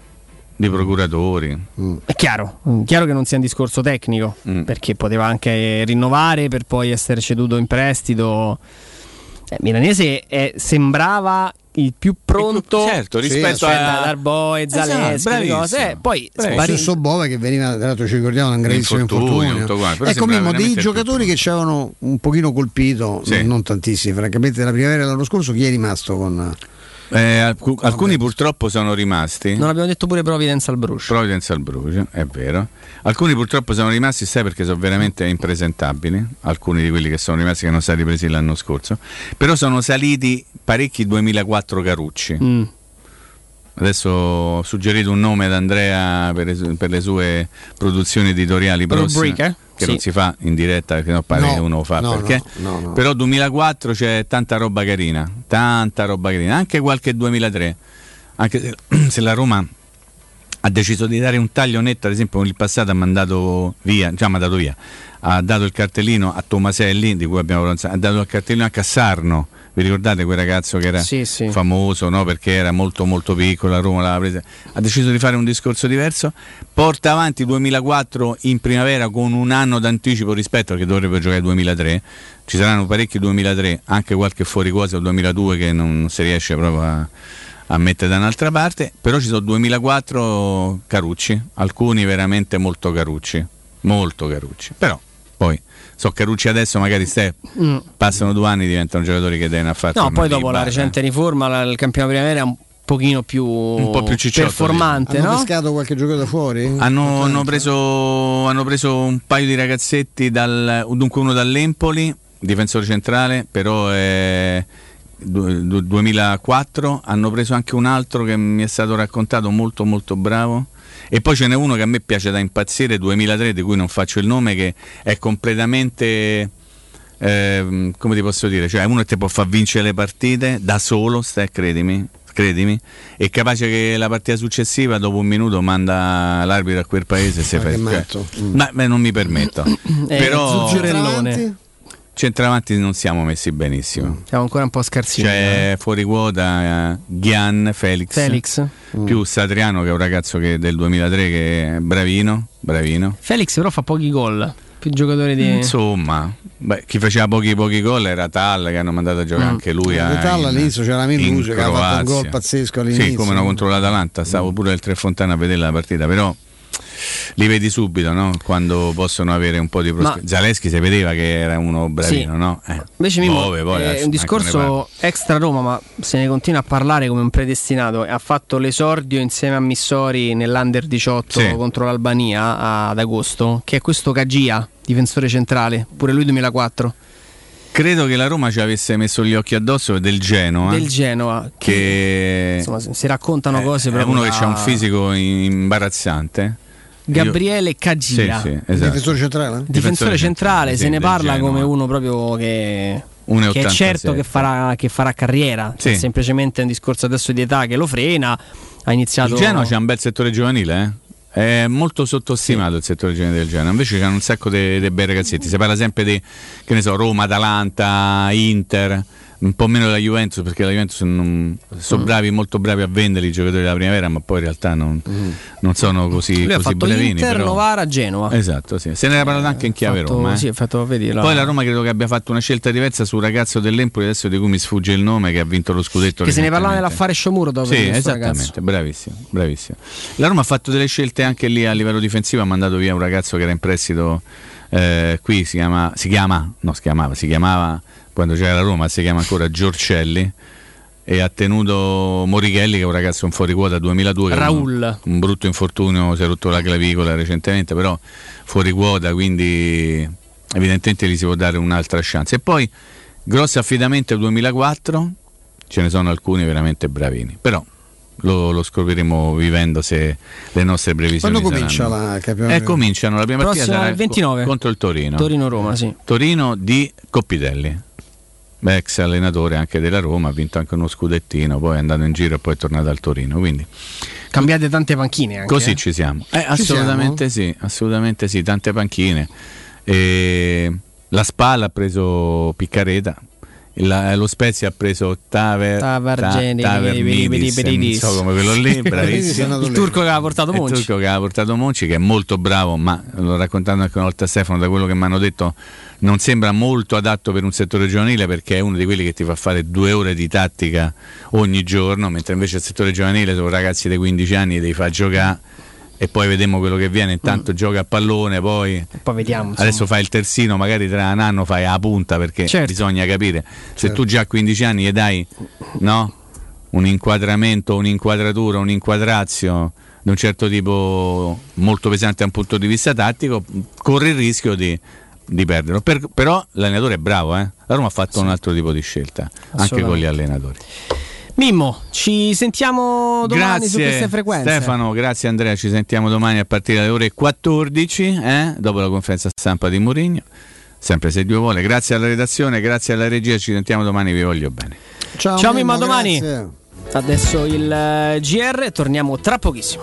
di procuratori. Mm. È chiaro, chiaro che non sia un discorso tecnico, mm. perché poteva anche rinnovare per poi essere ceduto in prestito. Eh, Milanese è, sembrava il più pronto, più, certo, rispetto sì, a Darboe, Zaleschi, esatto, cose. Eh, poi lo stesso Bove che veniva, tra l'altro ci ricordiamo, un grandissimo infortunio, infortunio. Ecco, Mimmo, dei giocatori che ci avevano un pochino colpito, sì. non tantissimi, francamente, la primavera dell'anno scorso, chi è rimasto con... Eh, alc- alcuni purtroppo sono rimasti. Non abbiamo detto pure Providence al Bruges. Providence al Bruges, è vero. Alcuni purtroppo sono rimasti, sai, perché sono veramente impresentabili. Alcuni di quelli che sono rimasti che non sono stati presi l'anno scorso. Però sono saliti parecchi duemilaquattro Carucci. Mm. Adesso ho suggerito un nome ad Andrea per, es- per le sue produzioni editoriali prossime. Rubrica? Che sì. non si fa in diretta perché non pare no, che uno lo fa no, perché no, no, no. Però duemilaquattro c'è tanta roba carina, tanta roba carina, anche qualche duemilatré, anche se, se la Roma ha deciso di dare un taglio netto, ad esempio con il passato ha mandato via, già mandato via, ha dato il cartellino a Tomaselli, di cui abbiamo parlato, ha dato il cartellino a Cassarno. Vi ricordate quel ragazzo che era sì, sì. famoso, no? Perché era molto molto piccolo, la Roma l'aveva presa. Ha deciso di fare un discorso diverso, porta avanti duemilaquattro in primavera con un anno d'anticipo rispetto perché dovrebbe giocare duemilatré. Ci saranno parecchi duemilatré, anche qualche fuori quasi o duemiladue che non, non si riesce proprio a, a mettere da un'altra parte, però ci sono duemilaquattro Carucci, alcuni veramente molto Carucci, molto Carucci, però poi so Carucci adesso magari ste, mm. passano due anni, diventano giocatori che devono fare. No, poi dopo la recente riforma la, il campionato primavera è un pochino più, un po' più performante. Hanno no? pescato qualche giocatore fuori? Hanno, hanno, preso, hanno preso un paio di ragazzetti, dal, dunque uno dall'Empoli, difensore centrale, però è du, duemilaquattro. Hanno preso anche un altro che mi è stato raccontato molto molto bravo. E poi ce n'è uno che a me piace da impazzire, duemilatré, di cui non faccio il nome, che è completamente, eh, come ti posso dire, cioè uno che ti può far vincere le partite da solo, stai, credimi, credimi, è capace che la partita successiva dopo un minuto manda l'arbitro a quel paese e si fa... Cioè, mm. Ma beh, non mi permetto. eh, Però Zuccherellone. Centravanti non siamo messi benissimo. Siamo ancora un po' scarsini. C'è fuori quota uh, Ghian, Felix, Felix. Mm. più Satriano che è un ragazzo che del duemilatré che è bravino, bravino. Felix però fa pochi gol, più giocatori di... Insomma, beh, chi faceva pochi pochi gol era Tal, che hanno mandato a giocare mm. anche lui a, Tal all'inizio c'era la Meluce che aveva fatto un gol pazzesco all'inizio. Sì, come no, contro l'Atalanta, stavo mm. pure al Tre Fontane a vedere la partita, però li vedi subito, no? Quando possono avere un po' di prospettiva. Zaleschi si vedeva che era uno bravino, sì. no? Eh. Invece Mimmo, Bove, poi, è un discorso extra Roma, ma se ne continua a parlare come un predestinato. Ha fatto l'esordio insieme a Missori nell'Under diciotto sì. contro l'Albania ad agosto, che è questo Cagia, difensore centrale, pure lui duemilaquattro. Credo che la Roma ci avesse messo gli occhi addosso del Genoa. Del Genoa. Che, che insomma, si raccontano è, cose è proprio. uno da... che ha un fisico imbarazzante. Gabriele Cagia, sì, sì, esatto. difensore centrale, difensore, difensore centrale, sì, se ne parla Genoa. Come uno proprio che, che è certo che farà, che farà carriera, sì. Cioè, semplicemente è un discorso adesso di età che lo frena. Ha iniziato. Il Genoa c'è un bel settore giovanile, eh? È molto sottostimato sì. il settore giovanile del Genoa, invece c'hanno un sacco di bei ragazzetti. Si parla sempre di, che ne so, Roma, Atalanta, Inter. un po' meno la Juventus, perché la Juventus non, sono mm. bravi, molto bravi a vendere i giocatori della primavera, ma poi in realtà non, mm. non sono così, Lui così ha fatto bravini. Inter, però... Novara, Genova. Esatto, sì. Se ne era parlato anche in chiave fatto, Roma. Eh. Sì, fatto vedere. Poi la Roma credo che abbia fatto una scelta diversa sul ragazzo dell'Empoli, adesso di cui mi sfugge il nome, che ha vinto lo scudetto. Che se ne parlava nell'affare Sciomuro dopo. Sì, esattamente, ragazzo. bravissimo, bravissimo. La Roma ha fatto delle scelte anche lì a livello difensivo, ha mandato via un ragazzo che era in prestito eh, qui, si chiama, si chiama, no si chiamava, si chiamava quando c'era la Roma, si chiama ancora Giorcelli, e ha tenuto Morichelli, che è un ragazzo un fuori quota duemiladue, Raul, un, un brutto infortunio, si è rotto la clavicola recentemente, però fuori quota, quindi evidentemente gli si può dare un'altra chance. E poi grossi affidamenti al duemilaquattro, ce ne sono alcuni veramente bravini, però Lo, lo scopriremo vivendo se le nostre previsioni quando comincia saranno. la campionato? Eh, cominciano, la prima partita sarà il ventinove contro il Torino. Torino-Roma, sì. Torino di Coppitelli, ex allenatore anche della Roma, ha vinto anche uno scudettino, poi è andato in giro e poi è tornato al Torino, quindi cambiate tante panchine anche, così eh? ci siamo. Eh, Ci assolutamente siamo? sì, assolutamente sì, tante panchine. E la Spalla ha preso Piccareta. La, lo Spezia ha preso Taver, Tavergeni, ta, Tavernidis, non so come quello lì, bravissimo. Il turco che ha portato Monci. Il turco che ha portato Monci, che è molto bravo, ma l'ho raccontato anche una volta a Stefano, da quello che mi hanno detto non sembra molto adatto per un settore giovanile, perché è uno di quelli che ti fa fare due ore di tattica ogni giorno, mentre invece il settore giovanile sono ragazzi dei quindici anni che devi far giocare. E poi vediamo quello che viene, intanto mm. gioca a pallone, poi, e poi vediamo, adesso fai il terzino, magari tra un anno fai la punta, perché certo. bisogna capire, se certo. tu già a quindici anni gli dai, no? un inquadramento, un'inquadratura, un'inquadrazio di un certo tipo molto pesante da un punto di vista tattico, corri il rischio di, di perderlo. Per, però l'allenatore è bravo, eh? La Roma ha fatto sì. un altro tipo di scelta anche con gli allenatori. Mimmo, ci sentiamo domani grazie, su queste frequenze. Stefano, grazie Andrea, ci sentiamo domani a partire dalle ore quattordici, eh? dopo la conferenza stampa di Mourinho, sempre se Dio vuole. Grazie alla redazione, grazie alla regia, ci sentiamo domani, vi voglio bene. Ciao, Ciao Mimmo, a domani. Grazie. Adesso il G R, torniamo tra pochissimo.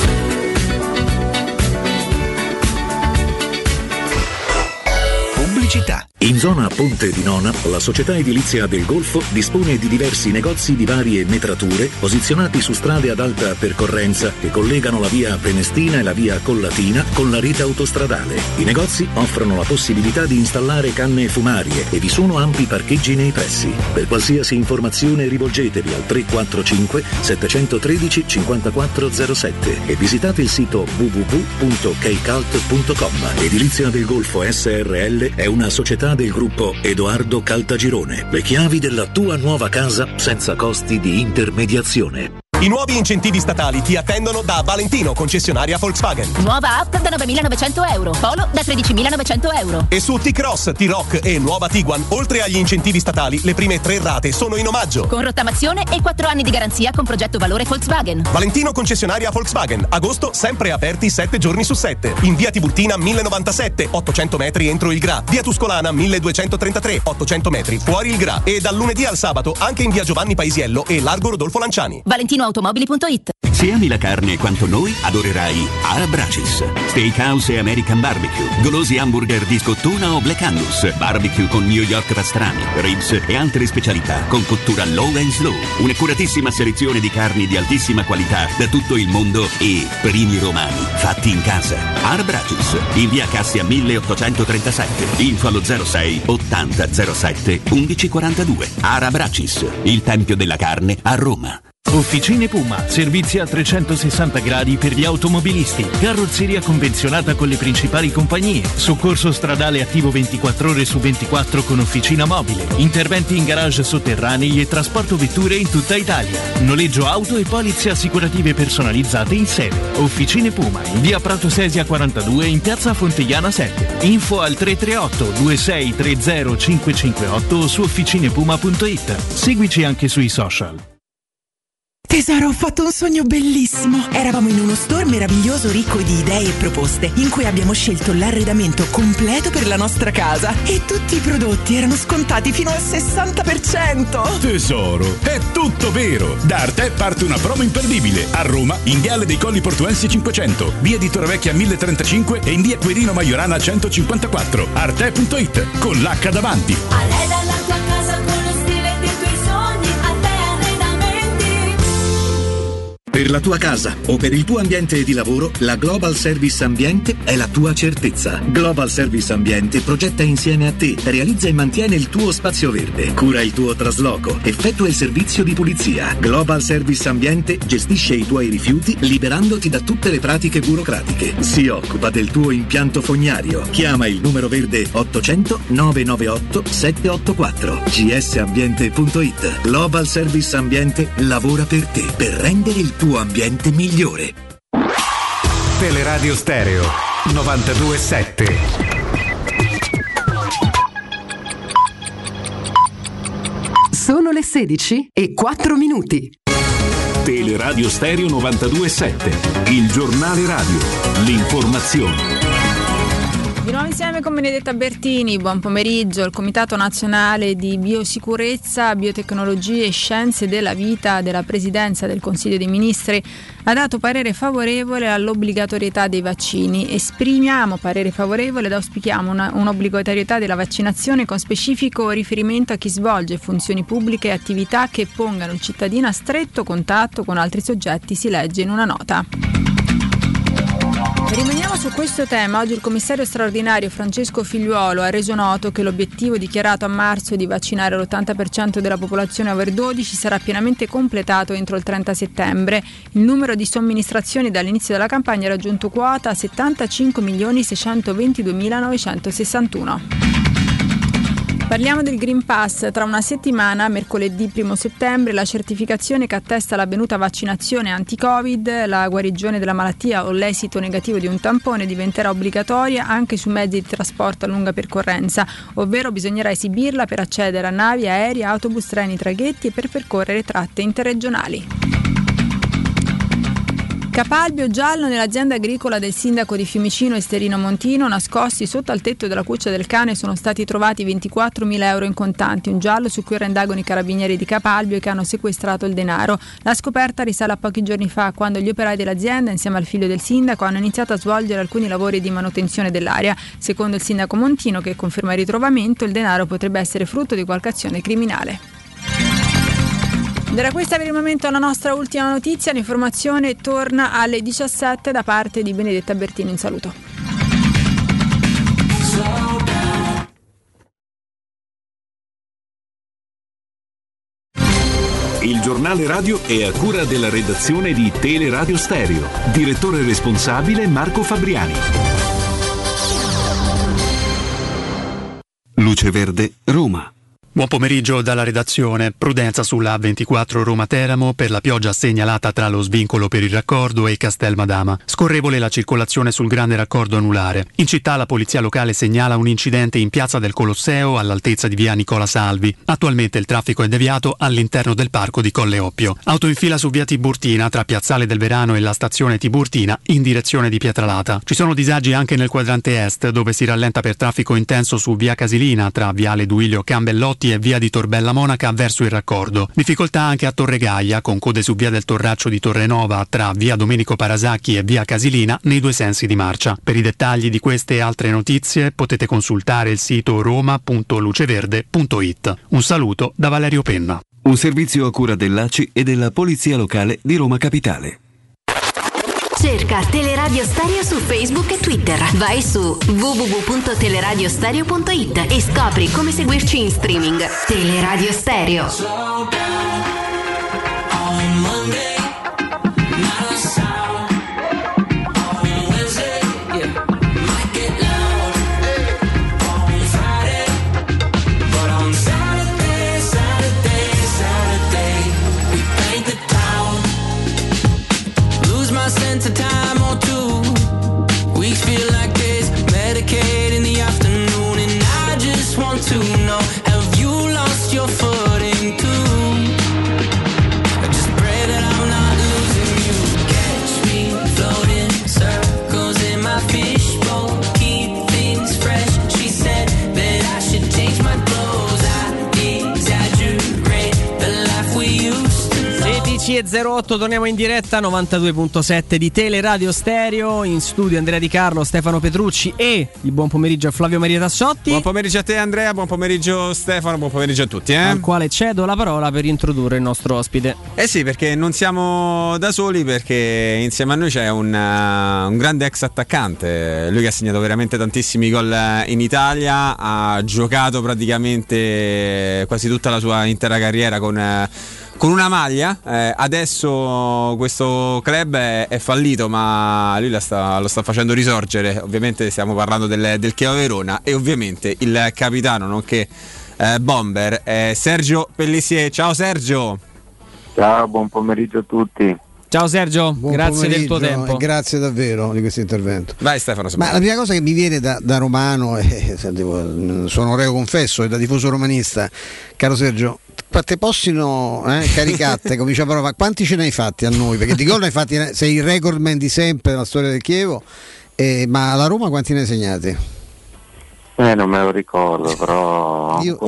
Pubblicità. In zona Ponte di Nona, la società edilizia del Golfo dispone di diversi negozi di varie metrature posizionati su strade ad alta percorrenza che collegano la via Prenestina e la via Collatina con la rete autostradale. I negozi offrono la possibilità di installare canne fumarie e vi sono ampi parcheggi nei pressi. Per qualsiasi informazione rivolgetevi al tre quattro cinque sette uno tre cinque zero sette e visitate il sito w w w punto keicalt punto com. Edilizia del Golfo S R L è una società del gruppo Edoardo Caltagirone. Le chiavi della tua nuova casa senza costi di intermediazione. I nuovi incentivi statali ti attendono da Valentino, concessionaria Volkswagen. Nuova app da novemilanovecento euro, Polo da tredicimilanovecento euro. E su T-Cross, T-Rock e nuova Tiguan, oltre agli incentivi statali, le prime tre rate sono in omaggio. Con rottamazione e quattro anni di garanzia con progetto valore Volkswagen. Valentino, concessionaria Volkswagen. Agosto, sempre aperti sette giorni su sette. In via Tiburtina mille novantasette, ottocento metri entro il Gra. Via Tuscolana milleduecentotrentatré, ottocento metri fuori il Gra. E dal lunedì al sabato anche in via Giovanni Paisiello e largo Rodolfo Lanciani. Valentino Automobili punto it. Se ami la carne quanto noi, adorerai Arabracis. Steakhouse e American Barbecue, golosi hamburger di scottuna o Black Angus, barbecue con New York pastrami, ribs e altre specialità con cottura low and slow. Un'accuratissima selezione di carni di altissima qualità da tutto il mondo e primi romani fatti in casa. Arabracis, in via Cassia milleottocentotrentasette, info allo zero sei ottanta zero sette undici quarantadue. Arabracis, il tempio della carne a Roma. Officine Puma, servizi a trecentosessanta gradi per gli automobilisti, carrozzeria convenzionata con le principali compagnie, soccorso stradale attivo ventiquattro ore su ventiquattro con officina mobile, interventi in garage sotterranei e trasporto vetture in tutta Italia, noleggio auto e polizze assicurative personalizzate in sede. Officine Puma, in via Prato Sesia quarantadue in piazza Fontegliana sette. Info al tre tre otto due sei tre zero cinque cinque otto o su officinepuma punto it. Seguici anche sui social. Tesoro, ho fatto un sogno bellissimo. Eravamo in uno store meraviglioso ricco di idee e proposte, in cui abbiamo scelto l'arredamento completo per la nostra casa e tutti i prodotti erano scontati fino al sessanta per cento. Tesoro, è tutto vero. Da Arte parte una promo imperdibile. A Roma, in Viale dei Colli Portuensi cinquecento, via di Torrevecchia mille trentacinque e in via Quirino Maiorana centocinquantaquattro. Arte punto it, con l'H davanti. Arreda la tua casa con lo stile di Per la tua casa o per il tuo ambiente di lavoro, la Global Service Ambiente è la tua certezza. Global Service Ambiente progetta insieme a te, realizza e mantiene il tuo spazio verde, cura il tuo trasloco, effettua il servizio di pulizia. Global Service Ambiente gestisce i tuoi rifiuti liberandoti da tutte le pratiche burocratiche. Si occupa del tuo impianto fognario. Chiama il numero verde ottocento nove nove otto sette otto quattro. g s ambiente punto i t. Global Service Ambiente lavora per te, per rendere il tuo ambiente migliore. Teleradio Stereo novantadue sette. Sono le sedici e quattro minuti. Teleradio Stereo novantadue sette, il giornale radio, l'informazione. Di nuovo insieme con Benedetta Bertini, buon pomeriggio. Il Comitato Nazionale di Biosicurezza, Biotecnologie e Scienze della Vita della Presidenza del Consiglio dei Ministri ha dato parere favorevole all'obbligatorietà dei vaccini. Esprimiamo parere favorevole ed auspichiamo una, un'obbligatorietà della vaccinazione con specifico riferimento a chi svolge funzioni pubbliche e attività che pongano il cittadino a stretto contatto con altri soggetti, si legge in una nota. Rimaniamo su questo tema. Oggi il commissario straordinario Francesco Figliuolo ha reso noto che l'obiettivo dichiarato a marzo di vaccinare l'ottanta per cento della popolazione over dodici sarà pienamente completato entro il trenta settembre. Il numero di somministrazioni dall'inizio della campagna ha raggiunto quota settantacinque milioni seicentoventidue milanovecentosessantuno. Parliamo del Green Pass. Tra una settimana, mercoledì primo settembre, la certificazione che attesta l'avvenuta vaccinazione anti-Covid, la guarigione della malattia o l'esito negativo di un tampone diventerà obbligatoria anche su mezzi di trasporto a lunga percorrenza, ovvero bisognerà esibirla per accedere a navi, aerei, autobus, treni, traghetti e per percorrere tratte interregionali. Capalbio giallo nell'azienda agricola del sindaco di Fiumicino Esterino Montino. Nascosti sotto al tetto della cuccia del cane sono stati trovati ventiquattromila euro in contanti, un giallo su cui ora indagano i carabinieri di Capalbio e che hanno sequestrato il denaro. La scoperta risale a pochi giorni fa, quando gli operai dell'azienda, insieme al figlio del sindaco, hanno iniziato a svolgere alcuni lavori di manutenzione dell'area. Secondo il sindaco Montino, che conferma il ritrovamento, il denaro potrebbe essere frutto di qualche azione criminale. Ed era questa per il momento la nostra ultima notizia. L'informazione torna alle diciassette da parte di Benedetta Bertini. Un saluto. Il giornale radio è a cura della redazione di Teleradio Stereo. Direttore responsabile Marco Fabriani. Luce Verde, Roma. Buon pomeriggio dalla redazione. Prudenza sulla A ventiquattro Roma-Teramo per la pioggia segnalata tra lo svincolo per il raccordo e Castel Madama. Scorrevole la circolazione sul grande raccordo anulare. In città la polizia locale segnala un incidente in piazza del Colosseo all'altezza di via Nicola Salvi. Attualmente il traffico è deviato all'interno del parco di Colle Oppio. Auto in fila su via Tiburtina tra Piazzale del Verano e la stazione Tiburtina in direzione di Pietralata. Ci sono disagi anche nel quadrante est, dove si rallenta per traffico intenso su via Casilina tra viale Duilio Cambellotti e via di Torbella Monaca verso il raccordo. Difficoltà anche a Torregaia, con code su via del Torraccio di Torrenova tra via Domenico Parasacchi e via Casilina nei due sensi di marcia. Per i dettagli di queste e altre notizie potete consultare il sito roma punto luceverde punto it. Un saluto da Valerio Penna. Un servizio a cura dell'A C I e della Polizia Locale di Roma Capitale. Cerca Teleradio Stereo su Facebook e Twitter. Vai su w w w punto teleradiostereo punto it e scopri come seguirci in streaming. Teleradio Stereo. Sense of time or two. Weeks feel like days. Medicaid in the afternoon, and I just want to know: have you lost your footing too? I just pray that I'm undici e zero otto, torniamo in diretta novantadue virgola sette di Teleradio Stereo. In studio Andrea Di Carlo, Stefano Petrucci e il buon pomeriggio a Flavio Maria Tassotti. Buon pomeriggio a te Andrea, buon pomeriggio Stefano, buon pomeriggio a tutti, eh? Al quale cedo la parola per introdurre il nostro ospite. Eh sì, perché non siamo da soli, perché insieme a noi c'è un, uh, un grande ex attaccante, lui che ha segnato veramente tantissimi gol in Italia, ha giocato praticamente quasi tutta la sua intera carriera con... Uh, con una maglia, eh, adesso questo club è, è fallito, ma lui la sta, lo sta facendo risorgere. Ovviamente stiamo parlando del, del Chievo Verona, e ovviamente il capitano nonché eh, bomber è Sergio Pellissier. Ciao Sergio. Ciao, buon pomeriggio a tutti. Ciao Sergio, buon grazie del tuo tempo. Grazie davvero di questo intervento. Vai Stefano. Ma la prima cosa che mi viene da, da romano, eh, sono reo confesso e da tifoso romanista, caro Sergio, te possino eh, caricate, come diceva Prova, quanti ce ne hai fatti a noi? Perché di gol ne hai fatti, sei il recordman di sempre nella storia del Chievo, eh, ma alla Roma quanti ne hai segnati? Eh, non me lo ricordo, però io...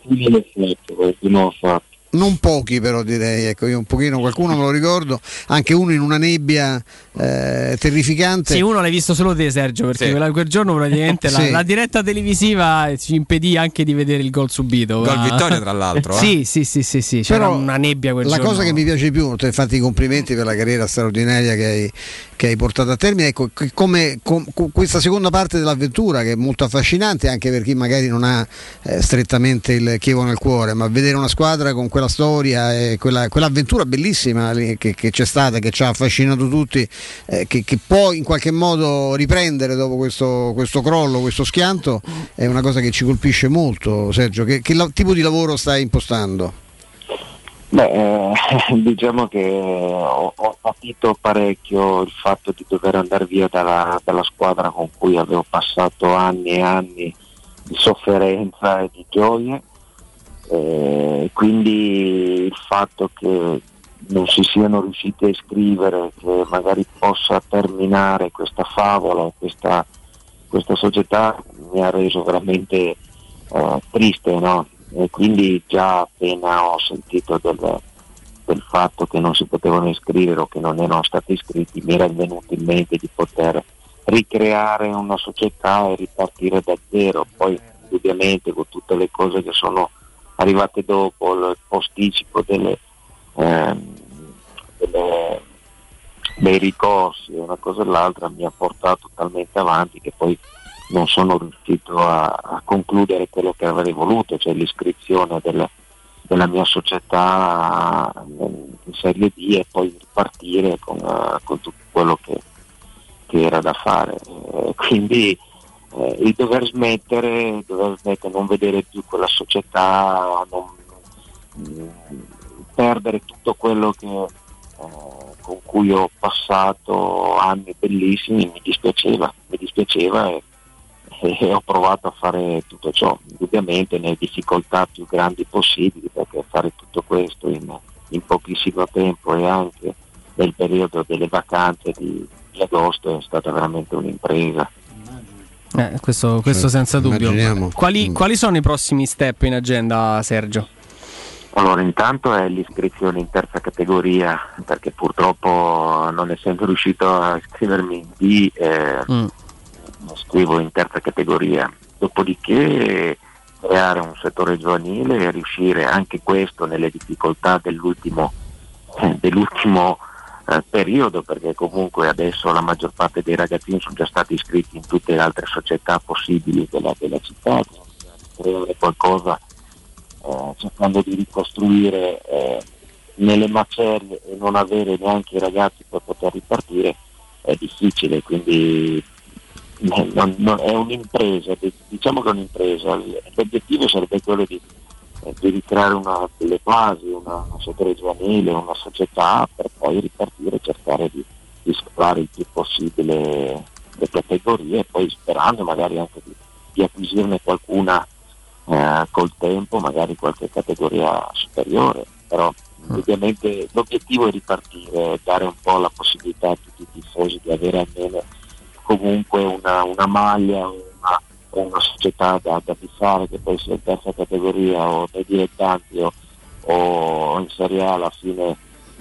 qualcuno ho fatto. Non pochi però direi, ecco, io un pochino, qualcuno me lo ricordo, anche uno in una nebbia eh, terrificante. Sì, uno l'hai visto solo te Sergio, perché sì. quella, quel giorno praticamente sì. la, la diretta televisiva ci impedì anche di vedere il gol subito. Gol ma... vittoria tra l'altro. Eh? Sì, sì, sì, sì, sì, c'era però una nebbia quel la giorno. La cosa che mi piace di più, infatti i complimenti per la carriera straordinaria che hai, che hai portato a termine, ecco, come com, com, questa seconda parte dell'avventura che è molto affascinante anche per chi magari non ha eh, strettamente il Chievo nel cuore, ma vedere una squadra con quella storia e quella, quell'avventura bellissima che, che c'è stata, che ci ha affascinato tutti, eh, che, che può in qualche modo riprendere dopo questo, questo crollo, questo schianto, è una cosa che ci colpisce molto. Sergio, che, che la, tipo di lavoro stai impostando? Beh, eh, diciamo che ho, ho patito parecchio il fatto di dover andare via dalla, dalla squadra con cui avevo passato anni e anni di sofferenza e di gioie. Eh, quindi il fatto che non si siano riusciti a iscrivere, che magari possa terminare questa favola, questa, questa società, mi ha reso veramente eh, triste, no? E quindi già appena ho sentito del, del fatto che non si potevano iscrivere o che non erano stati iscritti, mi era venuto in mente di poter ricreare una società e ripartire da zero. Poi ovviamente con tutte le cose che sono arrivate dopo, il posticipo delle, ehm, delle, dei ricorsi e una cosa e l'altra, mi ha portato talmente avanti che poi non sono riuscito a, a concludere quello che avrei voluto, cioè l'iscrizione del, della mia società in Serie D e poi ripartire con, uh, con tutto quello che, che era da fare. Eh, quindi Eh, il dover smettere, dover smettere, non vedere più quella società, non, mh, perdere tutto quello che, eh, con cui ho passato anni bellissimi, mi dispiaceva, mi dispiaceva e, e ho provato a fare tutto ciò, ovviamente nelle difficoltà più grandi possibili, perché fare tutto questo in, in pochissimo tempo e anche nel periodo delle vacanze di, di agosto è stata veramente un'impresa. Eh, questo, questo senza dubbio. Quali, quali sono i prossimi step in agenda, Sergio? Allora, intanto è l'iscrizione in terza categoria, perché purtroppo non essendo riuscito a iscrivermi in D, eh, mm. mi iscrivo in terza categoria. Dopodiché creare un settore giovanile e riuscire anche questo nelle difficoltà dell'ultimo, eh, dell'ultimo Eh, periodo, perché comunque adesso la maggior parte dei ragazzini sono già stati iscritti in tutte le altre società possibili della, della città, creare qualcosa eh, cercando di ricostruire eh, nelle macerie e non avere neanche i ragazzi per poter ripartire è difficile, quindi eh, non, non, è un'impresa, diciamo che è un'impresa. L'obiettivo sarebbe quello di di ricreare una delle basi, una, una settore giovanile, una società per poi ripartire e cercare di, di scalare il più possibile le categorie e poi sperando magari anche di, di acquisirne qualcuna eh, col tempo, magari qualche categoria superiore, però mm. ovviamente l'obiettivo è ripartire, dare un po' la possibilità a tutti i tifosi di avere almeno comunque una, una maglia, una una società da, da fissare, che poi sia in terza categoria o nei dilettanti o, o in Serie A, alla fine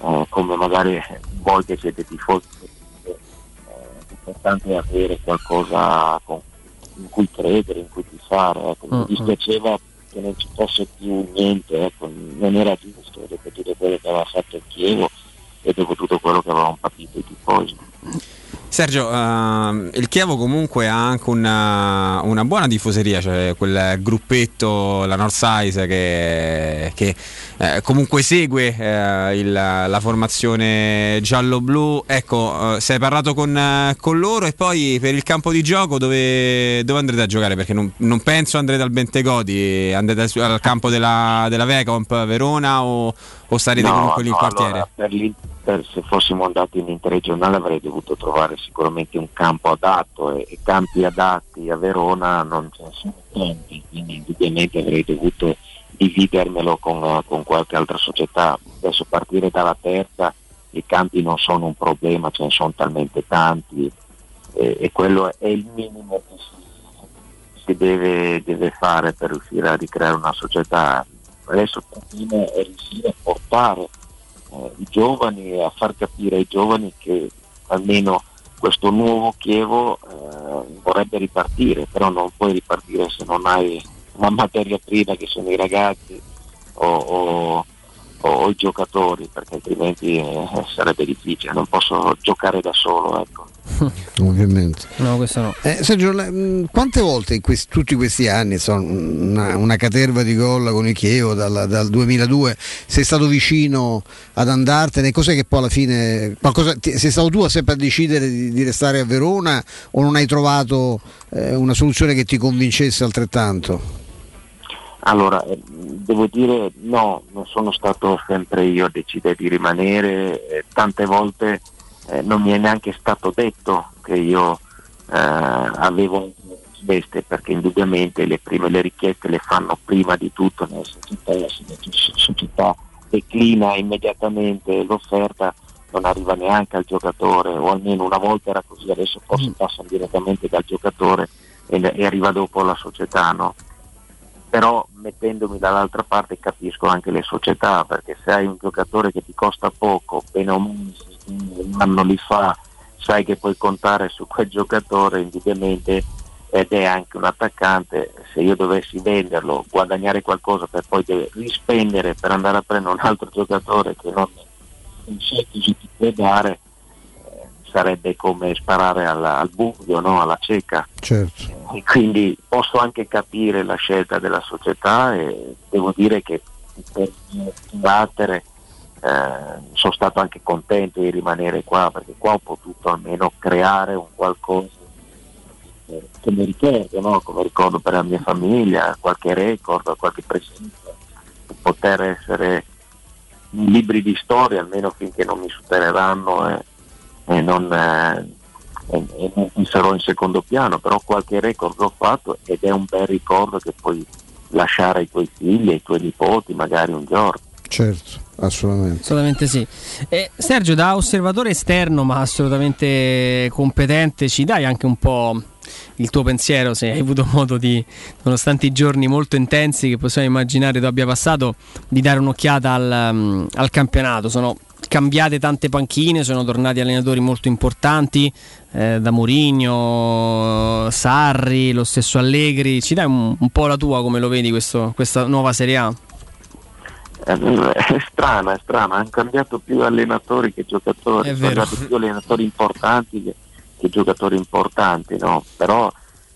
eh, come magari voi che siete tifosi, eh, l'importante è avere qualcosa con, in cui credere, in cui tifare, ecco. Mi dispiaceva che non ci fosse più niente, ecco. Non era giusto dopo tutto quello che aveva fatto il Chievo e dopo tutto quello che avevano patito i tifosi. Sergio, uh, il Chievo comunque ha anche una, una buona tifoseria, cioè quel gruppetto, la North Size, che, che eh, comunque segue eh, il, la formazione giallo-blu. Ecco, uh, sei parlato con, uh, con loro, e poi per il campo di gioco dove, dove andrete a giocare? Perché non, non penso andrete al Bentegodi, andrete al campo della, della Vecomp Verona o, o starete no, comunque lì in no, quartiere? Allora, per l'Inter, se fossimo andati in interregionale avrei dovuto trovare sicuramente un campo adatto, e, e campi adatti a Verona non ce ne sono tanti, quindi indubbiamente avrei dovuto dividermelo con, con qualche altra società. Adesso partire dalla terza, i campi non sono un problema, ce ne sono talmente tanti, e, e quello è il minimo che si, si deve, deve fare per riuscire a ricreare una società. Adesso il problema è riuscire a portare eh, i giovani, a far capire ai giovani che almeno questo nuovo Chievo eh, vorrebbe ripartire, però non puoi ripartire se non hai una materia prima che sono i ragazzi o, o, o i giocatori, perché altrimenti eh, sarebbe difficile, non posso giocare da solo, ecco. Ovviamente. No, questo no. Eh, Sergio, quante volte in questi, tutti questi anni, sono una, una caterva di gol con il Chievo dal, dal duemiladue, sei stato vicino ad andartene? Cos'è che poi alla fine qualcosa, ti, sei stato tu a sempre a decidere di, di restare a Verona, o non hai trovato eh, una soluzione che ti convincesse altrettanto? Allora, eh, devo dire no, non sono stato sempre io a decidere di rimanere, eh, tante volte eh, non mi è neanche stato detto che io eh, avevo richieste, perché indubbiamente le prime le richieste le fanno prima di tutto nella società, la società declina immediatamente l'offerta, non arriva neanche al giocatore, o almeno una volta era così, adesso forse mm. passano direttamente dal giocatore e, e arriva dopo la società, no? Però mettendomi dall'altra parte capisco anche le società, perché se hai un giocatore che ti costa poco, bene o male, un anno li fa, sai che puoi contare su quel giocatore indubbiamente, ed è anche un attaccante. Se io dovessi venderlo, guadagnare qualcosa per poi rispendere per andare a prendere un altro giocatore che non, non sai cosa ti può dare, eh, sarebbe come sparare alla, al buio, no? Alla cieca. Certo. E quindi posso anche capire la scelta della società, e devo dire che per il mio carattere eh, sono stato anche contento di rimanere qua, perché qua ho potuto almeno creare un qualcosa eh, che mi ricordo, no? Come ricordo per la mia famiglia, qualche record, qualche presenza, poter essere libri di storia almeno finché non mi supereranno e, e non eh, e, e non sarò in secondo piano, però qualche record l'ho fatto, ed è un bel ricordo che puoi lasciare ai tuoi figli, ai tuoi nipoti magari un giorno. Certo, assolutamente. Assolutamente sì. Eh, Sergio, da osservatore esterno ma assolutamente competente, ci dai anche un po' il tuo pensiero, se hai avuto modo di, nonostante i giorni molto intensi che possiamo immaginare tu abbia passato, di dare un'occhiata al, um, al campionato. Sono cambiate tante panchine, sono tornati allenatori molto importanti, eh, da Mourinho, Sarri, lo stesso Allegri. Ci dai un, un po' la tua, come lo vedi questo, questa nuova Serie A? È strana, è strana, hanno cambiato più allenatori che giocatori, è sono vero. andati più allenatori importanti che, che giocatori importanti, no? Però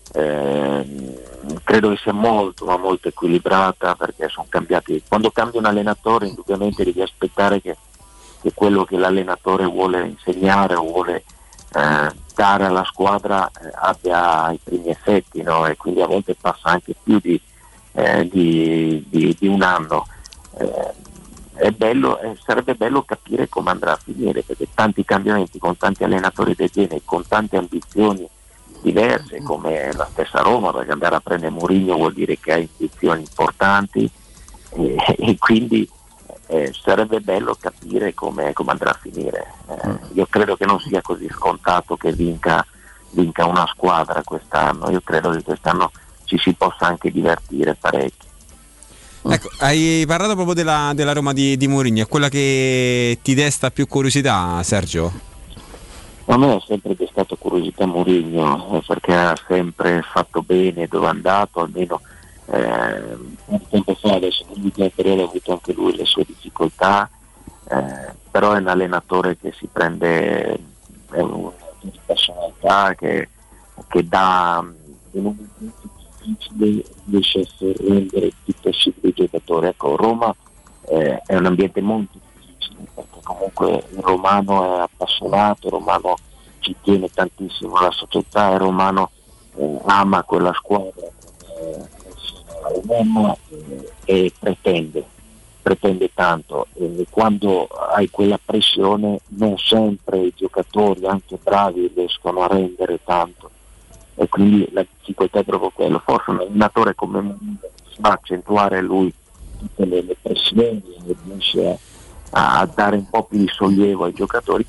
eh, credo che sia molto ma molto equilibrata, perché sono cambiati. Quando cambia un allenatore indubbiamente devi aspettare che, che quello che l'allenatore vuole insegnare o vuole eh, dare alla squadra eh, abbia i primi effetti, no? E quindi a volte passa anche più di, eh, di, di, di un anno. Eh, è bello, eh, sarebbe bello capire come andrà a finire, perché tanti cambiamenti con tanti allenatori del genere, con tante ambizioni diverse, come la stessa Roma, perché andare a prendere Mourinho vuol dire che ha ambizioni importanti, e, e quindi eh, sarebbe bello capire come, come andrà a finire. Eh, io credo che non sia così scontato che vinca, vinca una squadra quest'anno, io credo che quest'anno ci si possa anche divertire parecchio. Ecco, hai parlato proprio della, della Roma di, di Mourinho, è quella che ti desta più curiosità, Sergio? A me ha sempre destato curiosità Mourinho, perché ha sempre fatto bene dove è andato, almeno eh, un tempo fa, adesso nell'ultimo periodo ha avuto anche lui le sue difficoltà, eh, però è un allenatore che si prende, è una personalità che, che dà in un momento difficile riesce a sorprendere tutti i giocatori. Ecco, Roma eh, è un ambiente molto difficile, perché comunque il romano è appassionato, il romano ci tiene tantissimo alla società, il romano eh, ama quella squadra come uomo eh, e pretende pretende tanto, e quando hai quella pressione non sempre i giocatori, anche bravi, riescono a rendere tanto, e quindi la difficoltà è proprio quello. Forse un allenatore come Mourinho sa accentuare lui tutte le, le pressioni e riesce a, a dare un po' più di sollievo ai giocatori.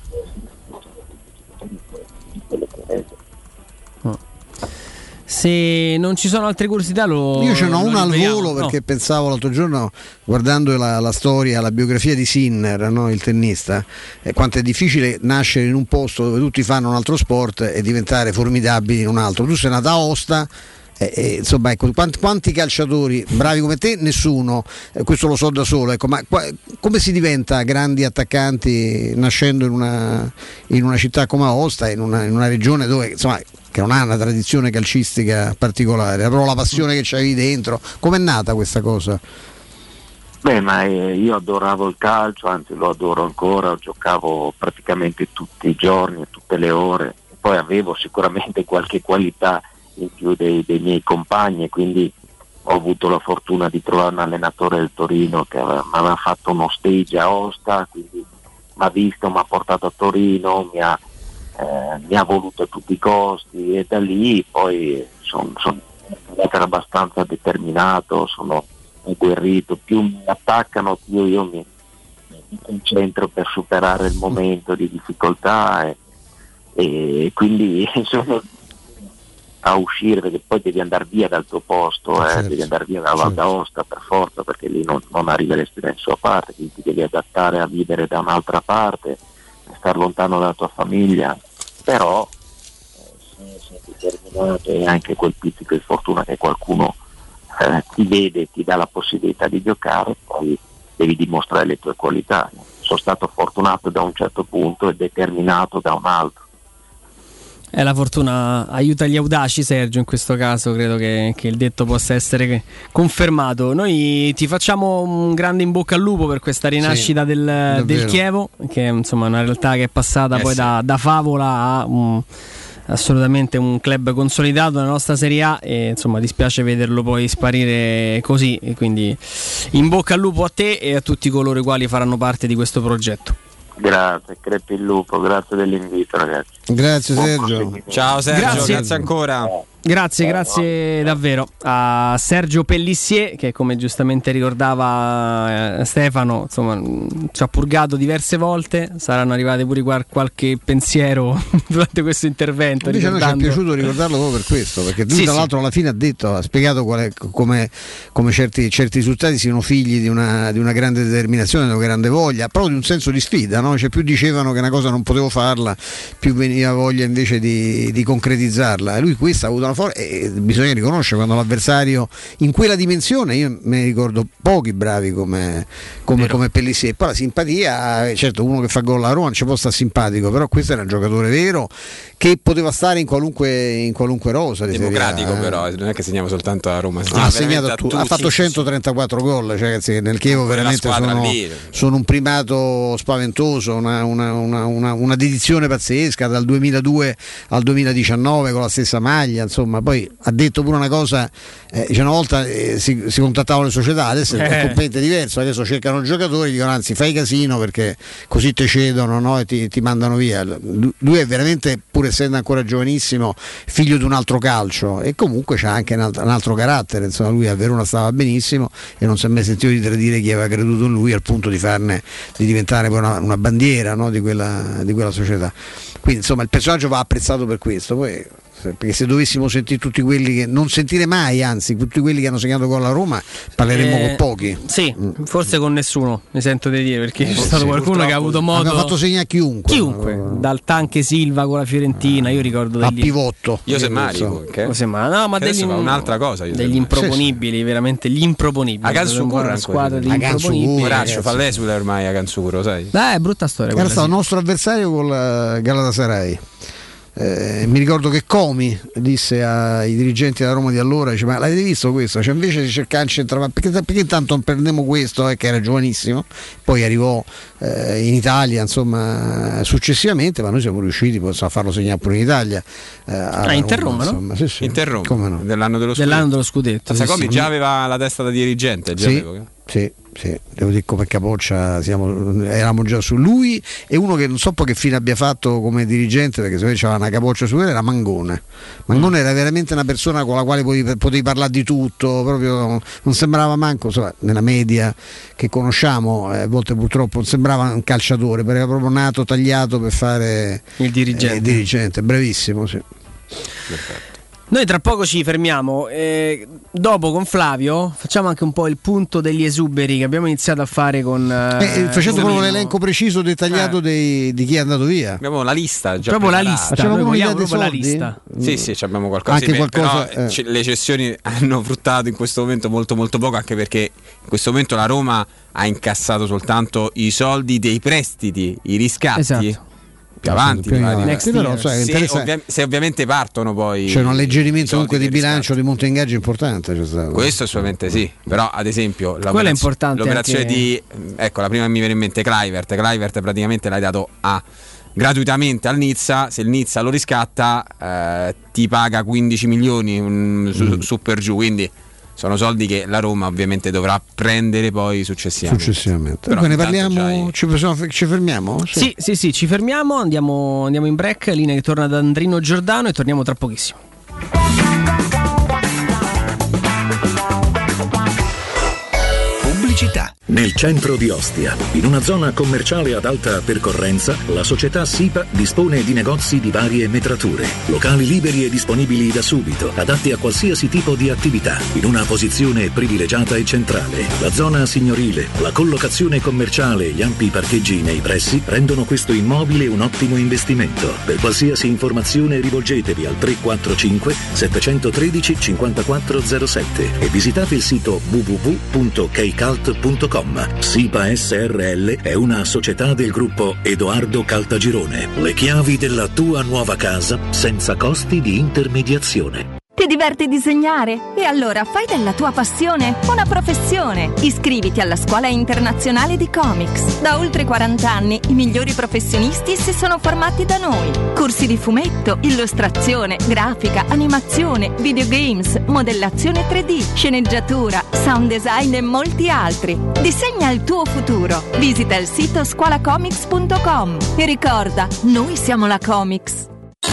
Se non ci sono altre curiosità lo io ce n'ho lo una al riveliamo. volo, perché no. pensavo l'altro giorno, guardando la, la storia, la biografia di Sinner, no? Il tennista, eh, quanto è difficile nascere in un posto dove tutti fanno un altro sport e diventare formidabili in un altro. Tu sei nato a Aosta, eh, eh, insomma, ecco, quanti, quanti calciatori bravi come te? Nessuno, eh, questo lo so da solo, ecco, ma qua, come si diventa grandi attaccanti nascendo in una, in una città come Aosta, in una, in una regione dove, insomma, che non ha una tradizione calcistica particolare, però la passione che c'avevi dentro, com'è nata questa cosa? Beh, ma eh, io adoravo il calcio, anzi lo adoro ancora, giocavo praticamente tutti i giorni, tutte le ore, poi avevo sicuramente qualche qualità in più dei, dei miei compagni, quindi ho avuto la fortuna di trovare un allenatore del Torino che mi aveva fatto uno stage a Aosta, quindi mi ha visto, mi ha portato a Torino, mi ha Eh, mi ha voluto a tutti i costi, e da lì poi sono son, son abbastanza determinato, sono agguerrito, più mi attaccano più io mi, mi concentro per superare il momento di difficoltà, e, e quindi sono a uscire, perché poi devi andare via dal tuo posto, eh, certo. devi andare via dalla Val d'Aosta per forza, perché lì non, non arriveresti da nessuna parte, quindi ti devi adattare a vivere da un'altra parte, star lontano dalla tua famiglia, però eh, sei determinato, e anche quel pizzico di fortuna che qualcuno eh, ti vede, ti dà la possibilità di giocare, poi devi dimostrare le tue qualità. Sono stato fortunato da un certo punto e determinato da un altro. Eh, la fortuna aiuta gli audaci, Sergio, in questo caso credo che, che il detto possa essere confermato. Noi ti facciamo un grande in bocca al lupo per questa rinascita sì, del, del Chievo, che è insomma una realtà che è passata eh poi sì. da, da favola a un, assolutamente un club consolidato nella nostra Serie A, e insomma dispiace vederlo poi sparire così, e quindi in bocca al lupo a te e a tutti coloro i quali faranno parte di questo progetto. Grazie, crepi il lupo, grazie dell'invito, ragazzi. Grazie Sergio. Ciao Sergio, grazie, grazie ancora. Grazie, grazie davvero a Sergio Pellissier, che come giustamente ricordava eh, Stefano, insomma, ci ha purgato diverse volte. Saranno arrivati pure qual- qualche pensiero durante questo intervento. Invece ricordando... a noi ci è piaciuto ricordarlo proprio per questo, perché lui sì, tra l'altro sì. alla fine ha detto, ha spiegato qual è, come, come certi, certi risultati siano figli di una, di una grande determinazione, di una grande voglia, proprio di un senso di sfida, no? Cioè, più dicevano che una cosa non potevo farla, più veniva voglia invece di, di concretizzarla, e lui questa ha avuto una forza, e bisogna riconoscere quando l'avversario in quella dimensione, io me ne ricordo pochi bravi come, come, come Pellissier. Poi la simpatia, certo, uno che fa gol a Roma non ci può stare simpatico, però questo era un giocatore vero che poteva stare in qualunque, in qualunque rosa democratico, però non è che segniamo soltanto a Roma, ha, segnato tu, ha fatto centotrentaquattro gol, cioè ragazzi, nel Chievo veramente sono, sono un primato spaventoso, una, una, una, una, una dedizione pazzesca dal duemiladue al duemiladiciannove con la stessa maglia, insomma. Poi ha detto pure una cosa, eh, dice, una volta eh, si, si contattavano le società, adesso è eh. completamente diverso, adesso cercano giocatori, dicono anzi fai casino perché così te cedono, no? E ti, ti mandano via. Lui è veramente, pur essendo ancora giovanissimo, figlio di un altro calcio, e comunque c'ha anche un altro, un altro carattere, insomma. Lui a Verona stava benissimo e non si è mai sentito di tradire chi aveva creduto in lui, al punto di farne, di diventare poi una, una bandiera, no? di, quella, di quella società. Quindi insomma il personaggio va apprezzato per questo. Poi perché se dovessimo sentire tutti quelli che non sentire mai, anzi tutti quelli che hanno segnato gol a Roma, parleremmo Eh, con pochi. Sì, forse con nessuno, mi sento di dire, perché c'è Sì, stato qualcuno che ha avuto modo. Abbiamo fatto segnare chiunque. Chiunque, dal Tanque Silva con la Fiorentina, io ricordo A degli pivotto. Io se Mari, so. che? Se Mari, no, ma Che adesso degli, fa un'altra cosa. Io degli improponibili, veramente gli improponibili. A Gansuguro una squadra di improponibili. Braccio, fa l'esule ormai a Gansuguro, sai? Dai, è brutta storia. Era quella, stato sì. il nostro avversario con la Galatasaray. Eh, mi ricordo che Comi disse ai dirigenti della Roma di allora, dice, ma l'avete visto questo? Cioè, invece di cercare un centravanti, perché, perché intanto non prendiamo questo, eh, che era giovanissimo, poi arrivò eh, in Italia, insomma, successivamente, ma noi siamo riusciti poi, a farlo segnare pure in Italia. Eh, Ah, Inter Roma, no? insomma, sì, sì. Inter Roma, Come no? dell'anno dello scudetto. Dell'anno dello scudetto. Sa sì, Comi sì. già aveva la testa da dirigente, già Sì, avevo. sì, sì, devo dire per Capoccia siamo, eravamo già su lui, e uno che non so poi che fine abbia fatto come dirigente, perché se me c'era una Capoccia su quello, era Mangone. Mangone mm. era veramente una persona con la quale potevi, potevi parlare di tutto, proprio non sembrava manco, insomma, nella media che conosciamo, eh, a volte purtroppo non sembrava un calciatore, perché era proprio nato, tagliato per fare il dirigente, eh, il dirigente. Bravissimo, sì. Perfetto. Noi tra poco ci fermiamo, eh, dopo con Flavio facciamo anche un po' il punto degli esuberi che abbiamo iniziato a fare con eh, eh, facendo con proprio l'elenco preciso, dettagliato Eh. dei, di chi è andato via. Abbiamo la lista già proprio la preparata. lista, Facciamo noi proprio vogliamo l'idea proprio dei la soldi? lista. Sì, sì, abbiamo qualcosa. Anche Sì, qualcosa, però eh. c- le cessioni hanno fruttato in questo momento molto molto poco, anche perché in questo momento la Roma ha incassato soltanto i soldi dei prestiti, i riscatti. Esatto. Più avanti, Più in magari. avanti. Però, cioè, se, interessa- ovvia- se ovviamente partono poi C'è un alleggerimento i soldi comunque di dei riscatti. bilancio, di monte ingaggio importante, c'è stato. Questo assolutamente sì, però ad esempio Quello è l'operazio- importante l'operazione anche- di, ecco, la prima che mi viene in mente, Kluivert. Kluivert praticamente l'hai dato a gratuitamente al Nizza, se il Nizza lo riscatta eh, ti paga quindici milioni un, su, Mm. su per giù, quindi sono soldi che la Roma ovviamente dovrà prendere poi successivamente. Successivamente. Però Dunque, ne intanto parliamo, già ci, possiamo- ci fermiamo? Sì, sì, sì, ci fermiamo, andiamo, andiamo in break, linea che torna da Andrino Giordano e torniamo tra pochissimo. Pubblicità. Nel centro di Ostia, in una zona commerciale ad alta percorrenza, la società SIPA dispone di negozi di varie metrature, locali liberi e disponibili da subito, adatti a qualsiasi tipo di attività, in una posizione privilegiata e centrale. La zona signorile, la collocazione commerciale e gli ampi parcheggi nei pressi rendono questo immobile un ottimo investimento. Per qualsiasi informazione rivolgetevi al tre quattro cinque sette uno tre cinque quattro zero sette e visitate il sito w w w punto keycult punto com. SIPA S R L è una società del gruppo Edoardo Caltagirone. Le chiavi della tua nuova casa senza costi di intermediazione. Ti diverti disegnare? E allora fai della tua passione una professione. Iscriviti alla Scuola Internazionale di Comics. Da oltre quaranta anni i migliori professionisti si sono formati da noi. Corsi di fumetto, illustrazione, grafica, animazione, videogames, modellazione tre D, sceneggiatura, sound design e molti altri. Disegna il tuo futuro. Visita il sito scuola comics punto com e ricorda, noi siamo la Comics.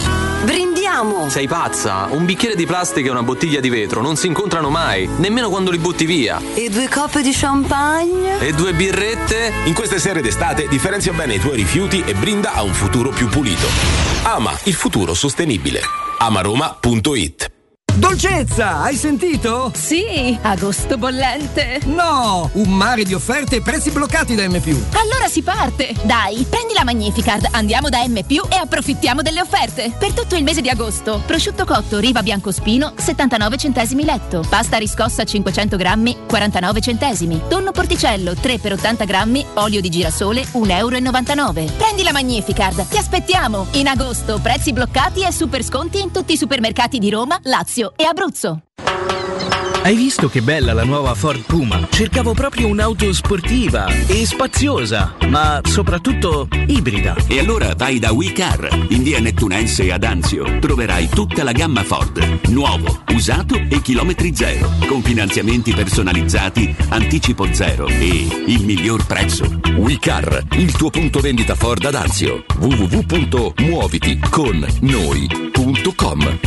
Brindiamo! Sei pazza? Un bicchiere di plastica e una bottiglia di vetro non si incontrano mai, nemmeno quando li butti via. E due coppe di champagne? E due birrette? In queste sere d'estate differenzia bene i tuoi rifiuti e brinda a un futuro più pulito. Ama il futuro sostenibile. amaroma punto it. Dolcezza, hai sentito? Sì, agosto bollente. No, un mare di offerte e prezzi bloccati da M più. Allora si parte! Dai, prendi la Magnificard, andiamo da M più e approfittiamo delle offerte. Per tutto il mese di agosto, prosciutto cotto Riva Biancospino, settantanove centesimi letto. Pasta riscossa cinquecento grammi, quarantanove centesimi. Tonno porticello, tre per ottanta grammi, olio di girasole, un euro e novantanove. Prendi la Magnificard, ti aspettiamo! In agosto, prezzi bloccati e super sconti in tutti i supermercati di Roma, Lazio e Abruzzo. Hai visto che bella la nuova Ford Puma? Cercavo proprio un'auto sportiva e spaziosa, ma soprattutto ibrida. E allora vai da WeCar. In via Nettunense ad Anzio troverai tutta la gamma Ford, nuovo, usato e chilometri zero, con finanziamenti personalizzati, anticipo zero e il miglior prezzo. WeCar, il tuo punto vendita Ford ad Anzio. w w w punto muoviti con noi punto com.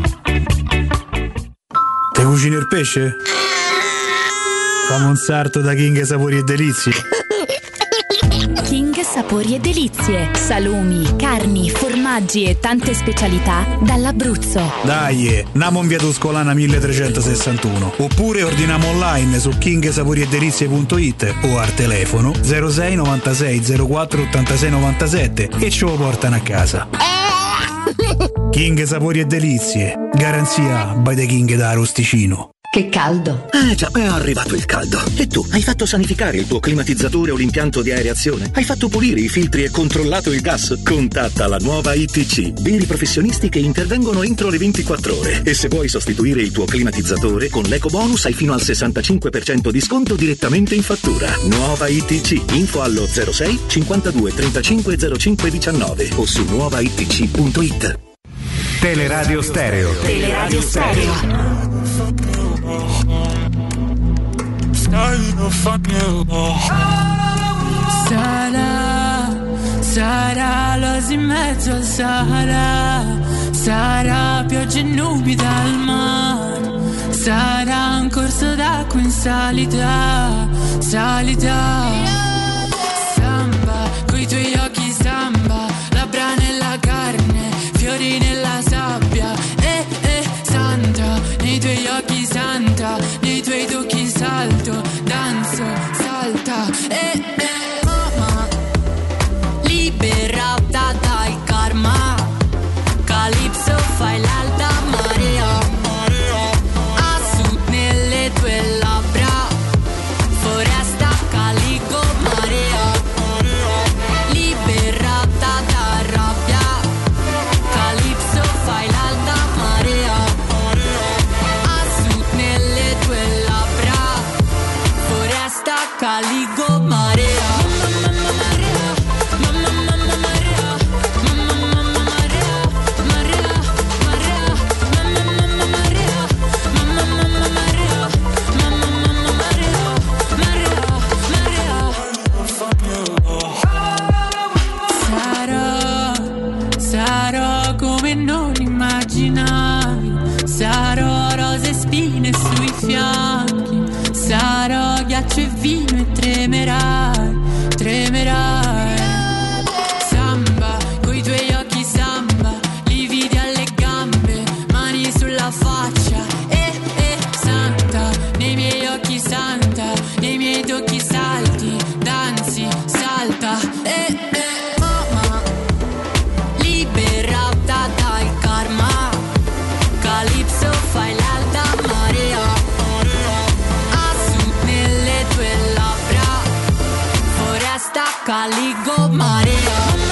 Te cucini il pesce? Fammi un sarto da King Sapori e Delizie. King Sapori e Delizie. Salumi, carni, formaggi e tante specialità dall'Abruzzo. Dai, namo in via Tuscolana milletrecentosessantuno. Oppure ordiniamo online su king sapori e delizie punto it o al telefono zero sei novantasei zero quattro ottantasei novantasette e ce lo portano a casa. King Sapori e Delizie, garanzia by the King da Arosticino. Che caldo! Eh già, è arrivato il caldo. E tu, hai fatto sanificare il tuo climatizzatore o l'impianto di aerazione? Hai fatto pulire i filtri e controllato il gas? Contatta la nuova I T C, veri professionisti che intervengono entro le ventiquattro ore. E se vuoi sostituire il tuo climatizzatore, con l'eco bonus hai fino al sessantacinque per cento di sconto direttamente in fattura. Nuova I T C, info allo zero sei cinquantadue trentacinque zero cinque diciannove o su nuova i t c punto it. Teleradio Stereo. Teleradio Stereo. Sarà, sarà l'oasi in mezzo al Sahara, sarà pioggia e nubi dal mare, sarà un corso d'acqua in salita, salita. Samba, coi tuoi occhi samba, labbra nella carne, fiori nella sabbia, eh eh santa, nei tuoi occhi santa, nei tuoi tocchi salto, danzo, salta, eh eh mamma, liberata dal karma, Calypso fai l'alta marea, a sud nelle tue labbra, foresta calico marea, liberata da rabbia, Calypso fai l'alta marea, a sud nelle tue labbra, foresta calico marea. Sarò come non immaginavi, sarò rose e spine sui fianchi, sarò ghiaccio e vino e tremerai, tremerai. Samba, coi tuoi occhi samba, lividi alle gambe, mani sulla faccia, eh eh santa, nei miei occhi santa, nei miei tocchi salti, danzi, salta, eh eh mamma, liberata dal karma, Calypso fai l'alta marea, a sud nelle tue labbra, foresta calico marea.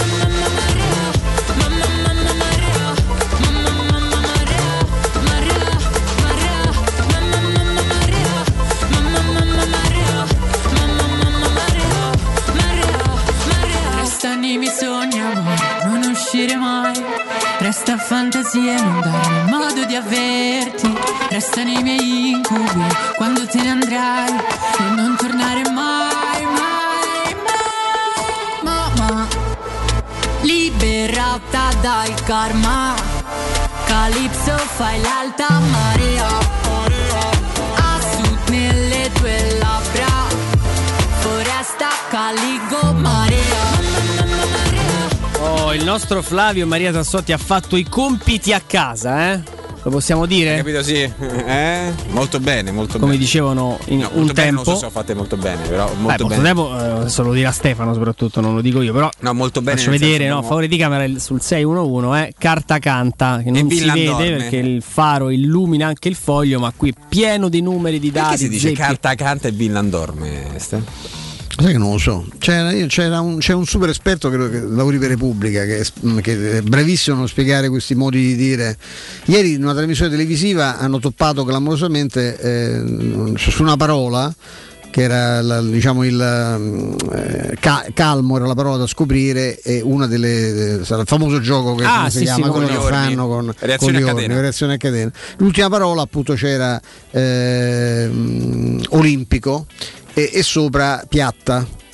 Resta nei miei sogni, amore, non uscire mai. Resta fantasia, non darmi modo di averti. Resta nei miei incubi, quando te ne andrai, e non tornare mai, mai, mai. Mamma, liberata dal karma, Calypso fai l'alta marea, a sud nelle tue labbra, foresta calico marea. Oh, il nostro Flavio Maria Tassotti ha fatto i compiti a casa, eh? Lo possiamo dire? Hai capito, sì. Eh? Molto bene, molto Come bene. dicevano in no, un bene, tempo. Non so se ho fatte molto bene, però molto Beh, molto bene. tempo, eh, adesso lo dirà Stefano soprattutto, non lo dico io, però no, molto bene. faccio vedere, no, a favore di camera sul sei uno uno, eh, carta canta, che non si vede dorme. Perché il faro illumina anche il foglio, ma qui è pieno di numeri, di dati. Perché si dice zeppi. carta canta e Villan dorme, Ste? Sai che non lo so. C'era, c'era un, c'è un super esperto che, che lavori per Repubblica che, che è bravissimo a spiegare questi modi di dire. Ieri in una trasmissione televisiva hanno toppato clamorosamente eh, su una parola che era la, diciamo il eh, ca- calmo era la parola da scoprire, e una delle eh, sarà il famoso gioco che ah, si sì, chiama sì, quello che ormi. fanno con reazione con a ormi, catena. reazione a catena. L'ultima parola appunto c'era eh, olimpico e, e sopra piatta.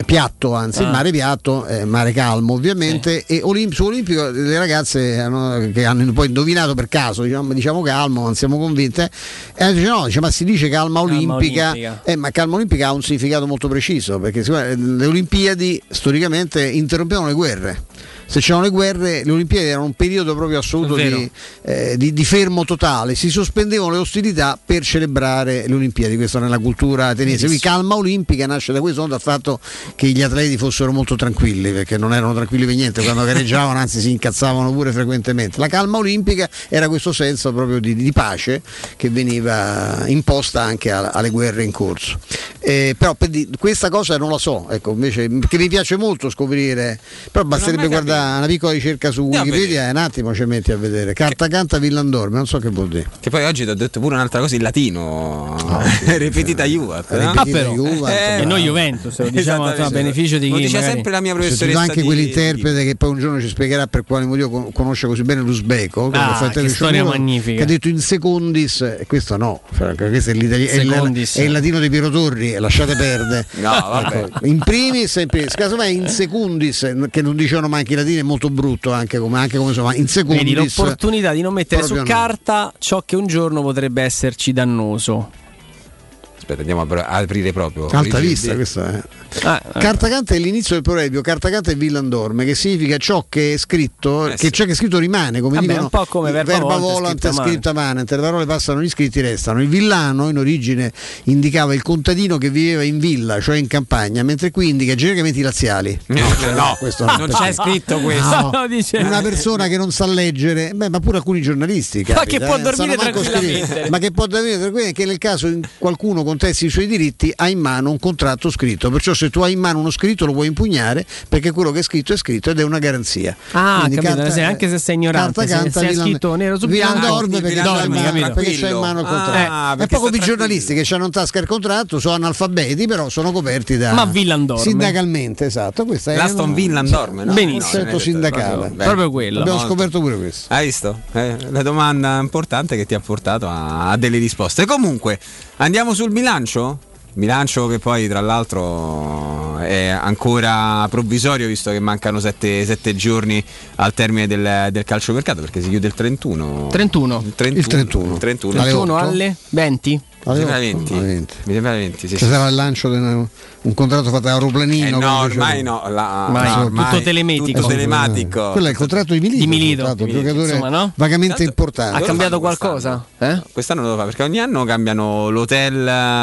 piatto, anzi Ah. il mare piatto, eh, mare calmo ovviamente, e Olimp- su Olimpico le ragazze hanno, che hanno poi indovinato per caso, diciamo, diciamo calmo, non siamo convinte, e hanno detto no, dice, ma si dice calma olimpica, olimpica. Eh, ma calma olimpica ha un significato molto preciso, perché le Olimpiadi storicamente interrompevano le guerre. Se c'erano le guerre, le Olimpiadi erano un periodo proprio assoluto di, eh, di, di fermo totale, si sospendevano le ostilità per celebrare le Olimpiadi, questo nella cultura ateniese. Quindi calma olimpica nasce da questo, non dal fatto che gli atleti fossero molto tranquilli, perché non erano tranquilli per niente, quando gareggiavano anzi si incazzavano pure frequentemente. La calma olimpica era questo senso proprio di, di pace che veniva imposta anche a, alle guerre in corso. Eh, però per di, questa cosa non la so, ecco, invece, che mi piace molto scoprire, però basterebbe guardare una piccola ricerca su Wikipedia e un attimo ci metti a vedere Carta Canta Villandorme, non so che vuol dire. Che poi oggi ti ho detto pure un'altra cosa in latino, oh, sì, ripetita Juvat, no? Ah, però Juvat, eh, e noi Juventus, lo diciamo a beneficio di chi lo dice magari... sempre la mia professoressa, anche di, quell'interprete di... che poi un giorno ci spiegherà per quale motivo conosce così bene l'Uzbeko, ah, che storia magnifica, che ha detto in secondis, e questo no, questo è, l'itali- è, il, è il latino di Piero Torri, lasciate perdere. No, vabbè. Ecco, in primis, in primis, casomai in secundis, che non dicevano mai anche i latini, è molto brutto anche come, anche come insomma in secundis. Vedi l'opportunità di non mettere su no. carta ciò che un giorno potrebbe esserci dannoso. Aspetta, andiamo a aprire proprio. Alta vista questa è. Ah, Carta Canta è l'inizio del proverbio Carta Canta e Villandorme, che significa ciò che è scritto, eh che sì. ciò che è scritto rimane, come Vabbè, dicono, un po' come verba, verba volant, volant scritta scritta manent, le parole passano, gli scritti restano. Il villano in origine indicava il contadino che viveva in villa, cioè in campagna, mentre qui indica genericamente i laziali. No, no, no, questo non c'è scritto questo. No, dice... Una persona che non sa leggere, beh, ma pure alcuni giornalisti capita, ma che può eh, dormire tranquillamente, scrivere, ma che può dormire tranquillamente, che nel caso in qualcuno contesti i suoi diritti ha in mano un contratto scritto, perciò se tu hai in mano uno scritto lo puoi impugnare, perché quello che è scritto è scritto ed è una garanzia. Ah, Quindi capito, carta, anche se sei ignorante, carta, se, canta, se è Villan- scritto nero su bianco, Villandorme perché c'è dormi, in mano, capito? perché c'è in mano il contratto. Ah, è poco i giornalisti che hanno in tasca il contratto, sono analfabeti, però sono coperti da ma Villandorme sindacalmente, esatto. Questa è l'Aston una, Villandorme, no? Benissimo. un certo sindacale, proprio, proprio quello. Abbiamo molto. scoperto pure questo. Hai visto? Eh, la domanda importante che ti ha portato a, a delle risposte. Comunque, andiamo sul bilancio? Bilancio che poi tra l'altro è ancora provvisorio, visto che mancano sette, sette giorni al termine del, del calciomercato, perché si chiude il trentuno. trentuno. Il trentuno. Il trentuno. Il trentuno. trentuno alle venti. Mi sembra alle venti. venti. Mi sembra alle venti, sì, C'è sì. stato il lancio di un, un contratto fatto da aeroplanino. Eh no, come ormai dicevo. no, la, Ormai no, ormai tutto telematico. tutto telematico. Quello è il contratto di Milito, Di Milito. un Di Milito, giocatore insomma, no? vagamente Tanto- importante. Ha Loro cambiato fanno qualcosa? Eh? Quest'anno non lo fa, perché ogni anno cambiano l'hotel.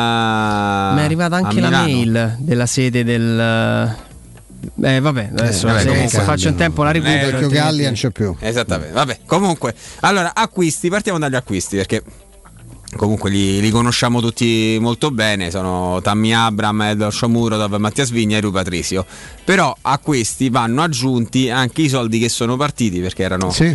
Mi è arrivata anche la mail della sede del. Eh vabbè, adesso Eh, vabbè, se, comunque se faccio in tempo la recupero. Eh, Vecchio altrimenti- Galli non c'è più. Esattamente, vabbè. Comunque, allora, acquisti, partiamo dagli acquisti, perché comunque li, li conosciamo tutti molto bene, sono Tammy Abraham, Edward Shomurodov, Mattias Vigna e Rui Patricio. Però a questi vanno aggiunti anche i soldi che sono partiti, perché erano Sì.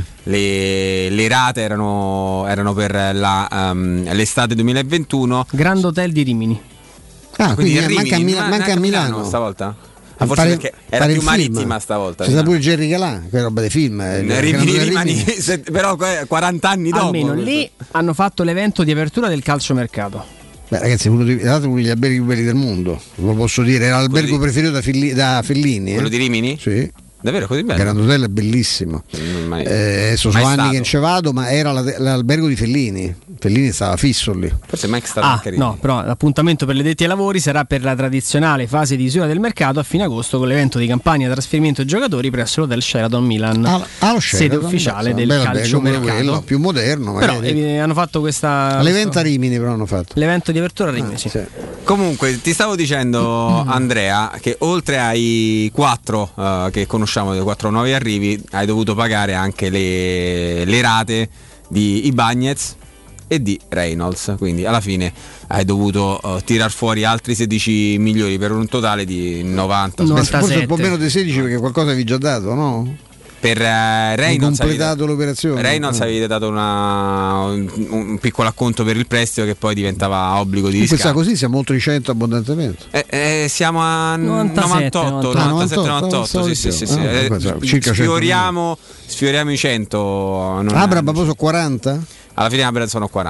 le, le rate erano, erano per la, um, l'estate duemilaventuno. Grand Hotel di Rimini. Ah, quindi, a manca, a Rimini, Mila- ma manca a neanche Milano stavolta? Ah, forse Fare- perché era fare più il film. marittima stavolta. C'è stato pure Jerry Calà, che è roba dei film. eh, Rimini, Grande Rimini, Rimini. se- però que- quaranta anni dopo. Almeno lì hanno fatto l'evento di apertura del calciomercato. Beh, ragazzi, uno, di, tra l'altro, uno degli alberghi più belli del mondo, lo posso dire, era l'albergo di- preferito da, Filli- da Fellini. Quello eh. di Rimini? Sì. Davvero così bello? Grand Hotel è bellissimo. Mm, mai- Eh, adesso mai sono anni stato. che non ci vado, ma era la- l'albergo di Fellini. Fellini stava fisso lì. Forse mai stato Ah, anche Rimini. no, però l'appuntamento per le detti ai lavori sarà per la tradizionale fase di chiusura del mercato a fine agosto con l'evento di campagna trasferimento giocatori presso l'hotel Sheraton Milan, Ah, ah, lo sede Sheraton, ufficiale beh, del un bel albergo pure quello, calciomercato. più moderno. Però magari. eh, hanno fatto questa L'evento a Rimini però hanno fatto. l'evento di apertura a Rimini, Ah, sì. sì. Comunque ti stavo dicendo, Andrea, che oltre ai quattro eh, che conosciamo, dei quattro nuovi arrivi, hai dovuto pagare anche le, le rate di Ibañez e di Reynolds, quindi alla fine hai dovuto uh, tirar fuori altri sedici milioni per un totale di novanta. Beh, forse novantasette. un po' meno dei sedici perché qualcosa avevi già dato, no? Per uh, Reynolds completato avete- l'operazione. Reynolds Eh. avete dato una, un, un piccolo acconto per il prestito che poi diventava obbligo di Questa riscatto. così siamo oltre i cento abbondantemente. Eh, eh, siamo a novantasette, novantotto, novantotto. novantasette, Ah, novantotto, sì, sì, sì, sì. Ah, Eh, circa cento sfioriamo, sfioriamo i cento. non- Abra, ma poi sono quaranta? Alla fine Abra sono quaranta. Sì,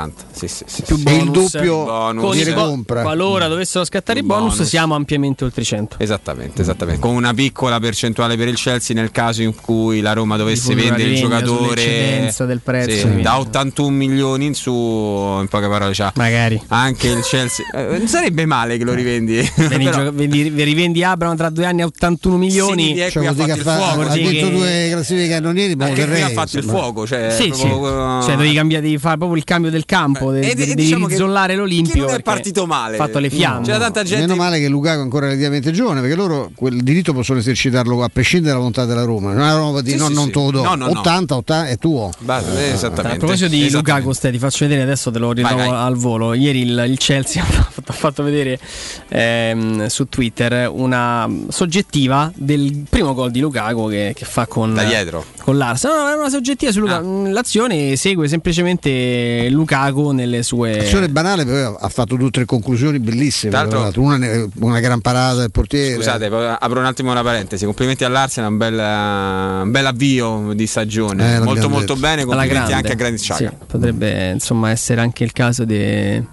sì, sì, sì, più sì. bonus, e il doppio bonus. di recompra. Qualora dovessero scattare i bonus, bonus. siamo ampiamente oltre i cento. Esattamente, esattamente. Con una piccola percentuale per il Chelsea nel caso in cui la Roma dovesse Di vendere il rivendita, giocatore sull'eccedenza del prezzo. sì, da ottantuno milioni in su, in poche parole c'ha. Magari anche il Chelsea eh, non sarebbe male che lo rivendi. Vendi, Però, gioca- vendi, rivendi Abramo tra due anni a ottantuno milioni. Sì, cioè, ha fatto il fa, fuoco, ha vinto che... due classifiche cannonieri, ma perché qui ha Terrei, fatto il insomma. fuoco, cioè, sì, proprio... sì. Cioè devi cambiare, devi fare proprio il cambio del campo, Eh, devi, ed- devi diciamo rizzollare che- l'Olimpio. che non è perché partito male. Ha fatto le fiamme. No. C'era tanta gente. Meno male che Lukaku è ancora relativamente giovane, perché loro quel diritto possono esercitarlo a prescindere dalla volontà della Roma. Non è una roba di Sì, non, sì, non sì. te lo do. No, no, no. ottanta, ottanta è tuo. Bah, esattamente. A proposito di Esattamente. Lukaku, Ste, ti faccio vedere adesso, te lo ritrovo Vai, vai. al volo. Ieri il, il Chelsea ha fatto, ha fatto vedere ehm, su Twitter una soggettiva del primo gol di Lukaku che, che fa con, Da dietro. con l'Arsenal. No, no, è una soggettiva su Lukaku. Ah. L'azione segue semplicemente Lukaku nelle sue. Azione banale, però ha fatto due o tre conclusioni bellissime. Tra l'altro- Una, una gran parata del portiere. Scusate, apro un attimo una parentesi. Complimenti all'Arsenal, un bel, un bel avvio di stagione. Eh, molto l'abbiamo molto detto. bene. Alla Complimenti grande. anche a Granit Xhaka. Sì, potrebbe insomma essere anche il caso di.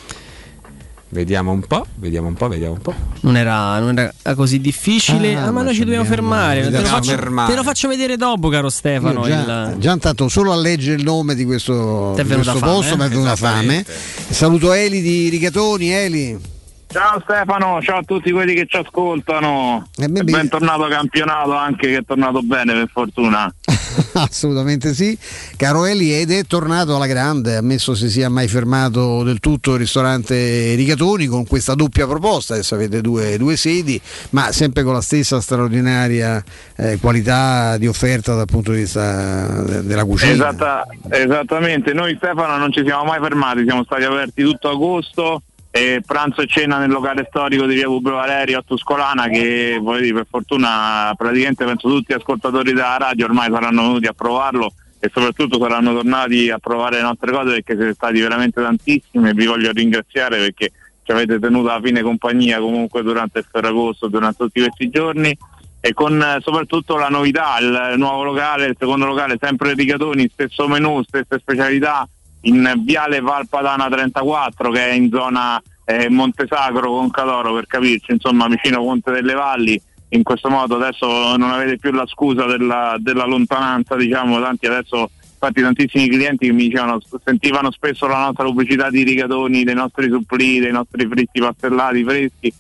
Vediamo un po', vediamo un po', vediamo un po'. Non era, non era così difficile. Ah, Ah, ma ma noi ci dobbiamo abbiamo- fermare. Te lo, dobbiamo faccio, fermare. te lo faccio vedere dopo, caro Stefano. Io già, il- già intanto solo a leggere il nome di questo, Ti è di venuta questo fame, posto eh? mi è venuta fame. Esattamente. Saluto Eli di Rigatoni. Eli. Ciao Stefano, ciao a tutti quelli che ci ascoltano. Eh, beh, E bentornato campionato, anche che è tornato bene per fortuna. Assolutamente sì, caro Eli, ed è tornato alla grande, ammesso si sia mai fermato del tutto il ristorante Rigatoni con questa doppia proposta. Adesso avete due, due sedi, ma sempre con la stessa straordinaria eh, qualità di offerta dal punto di vista de- della cucina. Esatta, esattamente, noi Stefano non ci siamo mai fermati, siamo stati aperti tutto agosto. E pranzo e cena nel locale storico di via Publio Valerio a Tuscolana, che voglio dire, per fortuna praticamente penso tutti gli ascoltatori della radio ormai saranno venuti a provarlo e soprattutto saranno tornati a provare le nostre cose, perché siete stati veramente tantissimi e vi voglio ringraziare perché ci avete tenuto alla fine compagnia comunque durante il Ferragosto, durante tutti questi giorni, e con eh, soprattutto la novità, il nuovo locale, il secondo locale sempre Rigatoni, stesso menù, stesse specialità, in viale Valpadana trentaquattro, che è in zona eh, Montesacro con Cadoro, per capirci, insomma vicino Ponte delle Valli. In questo modo adesso non avete più la scusa della, della lontananza, diciamo. Tanti adesso, infatti tantissimi clienti che mi dicevano, sentivano spesso la nostra pubblicità di Rigatoni, dei nostri supplì, dei nostri fritti pastellati freschi,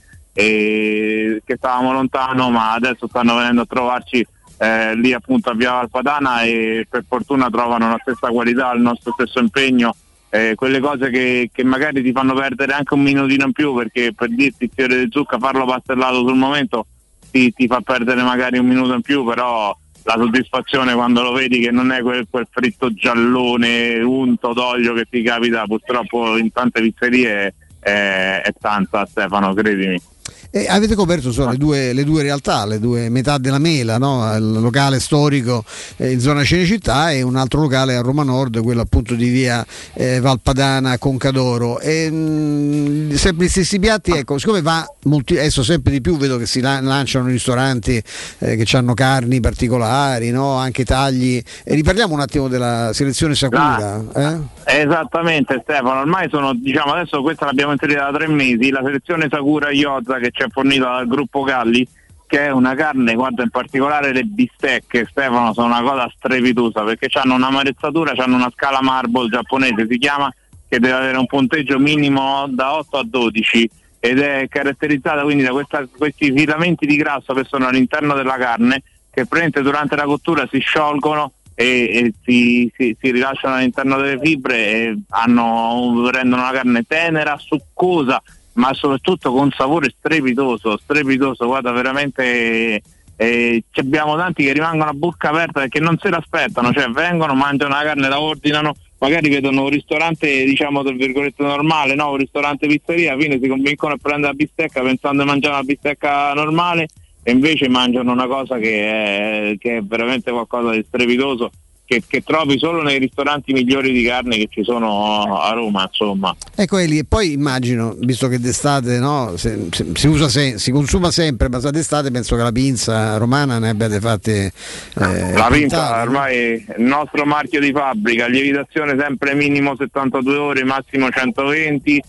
e che stavamo lontano, ma adesso stanno venendo a trovarci Eh, lì appunto a via Valpadana, e per fortuna trovano la stessa qualità, il nostro stesso impegno, eh, quelle cose che, che magari ti fanno perdere anche un minutino in più, perché per dirti il fiore di zucca, farlo pastellato sul momento ti, ti fa perdere magari un minuto in più, però la soddisfazione quando lo vedi che non è quel, quel fritto giallone unto d'olio che ti capita purtroppo in tante pizzerie è, è tanta, Stefano, credimi. E avete coperto solo le due, le due realtà, le due metà della mela, no? Il locale storico eh, in zona Cinecittà e un altro locale a Roma Nord, quello appunto di via eh, Valpadana Concadoro. E, mh, sempre gli stessi piatti, ecco, siccome va molti, adesso sempre di più vedo che si la- lanciano ristoranti eh, che hanno carni particolari, no? Anche tagli. E riparliamo un attimo della selezione Sakura. Eh? Esattamente Stefano, ormai sono, diciamo, adesso questa l'abbiamo inserita da tre mesi, la selezione Sakura Iozza che ci è fornita dal gruppo Galli, che è una carne, guarda, in particolare le bistecche, Stefano, sono una cosa strepitosa, perché hanno una marezzatura, hanno una scala marble giapponese, si chiama, che deve avere un punteggio minimo da otto a dodici, ed è caratterizzata quindi da questa, questi filamenti di grasso che sono all'interno della carne, che praticamente durante la cottura si sciolgono e, e si, si, si rilasciano all'interno delle fibre e hanno, rendono la carne tenera, succosa, ma soprattutto con sapore strepitoso, strepitoso, guarda, veramente eh, abbiamo tanti che rimangono a bocca aperta perché non se l'aspettano, cioè vengono, mangiano la carne, la ordinano, magari vedono un ristorante, diciamo, tra virgolette normale, no? Un ristorante pizzeria, alla fine si convincono a prendere la bistecca pensando di mangiare una bistecca normale, e invece mangiano una cosa che è, che è veramente qualcosa di strepitoso, che, che trovi solo nei ristoranti migliori di carne che ci sono a Roma, insomma. Ecco Eli, e poi immagino, visto che d'estate no, se, se, si usa se, si consuma sempre, ma d'estate penso che la pinza romana ne abbiate fatte eh, la pinza ormai è il nostro marchio di fabbrica, lievitazione sempre minimo settantadue ore, massimo centoventi,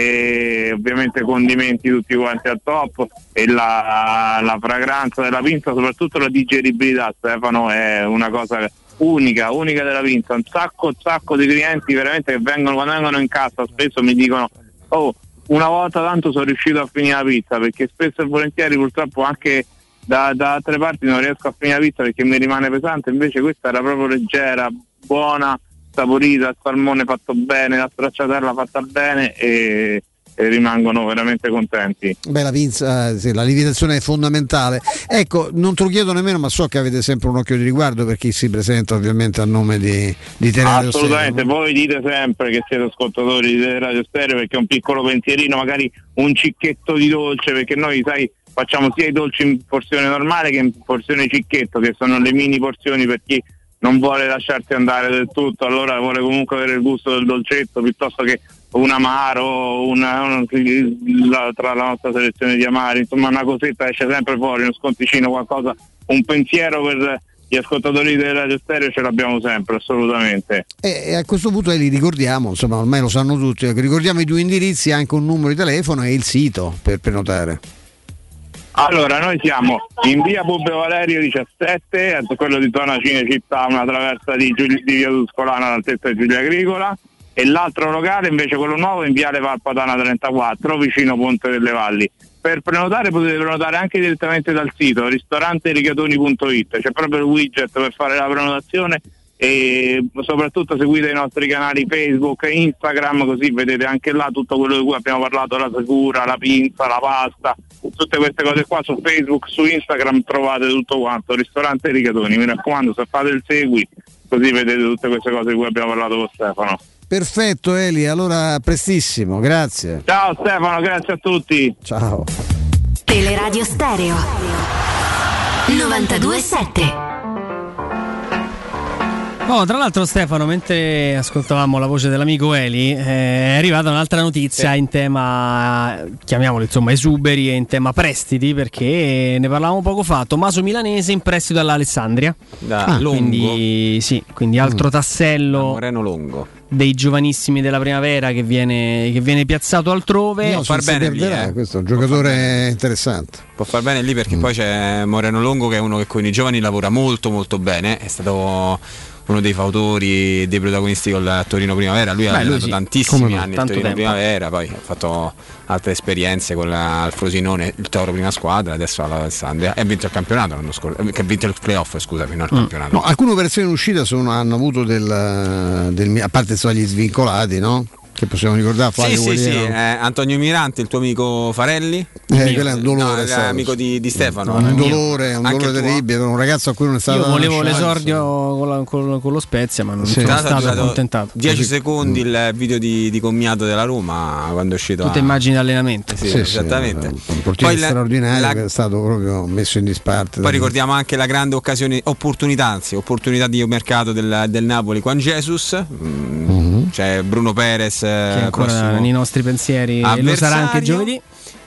e ovviamente condimenti tutti quanti al top, e la, la fragranza della pinza, soprattutto la digeribilità, Stefano, è una cosa unica, unica della pinza. Un sacco, un sacco di clienti veramente che vengono, quando vengono in cassa spesso mi dicono: oh, una volta tanto sono riuscito a finire la pizza, perché spesso e volentieri purtroppo anche da, da altre parti non riesco a finire la pizza perché mi rimane pesante, invece questa era proprio leggera, buona, saporita, il salmone fatto bene, la stracciatella fatta bene, e e rimangono veramente contenti. Beh, la pinza, sì, la lievitazione è fondamentale. Ecco, non te lo chiedo nemmeno, ma so che avete sempre un occhio di riguardo per chi si presenta ovviamente a nome di, di Teleradio Stereo. Assolutamente, voi dite sempre che siete ascoltatori di Teleradio Stereo perché un piccolo pensierino, magari un cicchetto di dolce, perché noi sai facciamo sia i dolci in porzione normale che in porzione cicchetto, che sono le mini porzioni per chi non vuole lasciarsi andare del tutto, allora vuole comunque avere il gusto del dolcetto, piuttosto che un amaro, una, una, la, tra la nostra selezione di amari, insomma una cosetta esce sempre fuori, uno sconticino, qualcosa, un pensiero per gli ascoltatori del Radio Stereo ce l'abbiamo sempre, assolutamente. E, e a questo punto eh, li ricordiamo, insomma ormai lo sanno tutti, ricordiamo i due indirizzi, anche un numero di telefono e il sito per prenotare. Allora, noi siamo in via Publio Valerio diciassette, quello di zona Cinecittà, una traversa di, Giul- di via Tuscolana all'altezza di Giulia Agricola, e l'altro locale invece, quello nuovo, in viale Valpadana trentaquattro, vicino Ponte delle Valli. Per prenotare potete prenotare anche direttamente dal sito ristorante rigatoni punto it, c'è proprio il widget per fare la prenotazione, e soprattutto seguite i nostri canali Facebook e Instagram, così vedete anche là tutto quello di cui abbiamo parlato, la sicura, la pinza, la pasta, tutte queste cose qua. Su Facebook, su Instagram trovate tutto quanto, ristorante Rigatoni, mi raccomando, se fate il segui così vedete tutte queste cose di cui abbiamo parlato con Stefano. Perfetto Eli, allora prestissimo, grazie. Ciao Stefano, grazie a tutti. Ciao. Teleradio Stereo novantadue sette. Oh, tra l'altro Stefano, mentre ascoltavamo la voce dell'amico Eli, eh, è arrivata un'altra notizia sì. in tema, chiamiamolo insomma, esuberi, e in tema prestiti, perché ne parlavamo poco fa. Tommaso Milanese in prestito all'Alessandria. Da ah, Longo. Quindi, sì, quindi altro tassello Moreno Longo dei giovanissimi della primavera che viene, che viene piazzato altrove. Può far bene lì, eh. Questo è un giocatore interessante. Può far bene lì perché mm. poi c'è Moreno Longo, che è uno che con i giovani lavora molto molto bene, è stato uno dei fautori, dei protagonisti con la Torino Primavera. Lui Beh, ha allenato sì. tantissimi no, anni il Torino tempo. Primavera, poi ha fatto altre esperienze con la, il Frosinone, il Toro prima squadra, adesso all'Alessandria, e ha vinto il campionato l'anno scorso, che ha vinto il playoff, scusami, non il mm. campionato. No, alcune operazioni in uscita sono, hanno avuto del, del a parte gli svincolati, no? Che possiamo ricordare, Flavio sì, sì, sì. Eh, Antonio Miranti, il tuo amico Farelli, eh, quello è un dolore, no, amico di, di Stefano, un dolore, un dolore terribile, un ragazzo a cui non è stato. Io volevo l'esordio con, la, con, con lo Spezia, ma non sì. sono stato accontentato. dieci secondi il video di, di commiato della Roma quando è uscito. Tutte a... immagini di allenamento. Sì, sì, esattamente. Sì, un portiere straordinario la... che è stato proprio messo in disparte. Poi ricordiamo anche la grande occasione, opportunità, anzi, opportunità di mercato del, del Napoli con Jesus. Mm. Mm-hmm. C'è Bruno Perez, che ancora nei nostri pensieri, e lo sarà anche giovedì.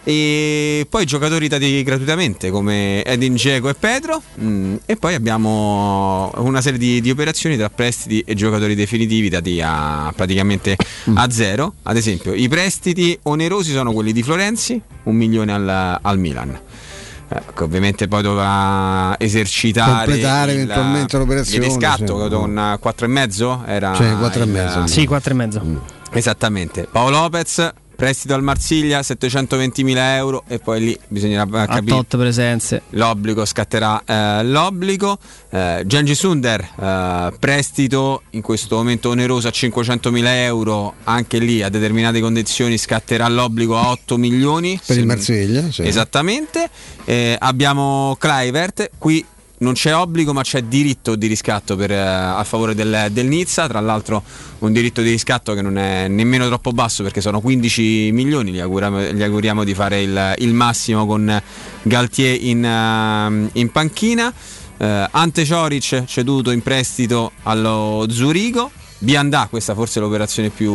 E poi giocatori dati gratuitamente come Edin Dzeko e Pedro, mm, e poi abbiamo una serie di, di operazioni tra prestiti e giocatori definitivi dati a praticamente mm. a zero. Ad esempio i prestiti onerosi sono quelli di Florenzi, un milione al, al Milan, eh, che ovviamente poi dovrà esercitare, completare il, eventualmente l'operazione, il riscatto sì. con quattro e mezzo era cioè, quattro e mezzo, sì, quattro e mezzo. Mm. Esattamente. Paolo Lopez, prestito al Marsiglia, settecentoventimila euro, e poi lì bisognerà capire a tot presenze. L'obbligo scatterà eh, l'obbligo. Eh, Gengi Sunder, eh, prestito in questo momento oneroso a cinquecentomila euro, anche lì a determinate condizioni scatterà l'obbligo a otto milioni per il Marsiglia. Sì. Esattamente. Eh, abbiamo Kluivert, qui non c'è obbligo ma c'è diritto di riscatto per, eh, a favore del, del Nizza, tra l'altro un diritto di riscatto che non è nemmeno troppo basso perché sono quindici milioni, gli auguriamo, gli auguriamo di fare il, il massimo con Galtier in, uh, in panchina. eh, Ante Cioric ceduto in prestito allo Zurigo. Biandà, questa forse è l'operazione più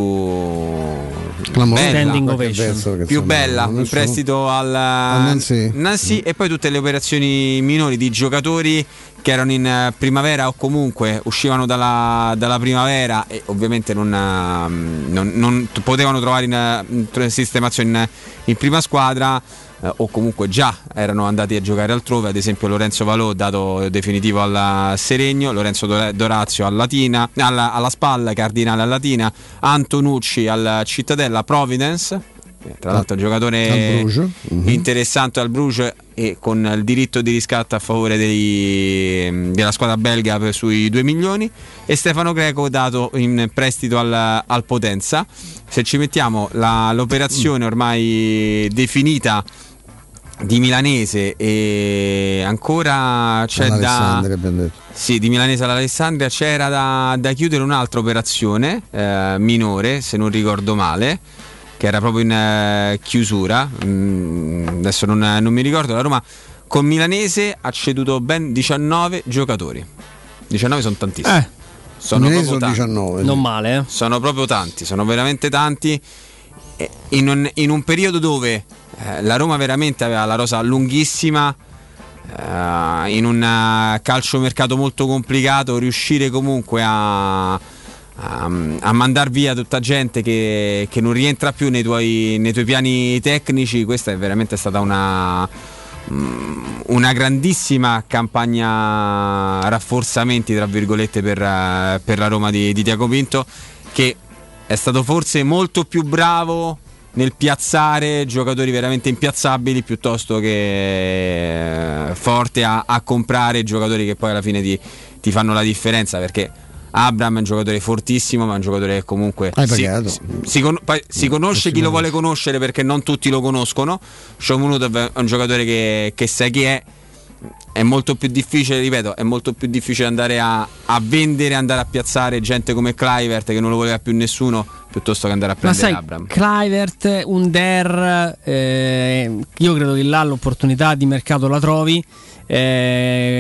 bella, più bella in prestito al Nancy. Nancy e poi tutte le operazioni minori di giocatori che erano in primavera o comunque uscivano dalla, dalla primavera e ovviamente non, non, non potevano trovare in, in sistemazione in, in prima squadra. Eh, o comunque già erano andati a giocare altrove, ad esempio Lorenzo Valò dato definitivo al Seregno, Lorenzo Dorazio al Latina, alla, alla Spalla, Cardinale al Latina, Antonucci al Cittadella, Providence, tra l'altro un giocatore mm-hmm. interessante al Bruges e con il diritto di riscatto a favore dei, della squadra belga per, sui due milioni, e Stefano Greco dato in prestito al, al Potenza. Se ci mettiamo la, l'operazione ormai definita di Milanese e ancora c'è da sì, di Milanese all'Alessandria c'era da, da chiudere un'altra operazione eh, minore, se non ricordo male, che era proprio in uh, chiusura, mm, adesso non, non mi ricordo. La Roma con Milanese ha ceduto ben diciannove giocatori. diciannove sono tantissimi. Eh, sono proprio tanti. diciannove, non male, eh. Sono proprio tanti, sono veramente tanti. In un, in un periodo dove eh, la Roma veramente aveva la rosa lunghissima, eh, in un calciomercato molto complicato, riuscire comunque a a, a mandar via tutta gente che, che non rientra più nei tuoi, nei tuoi piani tecnici, questa è veramente stata una, una grandissima campagna rafforzamenti tra virgolette per, per la Roma di, di Tiago Pinto, che è stato forse molto più bravo nel piazzare giocatori veramente impiazzabili piuttosto che forte a, a comprare giocatori che poi alla fine ti, ti fanno la differenza, perché Abraham è un giocatore fortissimo, ma è un giocatore che comunque si, si, con, si conosce chi lo vuole conoscere, perché non tutti lo conoscono. Shomunov è un giocatore che, che sai chi è. È molto più difficile, ripeto, è molto più difficile andare a, a vendere, andare a piazzare gente come Kluivert, che non lo voleva più nessuno, piuttosto che andare a prendere ma sai, Abraham. Kluivert, Under, eh, io credo che là l'opportunità di mercato la trovi. Eh,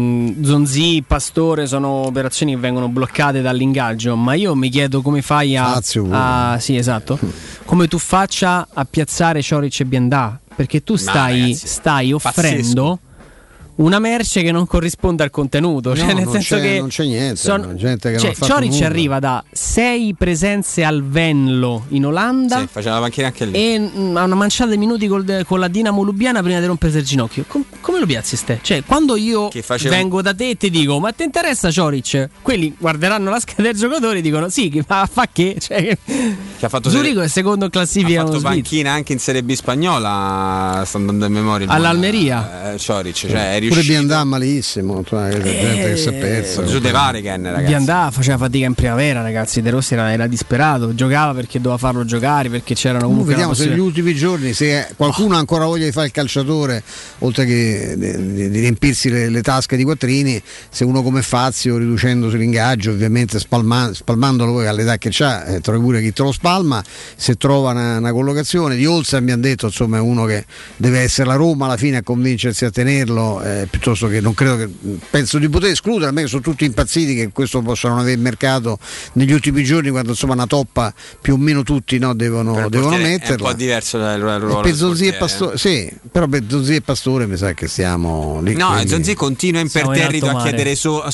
Zonzi, Pastore sono operazioni che vengono bloccate dall'ingaggio, ma io mi chiedo come fai a, a sì, esatto, come tu faccia a piazzare Cioric e Biandà, perché tu stai, no, ragazzi, stai offrendo pazzesco. Una merce che non corrisponde al contenuto, no, cioè nel senso che non c'è niente, sono, gente che cioè, non ha fatto Cioric nulla. arriva da sei presenze al Venlo in Olanda, sì, faceva la panchina anche lì, e mh, ha una manciata di minuti col, con la Dinamo Lubiana prima di rompersi il ginocchio. Com- come lo piazzi ste? Cioè, quando io faceva... vengo da te e ti dico "ma ti interessa Cioric?", quelli guarderanno la scheda del giocatore e dicono "sì, che fa, fa che?". Cioè, che ha fatto Zurigo serie... è secondo in classifica, ha fatto panchina anche in Serie B spagnola, sto andando in memoria, all'Almeria, eh, Cioric, cioè è riuscito pure Biandà malissimo, cioè, eh, gente che si è persa. Giù De Vareken, ragazzi. Biandà faceva fatica in primavera, ragazzi. De Rossi era, era disperato, giocava perché doveva farlo giocare, perché c'erano comunque. Vediamo se negli ultimi giorni, se qualcuno ha ancora voglia di fare il calciatore, oltre che di, di riempirsi le, le tasche di quattrini, se uno come Fazio, riducendosi l'ingaggio, ovviamente spalma, spalmandolo poi all'età che c'ha, eh, trovi pure chi te lo spalma, se trova una, una collocazione. Di Olsen mi hanno detto, insomma, è uno che deve essere la Roma alla fine a convincersi a tenerlo, eh, piuttosto che non credo che, penso di poter escludere, a me sono tutti impazziti che questo possano avere mercato negli ultimi giorni, quando insomma una toppa più o meno tutti, no, devono, devono metterla. È un po' diverso dal ruolo. Per Zonzi e Pastore, sì, però per Zonzi e Pastore mi sa che siamo lì. No, quindi... Zonzi continua imperterrito a chiedere so-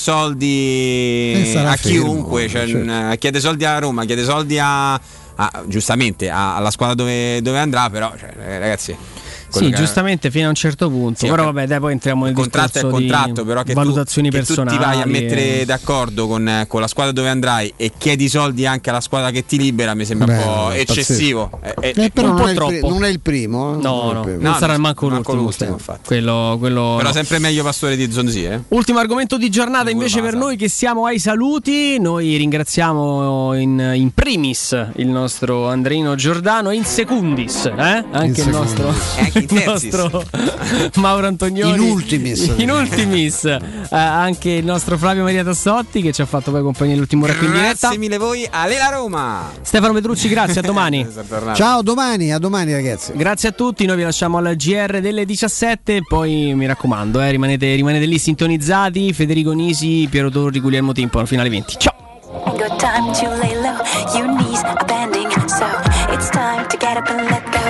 soldi a chiunque, fermo, cioè, certo. Chiede soldi alla Roma, chiede soldi a, a giustamente a, alla squadra dove, dove andrà, però cioè, ragazzi. Sì, giustamente è... fino a un certo punto, sì, però vabbè, dai, poi entriamo nel contratto discorso è contratto, però che valutazioni tu, che personali. Tu ti vai a mettere d'accordo con, con la squadra dove andrai e chiedi soldi anche alla squadra che ti libera, mi sembra Beh, un po' eccessivo. È, è, eh, però un non, po' è troppo. Pri- non è il primo, eh? No, no, non, non, no, sarà no, manco, manco l'ultimo. l'ultimo quello, quello però no. sempre meglio Pastore di Zonzi, eh? Ultimo argomento di giornata non invece per noi, che siamo ai saluti. Noi ringraziamo in, in primis il nostro Andreino Giordano, in secundis, eh? Anche in il secundis. nostro il nostro Mauro Antonioni. In ultimis. In ultimis. Eh, anche il nostro Flavio Maria Tassotti che ci ha fatto poi compagnia l'ultimo ora qui in diretta. Grazie mille voi, Alela Roma. Stefano Petrucci, grazie, a domani. Ciao, domani, a domani ragazzi. Grazie a tutti, noi vi lasciamo al G R delle diciassette, poi mi raccomando, eh, rimanete, rimanete lì sintonizzati. Federico Nisi, Piero Torri, Guglielmo Timpano fino alle venti. Ciao. Good time to lay low, your knees are bending, so it's time to get up and let go.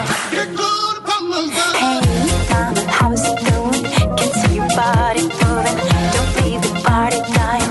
Hey, mama, how's it going? Can see your body moving, don't leave the party time.